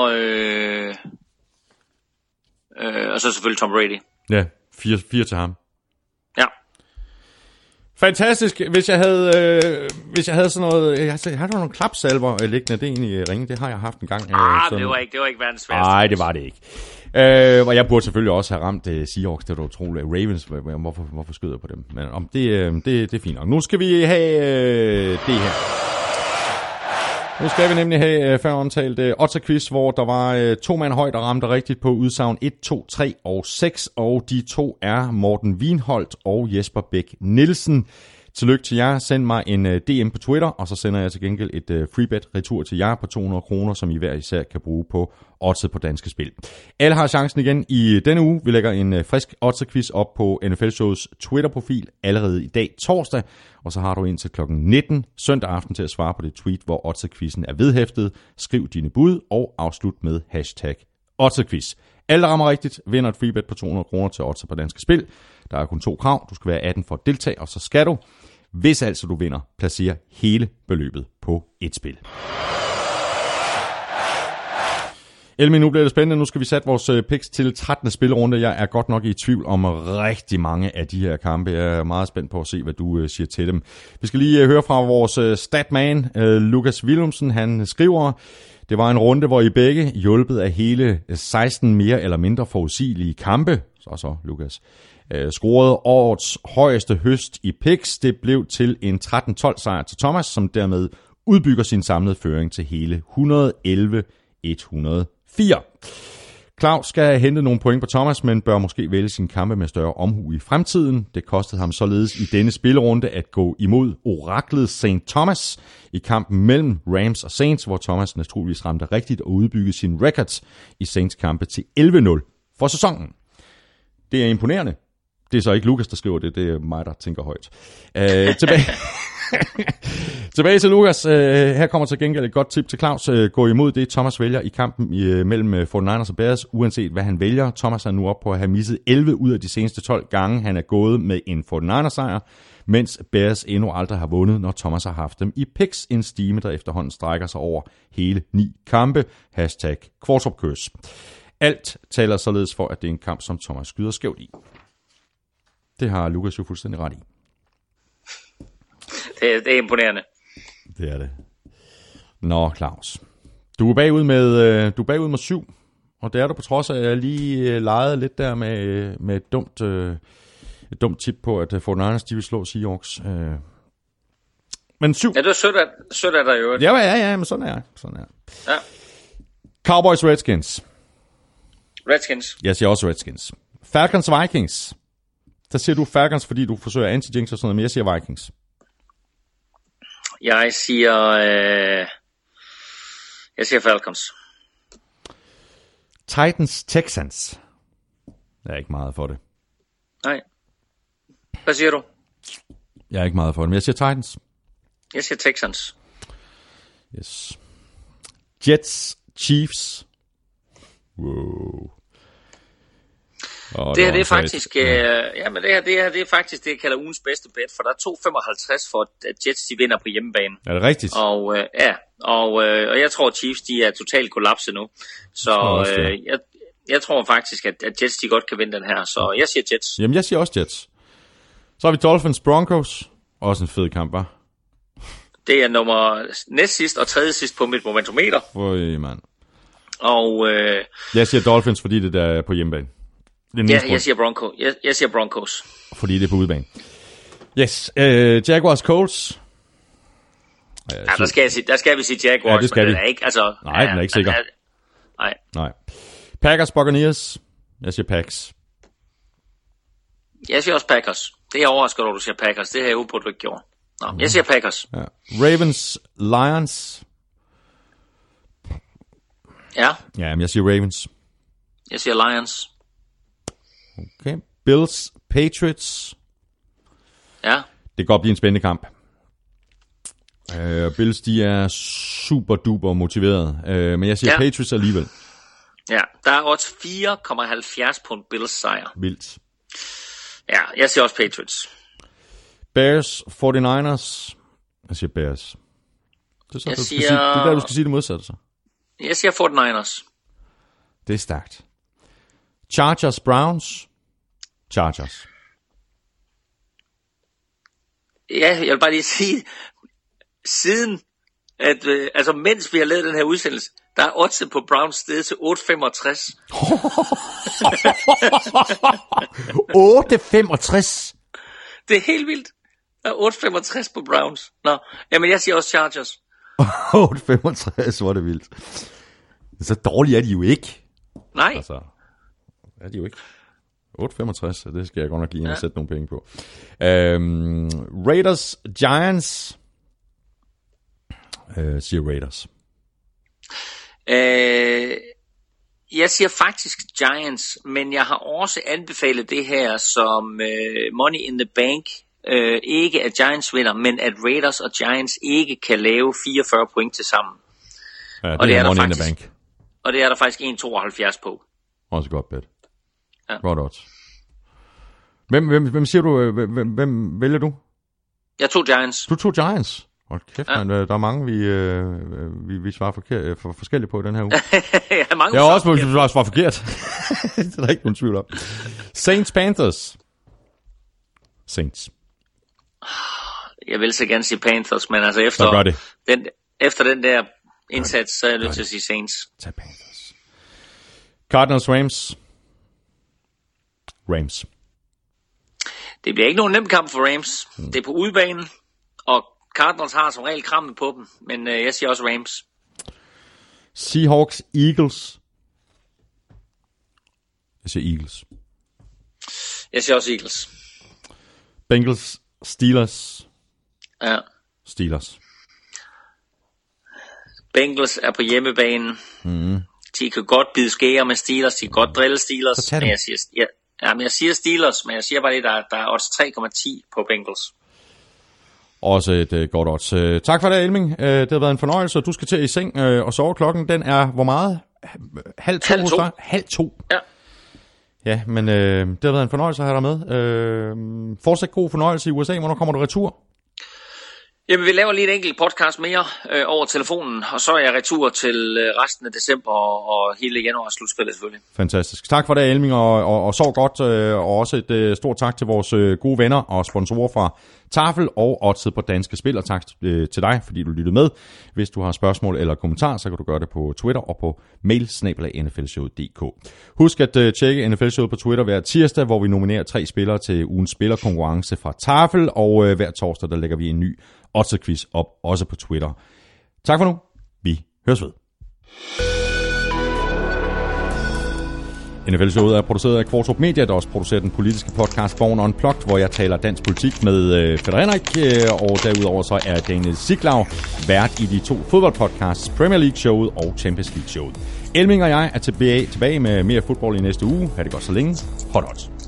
så selvfølgelig Tom Brady. Ja, 4 til ham. Ja. Fantastisk. Hvis jeg havde sådan noget... Jeg har nogle klapsalver liggende. Det er egentlig ringe. Det har jeg haft en gang. Det var ikke verdens sværeste. Nej, det var det ikke. Og jeg burde selvfølgelig også have ramt Seahawks. Det var utroligt. Ravens, hvorfor skød jeg på dem? Men det er fint nok. Nu skal vi have det her. Nu skal vi nemlig have før omtalt Otter-quiz, hvor der var 2 mand højt, der ramte rigtigt på udsagn 1, 2, 3 og 6. Og de 2 er Morten Wienholdt og Jesper Bæk Nielsen. Tillykke til jer. Send mig en DM på Twitter, og så sender jeg til gengæld et freebet retur til jer på 200 kroner, som I hver især kan bruge på oddset på Danske Spil. Alle har chancen igen i denne uge. Vi lægger en frisk oddset-quiz op på NFL Shows Twitter-profil allerede i dag torsdag, og så har du indtil kl. 19 søndag aften til at svare på det tweet, hvor oddset-quizzen er vedhæftet. Skriv dine bud og afslut med #oddset-quiz. Alle, der rammer rigtigt, vinder et freebet på 200 kroner til oddset på Danske Spil. Der er kun 2 krav. Du skal være 18 for at deltage, og så skal du, hvis altså du vinder, placere hele beløbet på et spil. Elmin, nu bliver det spændende. Nu skal vi sætte vores picks til 13. spillerunde. Jeg er godt nok i tvivl om rigtig mange af de her kampe. Jeg er meget spændt på at se, hvad du siger til dem. Vi skal lige høre fra vores statman, Lukas Willumsen. Han skriver... Det var en runde, hvor I begge, hjulpet af hele 16 mere eller mindre forudsigelige kampe, så Lukas, scorede årets højeste høst i picks. Det blev til en 13-12 sejr til Thomas, som dermed udbygger sin samlede føring til hele 111-104. Claus skal have hentet nogle point på Thomas, men bør måske vælge sin kampe med større omhu i fremtiden. Det kostede ham således i denne spillerunde at gå imod oraklet St. Thomas i kampen mellem Rams og Saints, hvor Thomas naturligvis ramte rigtigt og udbyggede sin records i Saints kampe til 11-0 for sæsonen. Det er imponerende. Det er så ikke Lukas, der skriver det. Det er mig, der tænker højt. Tilbage til Lukas. Her kommer til gengæld et godt tip til Claus. Gå imod det, Thomas vælger i kampen mellem 49ers og Bears, uanset hvad han vælger. Thomas er nu op på at have misset 11 ud af de seneste 12 gange, han er gået med en 49ers-sejr, mens Bears endnu aldrig har vundet, når Thomas har haft dem i picks. En stime, der efterhånden strækker sig over hele 9 kampe. #Kvartrup-køs. Alt taler således for, at det er en kamp, som Thomas skyder skævt i. Det har Lukas jo fuldstændig ret i. Det er imponerende. Det er det. Nå, Claus. Du er bagud med 7, og det er du på trods af, at jeg lige legede lidt der med et dumt tip på, at 49ers de vil slå Seahawks. Men 7. Ja, det er sødt af dig jo. Ja, men sådan er jeg. Ja. Cowboys Redskins. Redskins. Jeg siger også Redskins. Falcons Vikings. Der siger du Falcons, fordi du forsøger anti-jinx og sådan noget, men jeg siger Vikings. Jeg siger Falcons. Titans Texans. Jeg er ikke meget for det. Nej. Hvad siger du? Jeg er ikke meget for det, men jeg siger Titans. Jeg siger Texans. Yes. Jets Chiefs. Wow. Det her, det er faktisk, men det er faktisk det, jeg kalder ugens bedste bet, for der er 2,55 for, at Jets de vinder på hjemmebane. Er det rigtigt? Og jeg tror, Chiefs de er totalt kollapset nu. Så jeg tror faktisk, at Jets de godt kan vinde den her, så jeg siger Jets. Jamen, jeg siger også Jets. Så har vi Dolphins Broncos. Også en fed kamp, hva'? Det er nummer næst sidst og tredje sidst på mit momentometer. Øj, mand. Og jeg siger Dolphins, fordi det der er på hjemmebane. Jeg siger Broncos. Fordi det er på udebane. Yes. Jaguars Colts. Der skal vi sige Jaguars. Ja, det skal vi. Den er ikke, altså, nej, den er ikke sikker. Nej. Packers Buccaneers. Jeg siger Packs. Jeg siger også Packers. Det er overrasket, at du siger Packers. Det har jeg jo på, du ikke gjorde. Jeg siger Packers. Ja. Ravens Lions. Ja. Ja, men jeg siger Ravens. Jeg siger Lions. Okay. Bills Patriots. Ja. Det kan godt blive en spændende kamp. Bills, de er super duper motiveret. Men jeg siger Patriots alligevel. Ja, der er odds 4,70 på en Bills sejr. Vildt. Ja, jeg siger også Patriots. Bears 49ers. Jeg siger Bears. Det er det der, du skal sige det modsatte så. Jeg siger 49ers. Det er stærkt. Chargers Browns. Chargers. Ja, jeg vil bare lige sige, siden, at, mens vi har lavet den her udsendelse, der er oddset på Browns steget til 8,65. 8,65? Det er helt vildt. Der er 8,65 på Browns. Nå, jamen jeg siger også Chargers. 8,65, hvor er det vildt. Så dårlige er de jo ikke. Nej. Altså, er de jo ikke. 8,65, det skal jeg godt nok lige sætte nogle penge på. Raiders Giants. Siger Raiders. Jeg siger faktisk Giants, men jeg har også anbefalet det her som Money in the Bank. Ikke at Giants vinder, men at Raiders og Giants ikke kan lave 44 point til sammen. Ja, det er Money in the Bank. Og det er der faktisk 1,72 på. Også godt bet. Ja. Godt odds. Hvem siger du? Hvem vælger du? Jeg tog Giants. Du tog Giants? Hold kæft, man. Der er mange, vi svarer forskelligt på i den her uge. Jeg har også svaret forkert. Det er der ikke nogen tvivl om. Saints Panthers. Saints. Jeg vil så gerne sige Panthers, men altså efter den der indsats, så er jeg nødt til at sige Saints. Tag Panthers. Cardinals Rams. Rams. Det bliver ikke nogen nem kamp for Rams. Det er på udebanen, og Cardinals har som regel krammet på dem, men jeg siger også Rams. Seahawks Eagles. Jeg siger Eagles. Jeg siger også Eagles. Bengals Steelers. Ja. Steelers. Bengals er på hjemmebanen. De kan godt bide skære med Steelers. De kan godt drille Steelers. Men jeg siger Steelers, men jeg siger bare det, der er også 3,10 på Bengals. Også et godt odds. Tak for det, Elming. Det har været en fornøjelse. Du skal til i seng og sove. Klokken den er hvor meget? 1:30 hos dig? 1:30? Ja. Ja, men det har været en fornøjelse at have dig med. Fortsat god fornøjelse i USA. Hvornår kommer du retur? Jamen, vi laver lige et enkelt podcast mere over telefonen, og så er jeg retur til resten af december og hele januar slutspillet selvfølgelig. Fantastisk. Tak for det, Elming, og sov godt, og også et stort tak til vores gode venner og sponsorer fra Tafel og Odset på Danske Spil, og tak til dig, fordi du lyttede med. Hvis du har spørgsmål eller kommentarer, så kan du gøre det på Twitter og på mail@nflshowet.dk. Husk at tjekke NFL-showet på Twitter hver tirsdag, hvor vi nominerer 3 spillere til ugens spillerkonkurrence fra Tafel, og hver torsdag, der lægger vi en ny Odset-quiz op, også på Twitter. Tak for nu. Vi høres ved. NFL-showet er produceret af Kvartrup Media, der også producerer den politiske podcast Born Unplugged, hvor jeg taler dansk politik med Fætter Henrik, og derudover så er Daniel Siglau vært i de 2 fodboldpodcasts, Premier League-showet og Champions League-showet. Elming og jeg er tilbage med mere fodbold i næste uge. Ha' det godt så længe. Hot odds.